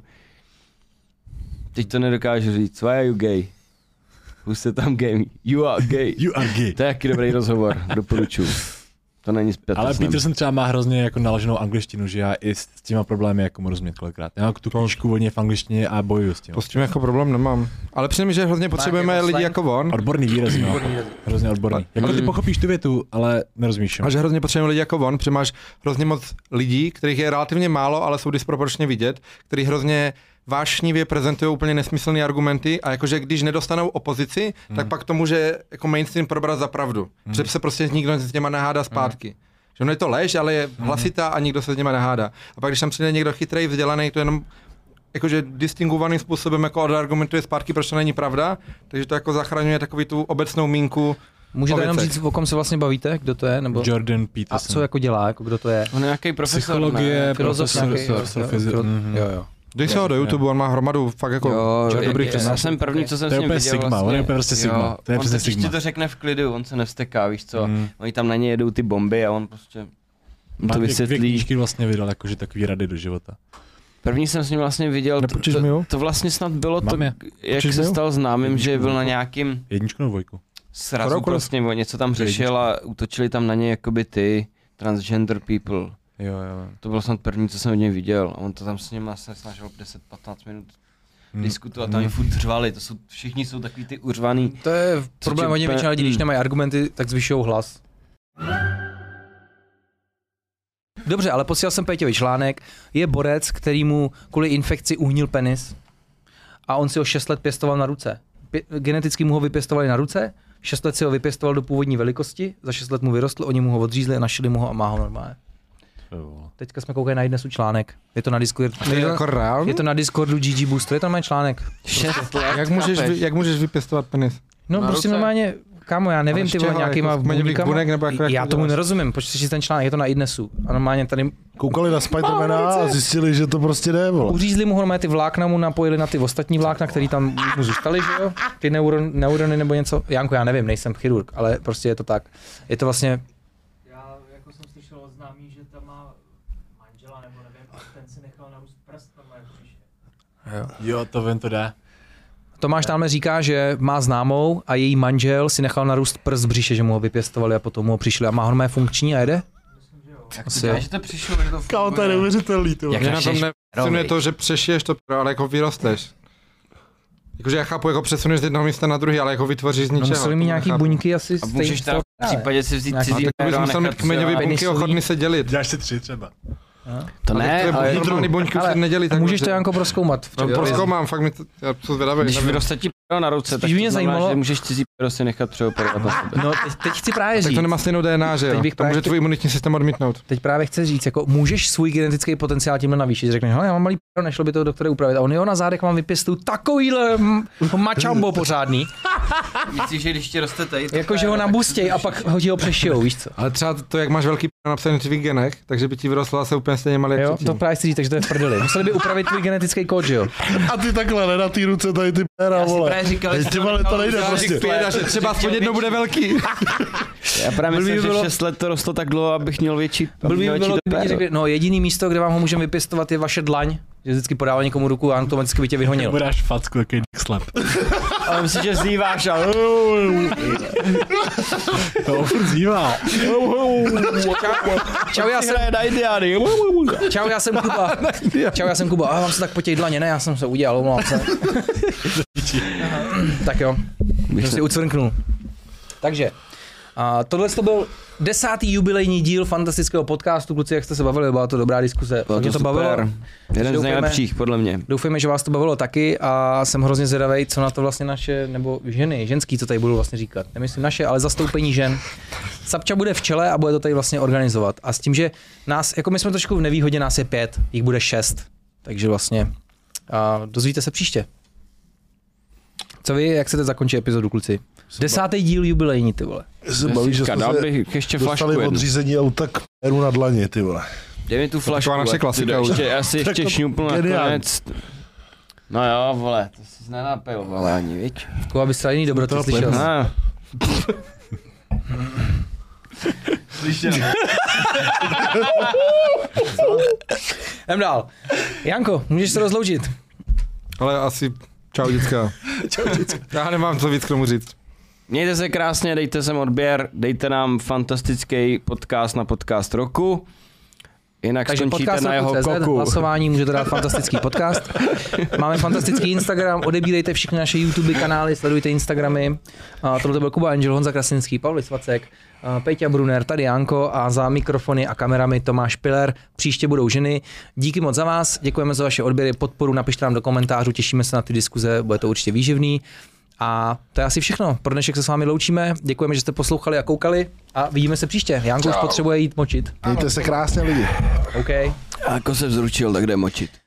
Teď to nedokážu říct, why are you gay? Who's the tam gay? You are gay. You are gay. To je jaký dobrý rozhovor, doporučuji. To není zpět. Ale Peterson třeba má hrozně jako naloženou angličtinu, že já i s těma problémy jako mu rozumět kolikrát. Já mám tu knížku volně v angličtině a bojuju s tím. S tím jako problém nemám. Ale přijde mi, že hrozně potřebujeme lidi jako on. Odborný výraz, no. Hrozně odborný. Jako ty pochopíš tu větu, ale nerozumíš. A že hrozně potřebujeme lidi jako on, protože máš hrozně moc lidí, kterých je relativně málo, ale jsou disproporčně vidět, který hrozně vášnivě prezentují úplně nesmyslné argumenty a jakože když nedostanou opozici, tak pak to může jako mainstream probrat za pravdu. Že se prostě nikdo s těma nehádá zpátky. Že ono je to lež, ale je hlasitá a nikdo se s něma nehádá. A pak když tam přijde někdo chytrý, vzdělaný, to jenom jakože distingovaným způsobem jako odargumentuje zpátky, proč to není pravda, takže to jako zachraňuje takový tu obecnou mínku. Můžete jenom říct, o kom se vlastně bavíte, kdo to je? Nebo... Jordan Peterson. A co jako dělá, jako kdo to je? On je nějaký profesor, psychologie, profesor. Jo. Dej se ho do YouTube, on má hromadu fakt jako dobrých časů. Já jsem první, co jsem s ním viděl Sigma, vlastně. On je úplně prostě Sigma. To je on přesně ti to řekne v klidu, on se nevsteká, víš co. Oni tam na ně jedou ty bomby a on prostě to vysvětlí. 2 knížky vlastně vydal jakože takový rady do života. První jsem s ním vlastně viděl, to vlastně snad bylo to, jak se stal známým, že byl na nějakým... 1 nebo 2? srazu prostě, něco tam řešil a útočili tam na něj jakoby ty transgender people. Jo. To bylo snad první, co jsem od něj viděl. A on to tam s ním se snažil 10-15 minut diskutovat, tam jim furt řvali, všichni jsou takový ty uřvaný. To je problém hodně většina lidí, když nemají argumenty, tak zvyšují hlas. Dobře, ale posílal jsem Péťovi článek, je borec, který mu kvůli infekci uhnil penis a on si ho 6 let pěstoval na ruce. Geneticky mu ho vypěstovali na ruce, 6 let si ho vypěstoval do původní velikosti, za 6 let mu vyrostl, oni mu ho odřízli a našili mu ho a má ho normálně. Teďka jsme koukali na jednesu článek, je to na Discordu. Je to na Discordu GG Booster, je to normálně článek. 6 let. Jak můžeš vypěstovat penis? No na prostě ruce? normálně, kámo, já nevím, ty vole, nějakýma buňkama. Já tomu nerozumím, počkej si ten článek, je to na Idnesu. A normálně tady Koukali na Spidermana a zjistili, že to prostě jde, vole. uřízli mu ho, normálně ty vlákna mu napojili na ty ostatní vlákna, které tam mu zůstaly, že jo? Ty neurony nebo něco. Janko, já nevím, nejsem chirurg, ale prostě je to tak. Je to vlastně, Já jako jsem slyšel od známý, že tam má manžela nebo nevím, a ten si nechal narůst prst normálně v břiše. Jo, to vím, to jde. Tomáš tamhle říká, že má známou a její manžel si nechal narůst prst v břiše, že mu ho vypěstovali a potom mu ho přišli a má ho funkční a jede? Asi jo. Že to přišlo, že to Kámo, to je neuvěřitelný, ty vole. Mě na tom nepřesunuje to, že přešiješ to, ale jako vyrosteš. Jakože já chápu, jako přesuneš z jednoho místa na druhý, ale jako vytvoříš z No ničeho. museli mít nějaký buňky asi A můžeš tam v případě si vzít Nějaký- cizí Tak bys péro a musel mít nechat kmeňový buňky penisový. ochotný se dělit. Děláš si 3 třeba. To ne, ale normální buňky se nedělí. Tak můžeš to Janko prozkoumat. No, prozkoumám, fakt mi to, já jsem zvědavý. když vyroste ti péro na ruce, tak Spíš mě to znamená, zajímalo- že můžeš cizí péro si nechat přeoperovat na sebe. No teď chci právě Tak říct. to nemá stejnou DNA, že Teď jo? bych To může právě tvůj imunitní systém odmítnout. Teď právě chci říct, jako můžeš svůj genetický potenciál tímhle navýšit. Řekneš, hele, já mám malý p***, nešlo by to doktore upravit. A on jo, na zádech mám vypěstuju takovýhle mačambo pořádný. Myslíš, že když ti roste tady, Jako, že ho nabustěj a pak ho ti ho přešijou, víš co? Ale třeba to, jak máš velký napsaný v tvých genech, takže by ti vyrostlo asi úplně stejně malý Jo, jak to předtím. právě chci říct, takže to je v prdeli. Museli by upravit tvůj genetický kód, že jo? A ty takhle, ne na té ruce tady ty péra, Já si vole. právě říkal, že Ty vole, to nejde prostě. Že třeba aspoň jedno bude velký. Já právě Blbý myslím, by že bylo- 6 let to rostlo tak dlouho, abych měl větší Blbý by větší bylo, to kdyby ti péro. řekli, no jediný místo, kde vám ho můžeme vypěstovat, je vaše dlaň. Že vždycky podává někomu ruku a automaticky by tě vyhonil. Budeš facku, takový dick slap. Ale myslím, že zýváš a... To furt zýval. Čau, já jsem Kuba. Čau, já jsem Kuba. A vám se tak potěj dlaně, ne, já jsem se udělal, omlouvám se. Tak jo, jsem si ucvrknul. Takže, tohle to byl 10. jubilejní díl fantastického podcastu. Kluci, jak jste se bavili, byla to dobrá diskuse. Bylo Mě to to bavilo. super. Jeden z Doufejme- nejlepších, podle mě. Doufejme, že vás to bavilo taky a jsem hrozně zvědavý, co na to vlastně naše, nebo ženy, ženský, co tady budou vlastně říkat. Nemyslím naše, ale zastoupení žen. Sapča bude v čele a bude to tady vlastně organizovat. A s tím, že nás, jako my jsme trošku v nevýhodě, nás je 5, jich bude 6. Takže vlastně dozvíte se příště. Co vy, jak chcete zakončit epizodu, kluci? 10. díl jubilejní, ty vole. Se baví, že jsme Dal se bych ještě flašku dostali jednu. odřízení auta k péru na dlaně, ty vole. Dej mi tu flašku. taková naše ať klasika to už. ještě, asi ještě to šňupnu geniální. nakonec. No jo, vole, to jsi nenapil, vole, ani, viď? Koho bys jiný dobroty toho slyšel? No. Jdem dál. Janko, můžeš se rozloučit. Ale asi čau děcka. Já nemám co víc k tomu říct. Mějte se krásně, dejte sem odběr, dejte nám fantastický podcast na podcast roku. Jinak Takže skončíte podcast na jeho koku. hlasování můžete dát fantastický podcast. Máme fantastický Instagram, odebírejte všechny naše YouTube kanály, sledujte Instagramy. Tohle byl Kuba Angel, Honza Krasinský, Pavel Svacek, Peťa Brunner, tady Janko a za mikrofony a kamerami Tomáš Piller. Příště budou ženy. Díky moc za vás, děkujeme za vaše odběry, podporu, napište nám do komentářů, těšíme se na ty diskuze, bude to určitě výživný. A to je asi všechno. Pro dnešek se s vámi loučíme. Děkujeme, že jste poslouchali a koukali a vidíme se příště. Janko už potřebuje jít močit. Mějte se krásně lidi. OK. A jako se vzručil, tak jde močit.